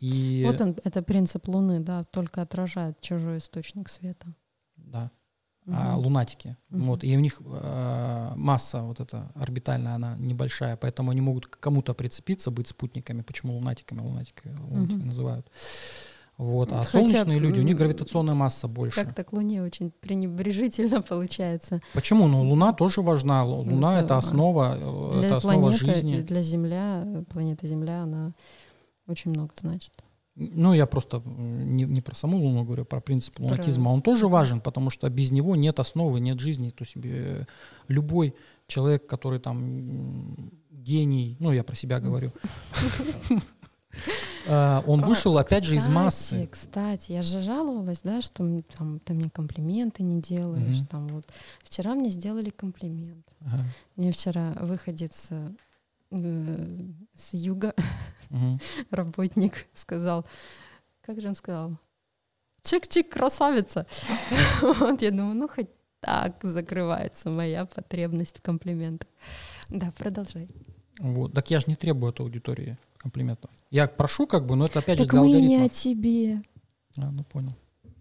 И... Вот он, это принцип Луны, да, только отражает чужой источник света. Да. Угу. А, лунатики. Угу. Вот. И у них э, масса вот эта орбитальная, она небольшая, поэтому они могут к кому-то прицепиться, быть спутниками. Почему лунатиками? Лунатики, лунатики угу. называют. Вот. А Хотя, солнечные люди, у них гравитационная масса больше. Как-то к Луне очень пренебрежительно получается. Почему? Ну, Луна тоже важна. Луна — это, это основа, для это основа планеты, жизни. Для Земля, планета Земля, она очень много значит. Ну, я просто не, не про саму Луну говорю, про принцип лунатизма. Про... Он тоже важен, потому что без него нет основы, нет жизни. То есть любой человек, который там гений, ну, я про себя говорю, он вышел, опять же, из массы. Кстати, я же жаловалась, да, что там, ты мне комплименты не делаешь. Угу. Там вот. Вчера мне сделали комплимент. Ага. Мне вчера выходец э, с юга, угу. работник, сказал, как же он сказал? Чик-чик, красавица. Вот я думаю, ну хоть так закрывается моя потребность в комплиментах. Да, продолжай. Вот. Так я же не требую от аудитории комплиментов. Я прошу, как бы, но это опять так же для мы алгоритмов. не о тебе. А, ну понял.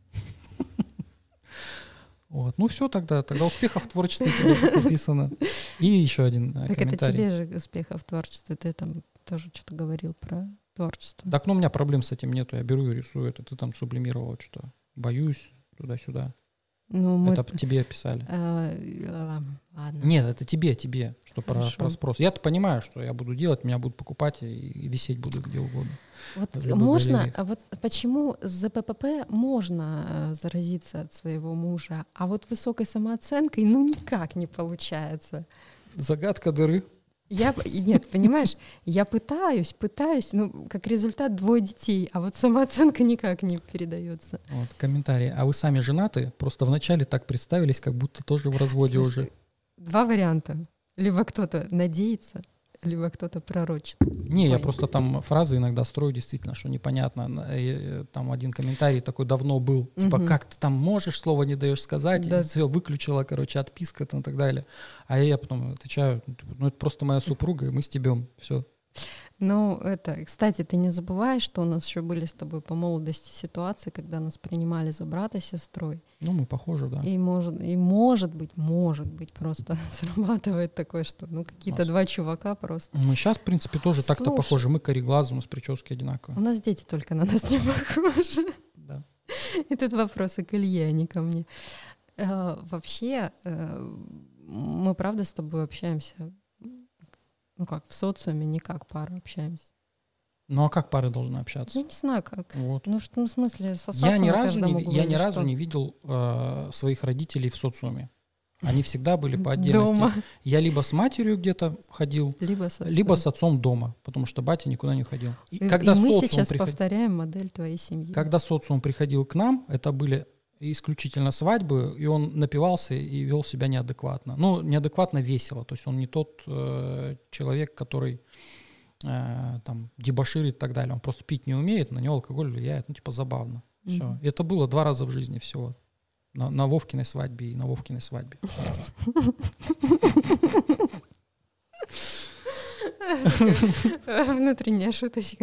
Вот. Ну все тогда. Тогда успехов в творчестве тебе написано. И еще один так комментарий. Так это тебе же успехов в творчестве. Ты там тоже что-то говорил про творчество. Так, ну у меня проблем с этим нету. Я беру и рисую это. Ты там сублимировал что-то. Боюсь, туда-сюда. Ну, мы... Это тебе писали. А, ладно. Нет, это тебе, тебе, что про, про спрос. Я-то понимаю, что я буду делать, меня будут покупать и, и висеть буду где угодно. Вот можно, а вот почему за ППП можно заразиться от своего мужа, а вот высокой самооценкой ну никак не получается? Загадка дыры. Я, нет, понимаешь, я пытаюсь, пытаюсь, ну, как результат двое детей, а вот самооценка никак не передается. Вот, комментарий. А вы сами женаты? Просто вначале так представились, как будто тоже в разводе. Слушай, уже. Два варианта. Либо кто-то надеется, либо кто-то пророчит. Не, Ой. я просто там фразы иногда строю, действительно, что непонятно. И, там один комментарий такой давно был, угу. типа, как ты там можешь, слово не даешь сказать, да. и все, выключила, короче, отписка там, и так далее. А я потом отвечаю, ну это просто моя супруга, и мы стебем, все. Ну, это, кстати, ты не забываешь, что у нас еще были с тобой по молодости ситуации, когда нас принимали за брата с сестрой. Ну, мы похожи, да. И может, и может быть, может быть, просто срабатывает такое, что ну какие-то нас... два чувака просто. Мы сейчас, в принципе, тоже Слушай, так-то похожи. Мы кореглазы, у нас прически одинаковые. У нас дети только на нас не похожи. Да. И тут вопросы к Илье, а не ко мне. Э, вообще, э, мы правда с тобой общаемся. Ну как, в социуме не как пара общаемся. Ну а как пары должны общаться? Я не знаю как. Вот. Ну, что, ну в смысле, сосаться я ни на разу каждом не, углу Я ни разу что? не видел э, своих родителей в социуме. Они всегда были по отдельности. Дома. Я либо с матерью где-то ходил, либо с, либо с отцом дома, потому что батя никуда не ходил. И, и, когда и мы социум сейчас приход... повторяем модель твоей семьи. Когда социум приходил к нам, это были исключительно свадьбы, и он напивался и вел себя неадекватно. Ну, неадекватно весело. То есть он не тот э, человек, который э, там дебоширит и так далее. Он просто пить не умеет, на него алкоголь влияет, ну, типа, забавно. Mm-hmm. Все. И это было два раза в жизни всего. На, на Вовкиной свадьбе и на Вовкиной свадьбе. Внутренняя шуточка.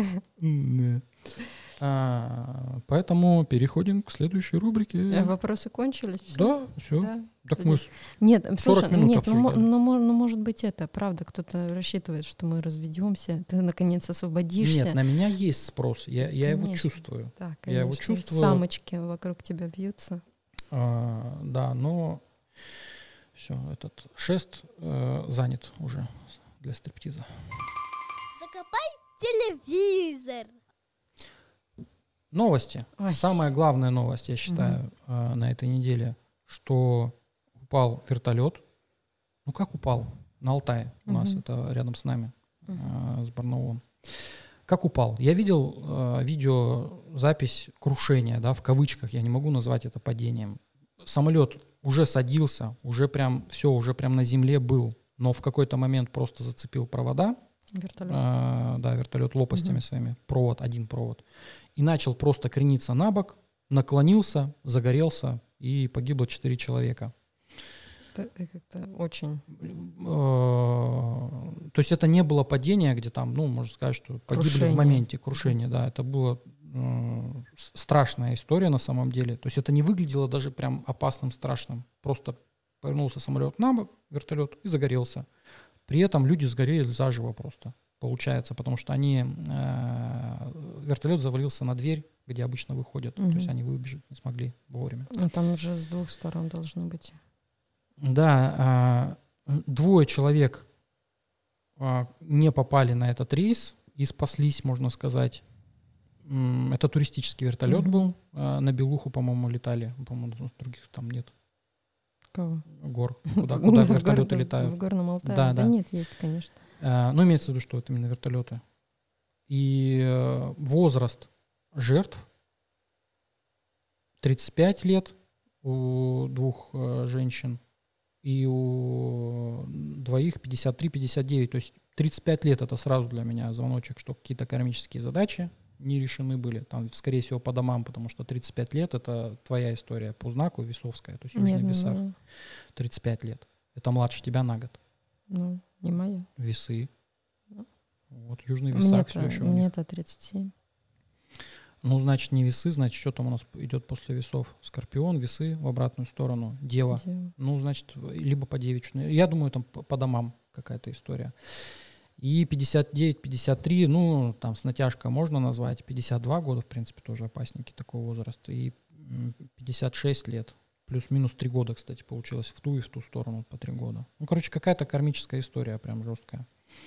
А, поэтому переходим к следующей рубрике. Вопросы кончились? Все? Да, все. Да. Так мы нет, сорок слушай, минут нет, обсуждали. Ну, ну, ну, может быть, это правда, кто-то рассчитывает, что мы разведемся, ты наконец освободишься. Нет, на меня есть спрос, я, я его чувствую. Да, конечно. Я его чувствую. Самочки вокруг тебя вьются. А, да, но все, этот шест э, занят уже для стриптиза. Закопай телевизор. Новости. Ой. Самая главная новость, я считаю, угу. э, на этой неделе, что упал вертолет. Ну как упал? На Алтае у угу. нас, это рядом с нами, угу. э, с Барнаулом. Как упал? Я видел э, видеозапись крушения, да, в кавычках, я не могу назвать это падением. Самолет уже садился, уже прям все, уже прям на земле был, но в какой-то момент просто зацепил провода. Вертолет. Э, да, вертолет лопастями угу. своими, провод, один провод. И начал просто крениться на бок, наклонился, загорелся, и погибло четыре человека. Это как-то очень... То То есть это не было падение, где там, ну, можно сказать, что погибли Крушение. в моменте, крушение, да, это была э, страшная история на самом деле. То есть это не выглядело даже прям опасным, страшным. Просто повернулся самолет на бок, вертолет, и загорелся. При этом люди сгорели заживо просто, получается, потому что они, э, вертолет завалился на дверь, где обычно выходят, Мгм. то есть они выбежать не смогли вовремя. А там уже с двух сторон должно быть. Да, э, двое человек э, не попали на этот рейс и спаслись, можно сказать. М, Это туристический вертолет Мгм. был, э, на Белуху, по-моему, летали, по-моему, других там нет Кого? гор, куда, куда В вертолеты Горном- летают. В Горном Алтае? Да, Да да. нет, есть, конечно. Э, Ну, имеется в виду, что это именно вертолеты. И э, возраст жертв тридцать пять лет у двух э, женщин и у двоих пятьдесят три пятьдесят девять. То есть тридцать пять лет — это сразу для меня звоночек, что какие-то кармические задачи не решены были. Там, скорее всего, по домам, потому что тридцать пять лет — это твоя история по знаку весовская, то есть в Нет, южных не весах. моя. тридцать пять лет. Это младше тебя на год. Ну, не моя. Весы. Ну. Вот, южный весах все Мне-то, еще у них. мне-то тридцать семь. Ну, значит, не весы, значит, что там у нас идет после весов? Скорпион, весы в обратную сторону, дева. Дева. Ну, значит, либо по девичью. Я думаю, там по, по домам какая-то история. И пятьдесят девять пятьдесят три, ну, там с натяжкой можно назвать. пятьдесят два года, в принципе, тоже опасненький такой возраст. И м, пятьдесят шесть лет. Плюс-минус три года, кстати, получилось в ту и в ту сторону по три года. Ну, короче, какая-то кармическая история прям жесткая.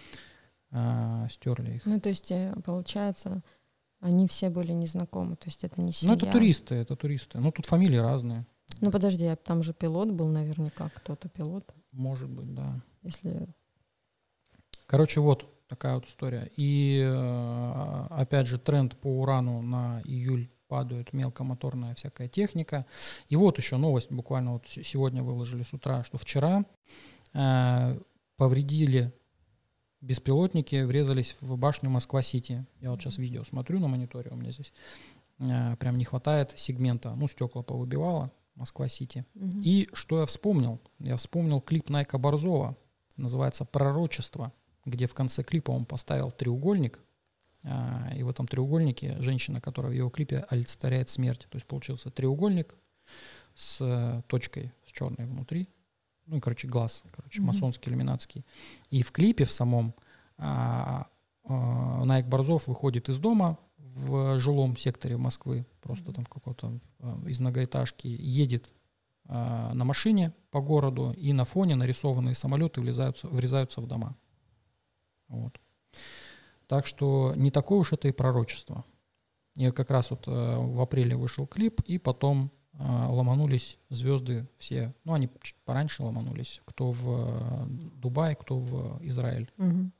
А, стерли их. Ну, то есть, э, получается, они все были незнакомы. То есть это не семья. Ну, это туристы, это туристы. Ну, тут фамилии разные. Ну, подожди, а там же пилот был наверняка. Кто-то пилот. Может быть, да. Если... Короче, вот такая вот история. И э, опять же, тренд по урану на июль падает мелкомоторная всякая техника. И вот еще новость, буквально вот с- сегодня выложили с утра, что вчера э, повредили беспилотники, врезались в башню Москва-Сити. Я вот сейчас видео смотрю на мониторе, у меня здесь э, прям не хватает сегмента. Ну, стекла повыбивало, Москва-Сити. Мгм. И что я вспомнил? Я вспомнил клип Найка Борзова, называется «Пророчество», где в конце клипа он поставил треугольник, а, и в этом треугольнике женщина, которая в его клипе олицетворяет смерть. То есть получился треугольник с э, точкой, с черной внутри, ну, и, короче, глаз, короче, Мгм. масонский, иллюминатский. И в клипе в самом а, а, Найк Борзов выходит из дома в жилом секторе Москвы, просто там в каком-то а, из многоэтажки, едет а, на машине по городу, и на фоне нарисованные самолеты влезаются, врезаются в дома. Вот. Так что не такое уж это и пророчество. И как раз вот э, в апреле вышел клип, и потом э, ломанулись звезды все. Ну, они чуть пораньше ломанулись. Кто в э, Дубай, кто в Израиль. Мгм.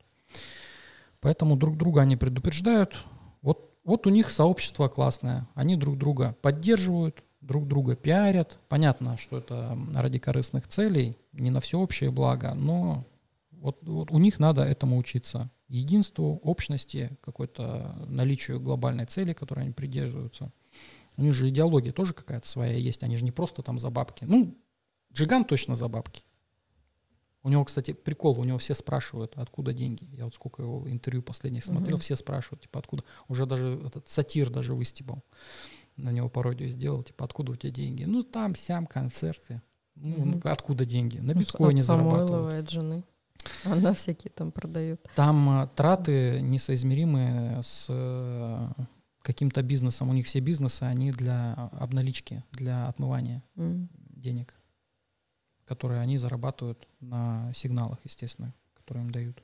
Поэтому друг друга они предупреждают. Вот, вот у них сообщество классное. Они друг друга поддерживают, друг друга пиарят. Понятно, что это ради корыстных целей, не на всеобщее благо, но вот, вот у них надо этому учиться. Единству, общности, какой-то наличию глобальной цели, которой они придерживаются. У них же идеология тоже какая-то своя есть. Они же не просто там за бабки. Ну, Джиган точно за бабки. У него, кстати, прикол, у него все спрашивают, откуда деньги. Я вот сколько его интервью последних смотрел, Мгм. все спрашивают, типа, откуда. Уже даже этот сатир даже выстебал. На него пародию сделал, типа, откуда у тебя деньги? Ну, там, сям, концерты. Ну, Мгм. ну, откуда деньги? На Ну, с- биткоине от зарабатывают. Самойловой, от жены. Она всякие там продает. Там э, траты несоизмеримые с э, каким-то бизнесом. У них все бизнесы, они для обналички, для отмывания М. денег, которые они зарабатывают на сигналах, естественно, которые им дают.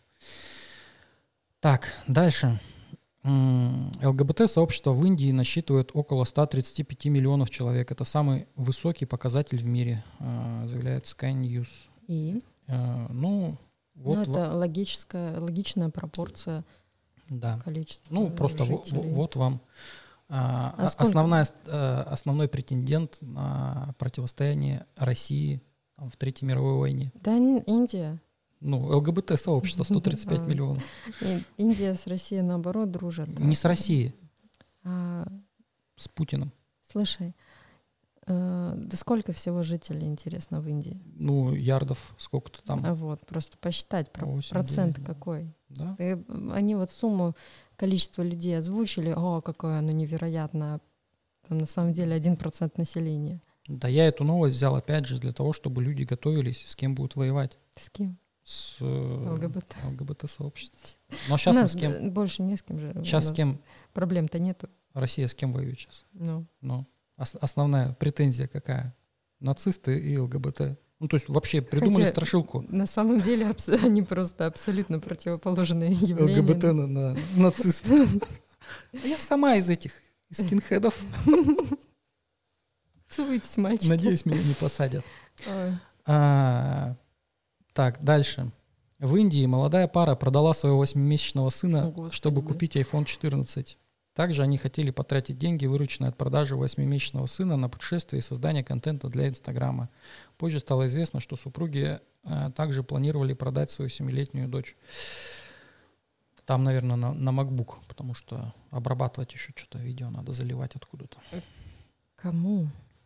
Так, дальше. М, ЛГБТ-сообщество в Индии насчитывает около ста тридцати пяти миллионов человек. Это самый высокий показатель в мире, э, заявляет Sky News. И? Э, Ну, вот, Ну, в- это логическая, логичная пропорция да. количества Ну, просто во- во- жителей. вот вам а, А а- сколько? основная, ст- э, основной претендент на противостояние России там, в Третьей мировой войне. Да, н- Индия. Ну, ЛГБТ-сообщество сто тридцать пять А. миллионов. И- Индия с Россией, наоборот, дружат. да. Не с Россией, А, с Путиным. слушай, Э, Да сколько всего жителей, интересно, в Индии? Ну, ярдов сколько-то там. А вот, просто посчитать, про- восемь, процент девять, какой. Да? И они вот сумму, количество людей озвучили, о, какое оно невероятное. Там на самом деле один процент населения. Да, я эту новость взял опять же для того, чтобы люди готовились, с кем будут воевать. С кем? С э, ЛГБТ. ЛГБТ-сообществом. Но У сейчас мы нас с кем? э, больше не с кем же. У Сейчас с нас кем? Проблем-то нету. Россия с кем воюет сейчас? Ну, Ну, ос- основная претензия какая? Нацисты и ЛГБТ. Ну, то есть вообще придумали Хотя- страшилку. на самом деле абс- они просто абсолютно противоположные явления. ЛГБТ на, на нацисты. Я сама из этих, из скинхедов. Целуйтесь, мальчики. Надеюсь, меня не посадят. Ой. А, так, дальше. В Индии молодая пара продала своего восьмимесячного сына, О, Господи, чтобы бля. купить айфон четырнадцать. Также они хотели потратить деньги, вырученные от продажи восьмимесячного сына, на путешествие и создание контента для Инстаграма. Позже стало известно, что супруги а, также планировали продать свою семилетнюю дочь. Там, наверное, на, на MacBook, потому что обрабатывать еще что-то видео надо заливать откуда-то. Кому?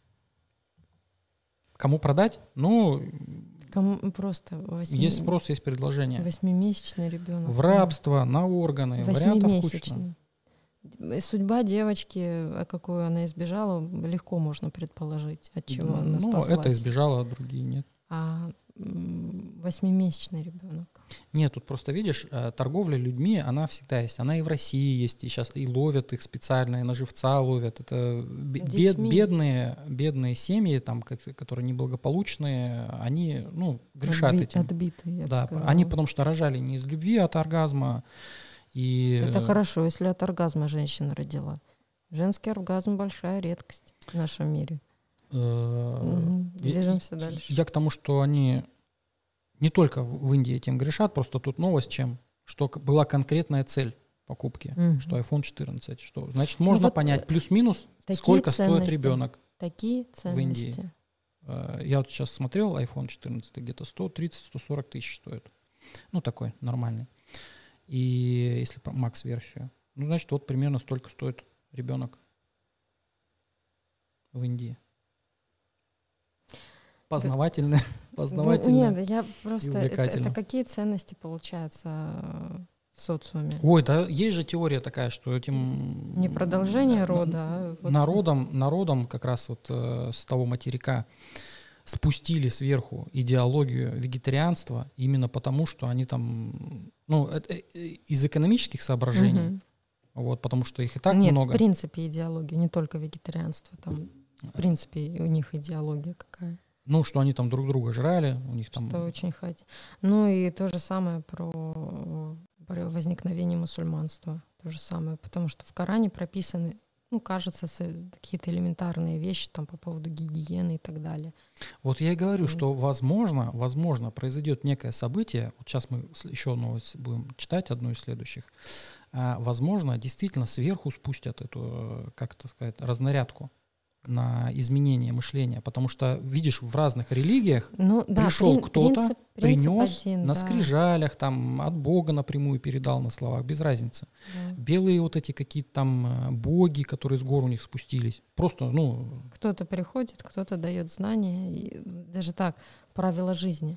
Кому продать? Ну, Кому просто восьми... есть спрос, есть предложение. восьмимесячный ребенок. В рабство, на органы, вариантов куча. Восьмимесячный. И судьба девочки, а какую она избежала, легко можно предположить, от чего она Ну, спаслась. это избежало, а другие нет. А м, восьмимесячный ребенок. Нет, тут просто видишь, э, торговля людьми, она всегда есть. Она и в России есть, и сейчас и ловят их специально, и на живца ловят. Это бе- бед- Детьми. бедные, бедные семьи, там, как- которые неблагополучные, они, ну, грешат Отби- этим. Отбитый, я бы Да, сказала. они потому что рожали не из любви от оргазма. И, Это хорошо, если от оргазма женщина родила. Женский оргазм — большая редкость в нашем мире. э, Мгм. я- Движемся дальше. Я к тому, что они не только в в Индии этим грешат, просто тут новость чем, что к- была конкретная цель покупки, Мгм. что айфон четырнадцать, что значит можно вот, понять э, плюс-минус, такие сколько стоит ценности. ребенок. Такие Индии. ценности. Э, Я вот сейчас смотрел айфон четырнадцать, где-то сто тридцать - сто сорок тысяч стоит. Ну, такой нормальный. И если про макс-версию, ну, значит, вот примерно столько стоит ребенок в Индии. Познавательно, познавательно. Нет, я просто... Это, увлекательно. это какие ценности получаются э, в социуме? Ой, да, есть же теория такая, что этим Не продолжение н- рода, а вот- народом, народом как раз вот э, с того материка спустили сверху идеологию вегетарианства именно потому, что они там, ну, это, э, э, из экономических соображений, Мгм. вот, потому что их и так Нет, много. в принципе идеология, не только вегетарианство, там в принципе у них идеология какая, Ну, что они там друг друга жрали, у них там... что очень хотят. Ну и то же самое про, про возникновение мусульманства, то же самое, потому что в Коране прописаны, ну, кажется, с- какие-то элементарные вещи там по поводу гигиены и так далее. Вот я и говорю, Мгм. что возможно, возможно, произойдет некое событие. Вот сейчас мы с- еще новость будем читать, одну из следующих. А, возможно, действительно сверху спустят эту, э, как это сказать, разнарядку на изменение мышления. Потому что, видишь, в разных религиях Ну да, пришел прин- кто-то, принцип- принцип принес один, на да, скрижалях, там, от Бога напрямую передал на словах, без разницы. да. Белые вот эти какие-то там э, боги, которые с гор у них спустились. Просто, ну, Кто-то приходит, кто-то дает знания, и даже так, правила жизни.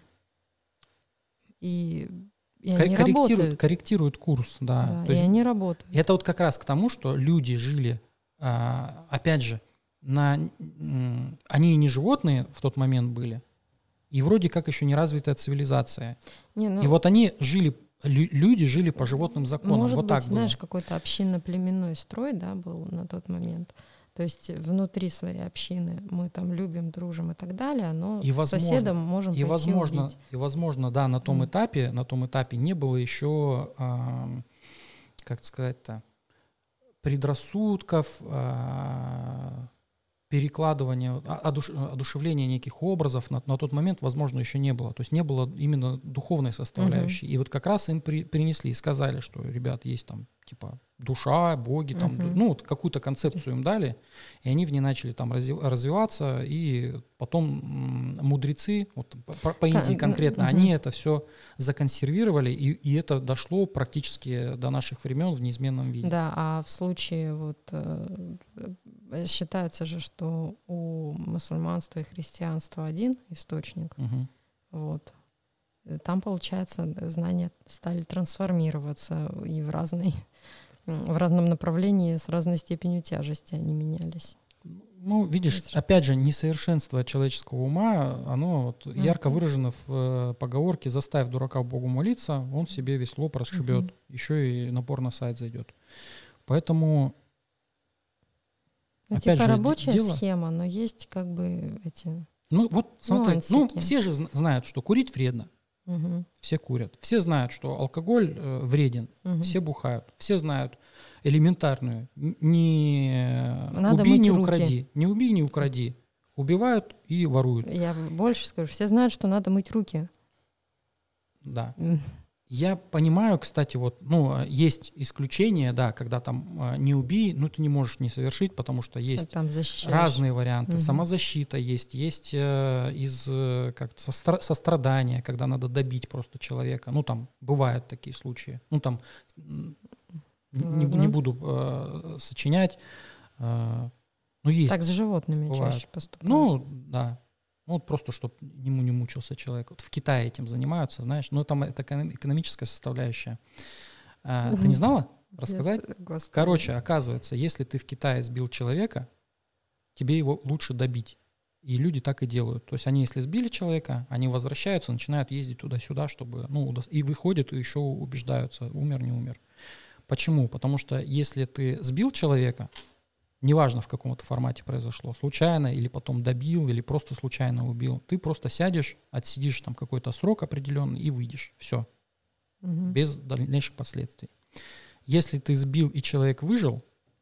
И, и кор- они корректируют, работают. корректируют курс, да. Да, То и есть они работают. это вот как раз к тому, что люди жили, а, опять же, на, м, они и не животные в тот момент были, и вроде как еще не развитая цивилизация. Не, ну, И вот они жили, лю- люди жили по животным законам. может вот быть, так знаешь, было. какой-то общинно-племенной строй, да, был на тот момент. То есть внутри своей общины мы там любим, дружим и так далее, но И к возможно- соседам можем И пойти возможно, убить. и возможно, да, на том Мгм. этапе, на том этапе не было еще, ам, как сказать-то, предрассудков, а, перекладывания, а- одуш- одушевления неких образов на, на тот момент, возможно, еще не было. То есть не было именно духовной составляющей. И вот как раз им при- принесли и сказали, что, ребят, есть там типа душа, боги, там, Мгм. ну, вот какую-то концепцию им дали, и они в ней начали там разви- развиваться, и потом м, мудрецы, вот по, по Индии Кон- конкретно, мгм. они это все законсервировали, и, и это дошло практически до наших времен в неизменном виде. Да, а в случае вот э, Считается же, что у мусульманства и христианства один источник. Мгм. Вот. Э, Там, получается, знания стали трансформироваться и в разной, м, в разном направлении с разной степенью тяжести они менялись. Ну, видишь, Есть. опять же, несовершенство человеческого ума, оно вот ярко Мгм. выражено в э, поговорке «заставь дурака Богу молиться, он себе весь лоб расшибет, Мгм. еще и на порно-сайт зайдет». Поэтому, Ну, опять типа же, де- рабочая дело... схема, но есть как бы эти Ну, вот смотри, ну, нюансики. все же зн- знают, что курить вредно. Мгм. Все курят. Все знают, что алкоголь э, вреден. Мгм. Все бухают. Все знают элементарную. н- Не Надо убей, мыть не руки. укради. Не убей, не укради. Убивают и воруют. Я больше скажу, все знают, что надо мыть руки. Да. М. Я понимаю, кстати, вот, ну, э, есть исключения, да, когда там э, не убей, ну, ты не можешь не совершить, потому что есть Там защищаешь. разные варианты. Мгм. Самозащита есть, есть э, из э, как состра- сострадания, когда надо добить просто человека. Ну, там бывают такие случаи. Ну, там м, не, бу- не Ладно. буду э, сочинять. э, ну, есть. Так с животными бывает. чаще поступают. Ну, да. Ну, вот просто, чтобы ему не мучился человек. Вот в Китае этим занимаются, знаешь. Ну, там это эконом- экономическая составляющая. А, ты не знала? Рассказать? Я- Господи. Короче, оказывается, если ты в Китае сбил человека, тебе его лучше добить. И люди так и делают. То есть они, если сбили человека, они возвращаются, начинают ездить туда-сюда, чтобы, ну, удос- и выходят, и еще убеждаются, умер, не умер. Почему? Потому что если ты сбил человека, неважно в каком-то формате произошло, случайно или потом добил, или просто случайно убил, ты просто сядешь, отсидишь там какой-то срок определенный и выйдешь. Все. Мгм. Без дальнейших последствий. Если ты сбил и человек выжил,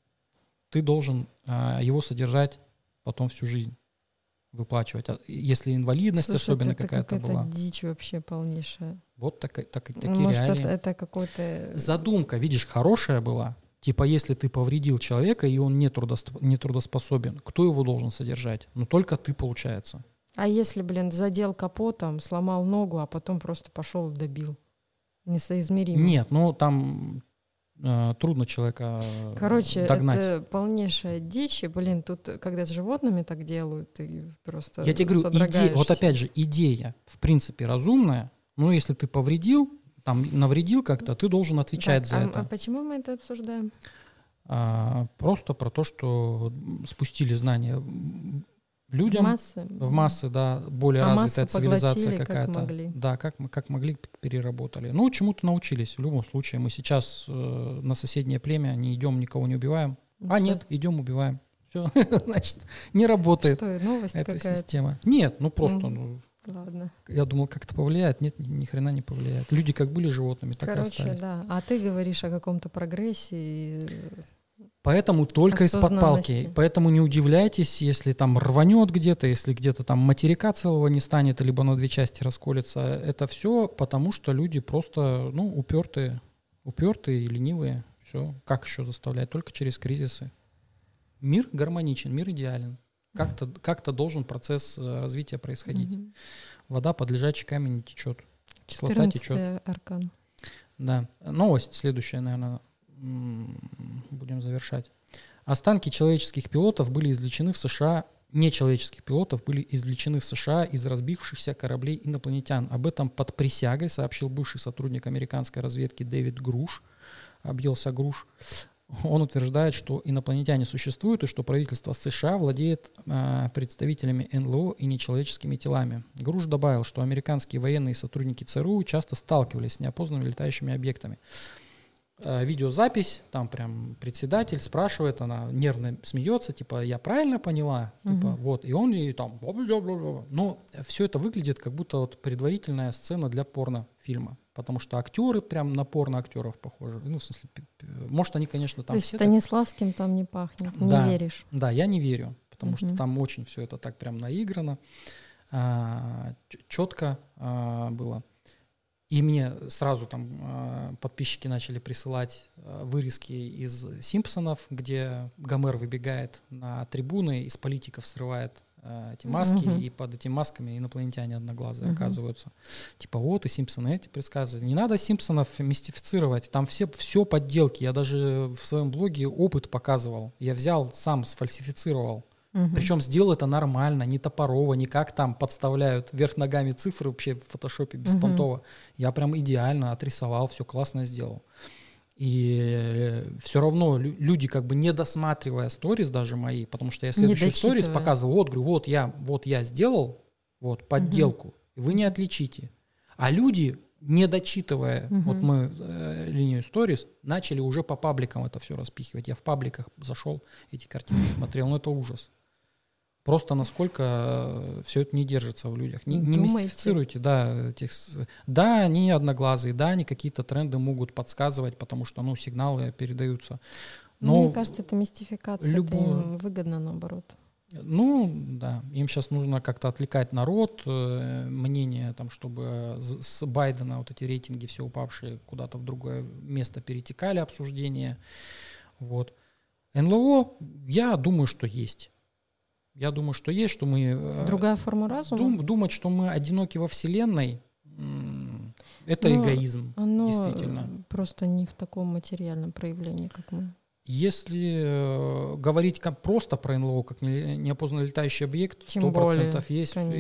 ты должен а, его содержать потом всю жизнь, выплачивать. А если инвалидность Слушай, особенно это какая-то какая-то была. дичь вообще полнейшая. Вот так, так, такие Может, реалии. это, это какой-то... Задумка, видишь, хорошая была. Типа, если ты повредил человека, и он не, трудосп- не трудоспособен, кто его должен содержать? Ну, только ты, получается. А если, блин, задел капотом, сломал ногу, а потом просто пошел и добил? Несоизмеримо. Нет, ну, там э, трудно человека э, Короче, догнать. это полнейшая дичь. И, блин, тут, когда с животными так делают, ты просто Я тебе говорю, идея, вот содрогаешься. опять же, идея, в принципе, разумная, но если ты повредил, там, навредил как-то, ты должен отвечать Так, за а, это. а почему мы это обсуждаем? А, просто про то, что спустили знания людям, В массы? в массы, да, более А развитая массы цивилизация поглотили, как какая-то. могли. Да, как, мы- как могли, переработали. Ну, чему-то научились в любом случае. Мы сейчас э, на соседнее племя не идем, никого не убиваем. А Что- нет, идем, убиваем. Все, значит, не работает Что, новость эта какая-то? система. Нет, ну просто, Мгм. ну, Ладно. я думал, как это повлияет. Нет, ни, ни хрена не повлияет. Люди как были животными, так и Короче, остались. да. А ты говоришь о каком-то прогрессе. И... Поэтому только из-под палки. Осознанности. Поэтому не удивляйтесь, если там рванет где-то, если где-то там материка целого не станет, либо на две части расколется. Это все потому, что люди просто, ну, упертые, упертые и ленивые. Все. Как еще заставлять? Только через кризисы. Мир гармоничен, мир идеален. Как-то, как-то должен процесс э, развития происходить. Мгм. Вода под лежачий камень не течет. Кислота течет. четырнадцатый аркан. Да. Новость следующая, наверное, будем завершать. Останки человеческих пилотов были извлечены в США, нечеловеческих пилотов были извлечены в США из разбившихся кораблей инопланетян. Об этом под присягой сообщил бывший сотрудник американской разведки Дэвид Груш. Объелся Груш. Он утверждает, что инопланетяне существуют и что правительство США владеет э, представителями эн эл о и нечеловеческими телами. Груш добавил, что американские военные и сотрудники ЦРУ часто сталкивались с неопознанными летающими объектами. Э, видеозапись, там прям председатель спрашивает, она нервно смеется, типа, я правильно поняла? Мгм. Типа, вот, и он ей там... бла-бла-бла-бла. Но все это выглядит как будто вот предварительная сцена для порнофильма. Потому что актеры прям на порно-актеров похожи. Ну, в смысле, п- п- может, они, конечно, там То есть все так- Станиславским там не пахнет, Да. не веришь. Да, я не верю, потому что Мгм. там очень все это так прям наиграно, четко было. И мне сразу там а, подписчики начали присылать а, вырезки из «Симпсонов», где Гомер выбегает на трибуны, из политиков срывает э, эти маски, Мгм. и под этими масками инопланетяне одноглазые Мгм. оказываются. Типа вот и Симпсоны эти предсказывают. Не надо Симпсонов мистифицировать, там все, все подделки. Я даже в своем блоге опыт показывал. Я взял, сам сфальсифицировал. Мгм. Причем сделал это нормально, не топорово, не как там подставляют вверх ногами цифры вообще в фотошопе беспонтово. Я прям идеально отрисовал, все классно сделал. И все равно лю- люди, как бы не досматривая сторис даже мои, потому что я следующий сторис дочитывая. показывал, вот, говорю, вот я, вот я сделал, вот, подделку, и вы не отличите. А люди, не дочитывая, Мгм. вот мы э, линию сторис, начали уже по пабликам это все распихивать. Я в пабликах зашел, эти картинки смотрел, ну это ужас. Просто насколько все это не держится в людях. Не, не Думайте. мистифицируйте, да, этих с- да, они одноглазые, да, они какие-то тренды могут подсказывать, потому что, ну, сигналы передаются. Ну, Но мне кажется, это мистификация, это любое- им выгодно наоборот. Ну, да, им сейчас нужно как-то отвлекать народ, э, мнение, там, чтобы з- с Байдена вот эти рейтинги все упавшие куда-то в другое место перетекали, обсуждения. Вот. эн эл о, я думаю, что есть. Я думаю, что есть, что мы... э, Другая форма разума? дум- думать, что мы одиноки во Вселенной, м, это Ну, эгоизм, Оно действительно. э, просто не в таком материальном проявлении, как мы. Если э, говорить как просто про эн эл о, как не- неопознанный летающий объект, Тем сто процентов более, есть конечно.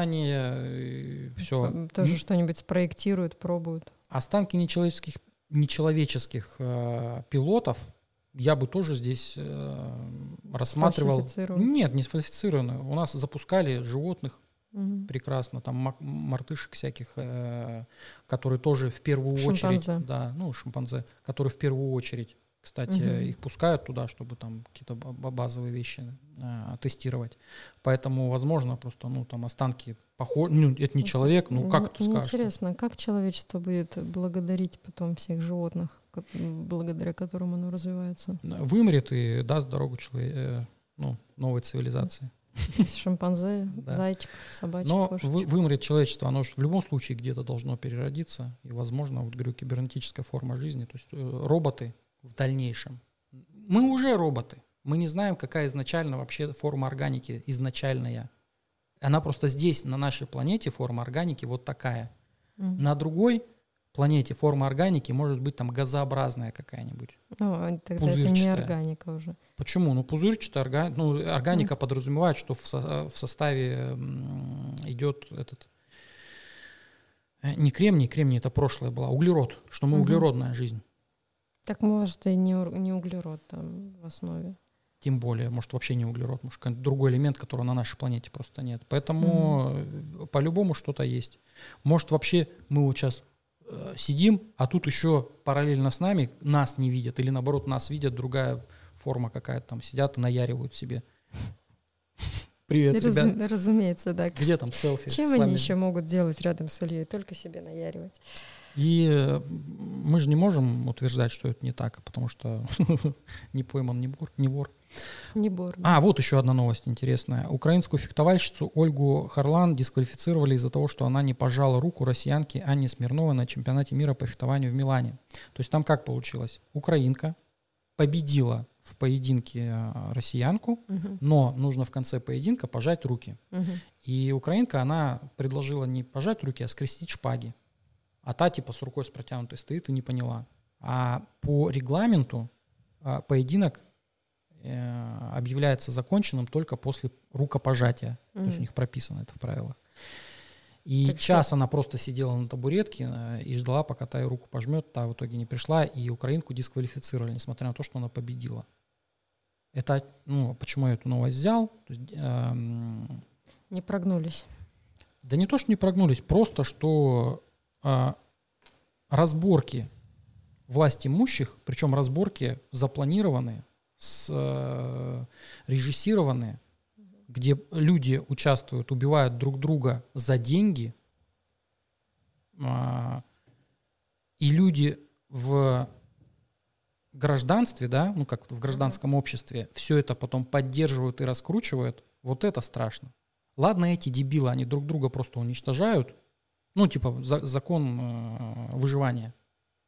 испытания, все. П- Тоже что-нибудь спроектируют, пробуют. Останки нечеловеческих, нечеловеческих э, пилотов я бы тоже здесь э, рассматривал. Сфальсифицировать. Нет, не сфальсифицированы. У нас запускали животных Мгм. прекрасно, там мак- мартышек всяких, э, которые тоже в первую очередь, Шимпанзе. да, ну шимпанзе, которые в первую очередь, кстати, Мгм. их пускают туда, чтобы там какие-то ба- ба- базовые вещи э, тестировать. Поэтому, возможно, просто, ну, там останки похожи, ну, это не человек, ну, как ты Мне скажешь? интересно, как человечество будет благодарить потом всех животных, ко- благодаря которым оно развивается? Вымрет и даст дорогу челове- э, ну, новой цивилизации. Шимпанзе, Да. зайчиков, собачек, Но кошечек. вы- вымрет человечество, оно ж в любом случае где-то должно переродиться. И, возможно, вот говорю, кибернетическая форма жизни, то есть э, роботы в дальнейшем. Мы уже роботы. Мы не знаем, какая изначально вообще форма органики, изначальная. Она просто здесь, на нашей планете, форма органики вот такая. Мгм. На другой планете форма органики может быть там газообразная какая-нибудь. Ну, а тогда это не пузырчатая. органика уже. Почему? Ну, пузырчатая органика, ну, органика подразумевает, что в, со- в составе м, идет этот э, не кремний, кремний это прошлое было, углерод, что мы Мгм. углеродная жизнь. Так может и не, ур- не углерод там в основе. Тем более, может, вообще не углерод, может, какой-то другой элемент, которого на нашей планете просто нет. Поэтому э, по-любому что-то есть. Может, вообще мы вот сейчас э, сидим, а тут еще параллельно с нами нас не видят, или наоборот, нас видят, другая форма какая-то там, сидят и наяривают себе. Привет, Разу- ребят. разумеется, да. Где там селфи Чем с они вами? еще могут делать рядом с Ильей? Только себе наяривать. И э, мы же не можем утверждать, что это не так, потому что не пойман, не вор. Не вор. Не бор. А, вот еще одна новость интересная. Украинскую фехтовальщицу Ольгу Харлан дисквалифицировали из-за того, что она не пожала руку россиянке Анне Смирновой на чемпионате мира по фехтованию в Милане. То есть там как получилось? Украинка победила в поединке э, россиянку, Мгм. но нужно в конце поединка пожать руки. Мгм. И украинка, она предложила не пожать руки, а скрестить шпаги. А та типа с рукой с протянутой стоит и не поняла. А по регламенту а, поединок э, объявляется законченным только после рукопожатия. То есть у Мгм. них прописано это в правилах. И Так что- час она просто сидела на табуретке э, и ждала, пока та ей руку пожмет. Та в итоге не пришла, и украинку дисквалифицировали, несмотря на то, что она победила. Это, ну, почему я эту новость взял? То есть, эм, Не прогнулись. да не то, что не прогнулись, просто что а, разборки власть имущих, причем разборки запланированные, с, э, режиссированные, где люди участвуют, убивают друг друга за деньги, а, и люди в гражданстве, да, ну как в гражданском обществе, все это потом поддерживают и раскручивают, вот это страшно. Ладно, эти дебилы, они друг друга просто уничтожают, ну типа за- закон э, выживания,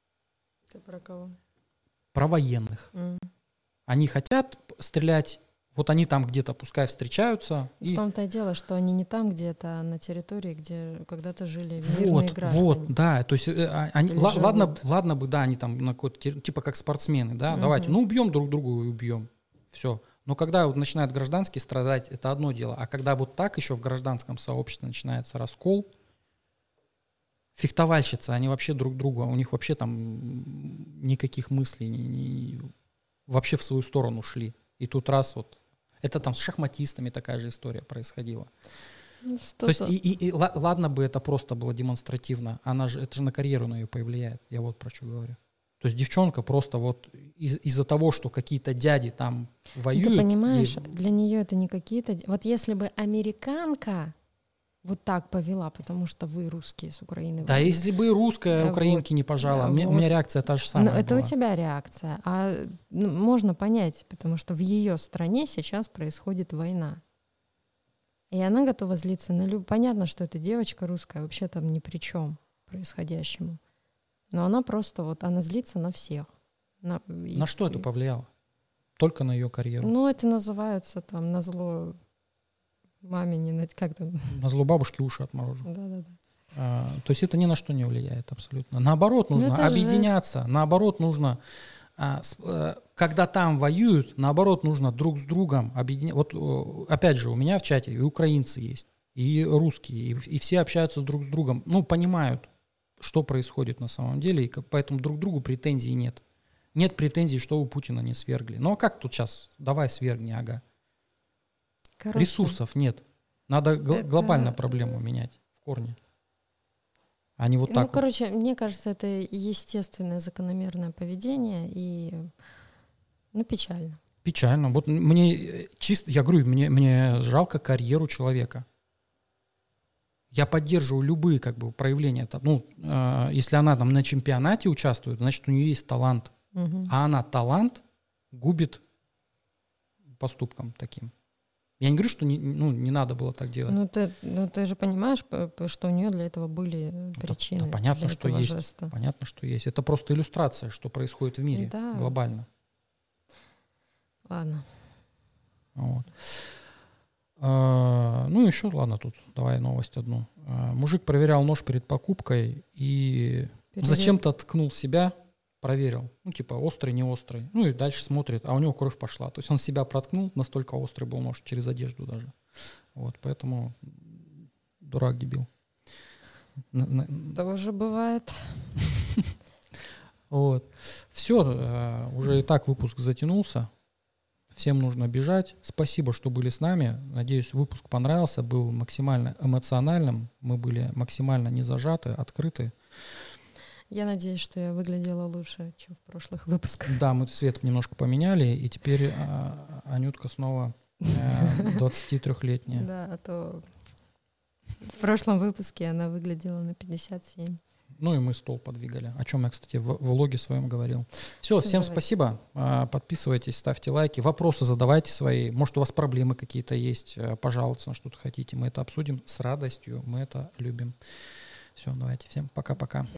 Ты про кого? про военных. М. Они хотят п- стрелять Вот они там где-то, пускай встречаются. В и... том-то и дело, что они не там где-то, а на территории, где когда-то жили мирные Вот, граждане. вот, да, то есть э, а, они, Или ла- ладно, живут. ладно бы, да, они там на какой-то, тер- типа как спортсмены, да, Мгм. давайте, ну убьем друг друга и убьем, все. Но когда вот начинают гражданские страдать, это одно дело, а когда вот так еще в гражданском сообществе начинается раскол, фехтовальщицы, они вообще друг друга, у них вообще там никаких мыслей, ни- ни- вообще в свою сторону шли. И тут раз вот, это там с шахматистами такая же история происходила. Ну, То есть что-то- и, и- и ла- ладно бы это просто было демонстративно, она же, это же на карьеру на ее повлияет, я вот про что говорю. То есть девчонка просто вот из- из-за того, что какие-то дяди там Ну, воюют. ты понимаешь, ей- для нее это не какие-то... д- Вот если бы американка вот так повела, потому что вы русские с Украины. Да, воюете, если бы и русская Да, украинки не пожала, Да, мне- у вот. меня реакция та же ну, самая это была. у тебя реакция. А ну, можно понять, потому что в ее стране сейчас происходит война. И она готова злиться на люб... Понятно, что эта девочка русская вообще там ни при чем происходящему. Но она просто вот, она злится на всех. На, и- На что это и- повлияло? Только на ее карьеру. Ну, это называется там назло маме не на... Как там? На зло бабушки уши отморожу. Да-да-да. А, то есть это ни на что не влияет абсолютно. Наоборот, нужно Ну, это объединяться. Наоборот, нужно, а, с- э, когда там воюют, наоборот, нужно друг с другом объединяться. Вот э, опять же, у меня в чате и украинцы есть, и русские, и, и все общаются друг с другом. Ну, понимают, что происходит на самом деле, и к- поэтому друг другу претензий нет. Нет претензий, что у Путина не свергли. Ну а как тут сейчас? Давай свергни, ага. Короче, Ресурсов нет. Надо гл- это- глобально проблему менять в корне. А не вот Ну, так вот. короче, мне кажется, это естественное закономерное поведение, и ну, печально. Печально. Вот мне э, чисто, я говорю, мне, мне жалко карьеру человека. Я поддерживаю любые как бы проявления. Это, ну, э, если она там на чемпионате участвует, значит, у нее есть талант. Мгм. А она талант губит поступком таким. Я не говорю, что не, ну, не надо было так делать. Ну ты, ну, ты же понимаешь, п- п- что у нее для этого были да, причины. да, понятно, для что этого есть. жеста. Понятно, что есть. Это просто иллюстрация, что происходит в мире Да. глобально. Ладно. Вот. А, ну, еще, ладно, тут давай новость одну. А, мужик проверял нож перед покупкой и Перевер- зачем-то ткнул себя, проверил. Ну, типа, острый, не острый. Ну, и дальше смотрит, а у него кровь пошла. То есть он себя проткнул, настолько острый был нож, через одежду даже. Вот, поэтому дурак, дебил. Н- н- Тоже бывает. Вот. Все, уже и так выпуск затянулся. Всем нужно бежать. Спасибо, что были с нами. Надеюсь, выпуск понравился, был максимально эмоциональным. Мы были максимально не зажаты, открыты. Я надеюсь, что я выглядела лучше, чем в прошлых выпусках. Да, мы цвет немножко поменяли, и теперь а, Анютка снова э, двадцатитрёхлетняя. Да, а то в прошлом выпуске она выглядела на пятьдесят семь. Ну и мы стол подвигали, о чем я, кстати, в в влоге своем говорил. Все, Всё, всем давайте. спасибо. А, Подписывайтесь, ставьте лайки, вопросы задавайте свои. Может, у вас проблемы какие-то есть, э, пожаловаться на что-то хотите. Мы это обсудим с радостью, мы это любим. Все, давайте, всем пока-пока.